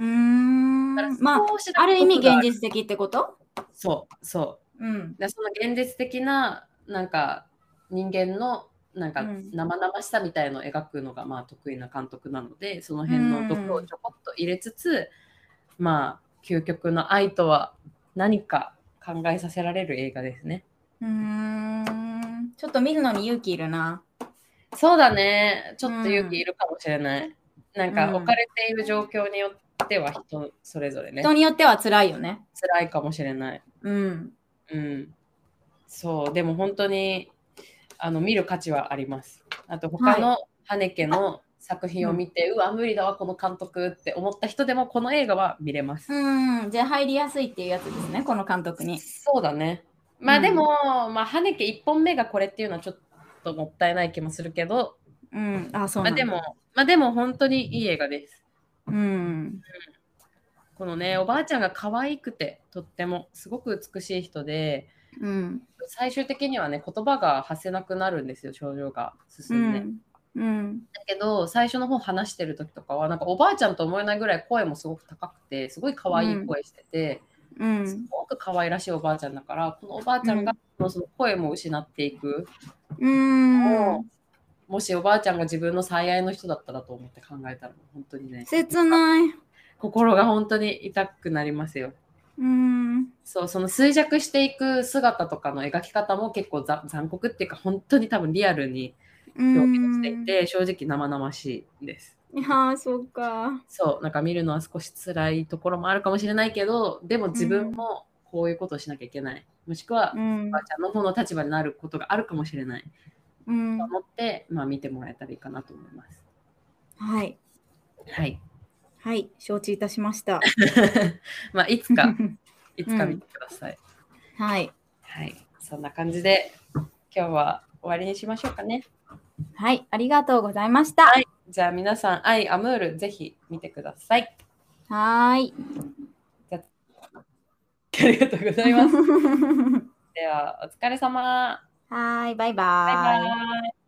[SPEAKER 2] ある意味現実的ってこと？
[SPEAKER 1] そう。その現実的ななんか人間のなんか生々しさみたいのを描くのが得意な監督なので、その辺の毒をちょこっと入れつつ、究極の愛とは何か考えさせられる映画ですね。
[SPEAKER 2] ちょっと見るのに勇気いるな。
[SPEAKER 1] そうだね。ちょっと勇気いるかもしれない。なんか置かれている状況によっては人それぞれね。
[SPEAKER 2] 人によっては辛いよね。
[SPEAKER 1] 辛いかもしれない。そう。でも本当に見る価値はあります。あと他のハネケの作品を見て、うわ無理だわこの監督って思った人でもこの映画は見れます。
[SPEAKER 2] じゃあ入りやすいっていうやつですね、この監督に。
[SPEAKER 1] そうだね。でも、ハネケ1本目がこれっていうのはちょっともったいない気もするけど、
[SPEAKER 2] そうなんだ。
[SPEAKER 1] でも本当にいい映画です。 このね、おばあちゃんが可愛くて、とってもすごく美しい人で、
[SPEAKER 2] うん、
[SPEAKER 1] 最終的にはね、言葉が発せなくなるんですよ、症状が進んで。
[SPEAKER 2] うん、
[SPEAKER 1] だけど、最初の方話してる時とかは、なんかおばあちゃんと思えないぐらい声もすごく高くて、すごい可愛い声してて、すごく可愛らしいおばあちゃんだから、このおばあちゃんがその声も失っていく。もしおばあちゃんが自分の最愛の人だったらと思って考えたら、本当にね、
[SPEAKER 2] 切ない。
[SPEAKER 1] 心が本当に痛くなりますよ。そう、その衰弱していく姿とかの描き方も結構残酷っていうか、本当に多分リアルに表現していて、正直生々しいです。
[SPEAKER 2] いや、そうか。
[SPEAKER 1] そう、なんか見るのは少し辛いところもあるかもしれないけど、でも自分もこういうことをしなきゃいけない。もしくは、おばあちゃんの方の立場になることがあるかもしれない。と思って、まあ、見てもらえたらいいかなと思います。
[SPEAKER 2] はい。
[SPEAKER 1] はい。
[SPEAKER 2] はい、承知いたしました。
[SPEAKER 1] まあ、いつか見てください。
[SPEAKER 2] はい。
[SPEAKER 1] はい。そんな感じで、今日は終わりにしましょうかね。
[SPEAKER 2] はい、ありがとうございました。はい、
[SPEAKER 1] じゃあ皆さん、アイ・アムール、ぜひ見てください。
[SPEAKER 2] はい。
[SPEAKER 1] ありがとうございます。では、お疲れ様。
[SPEAKER 2] はい、バイバイ。
[SPEAKER 1] バイバイ。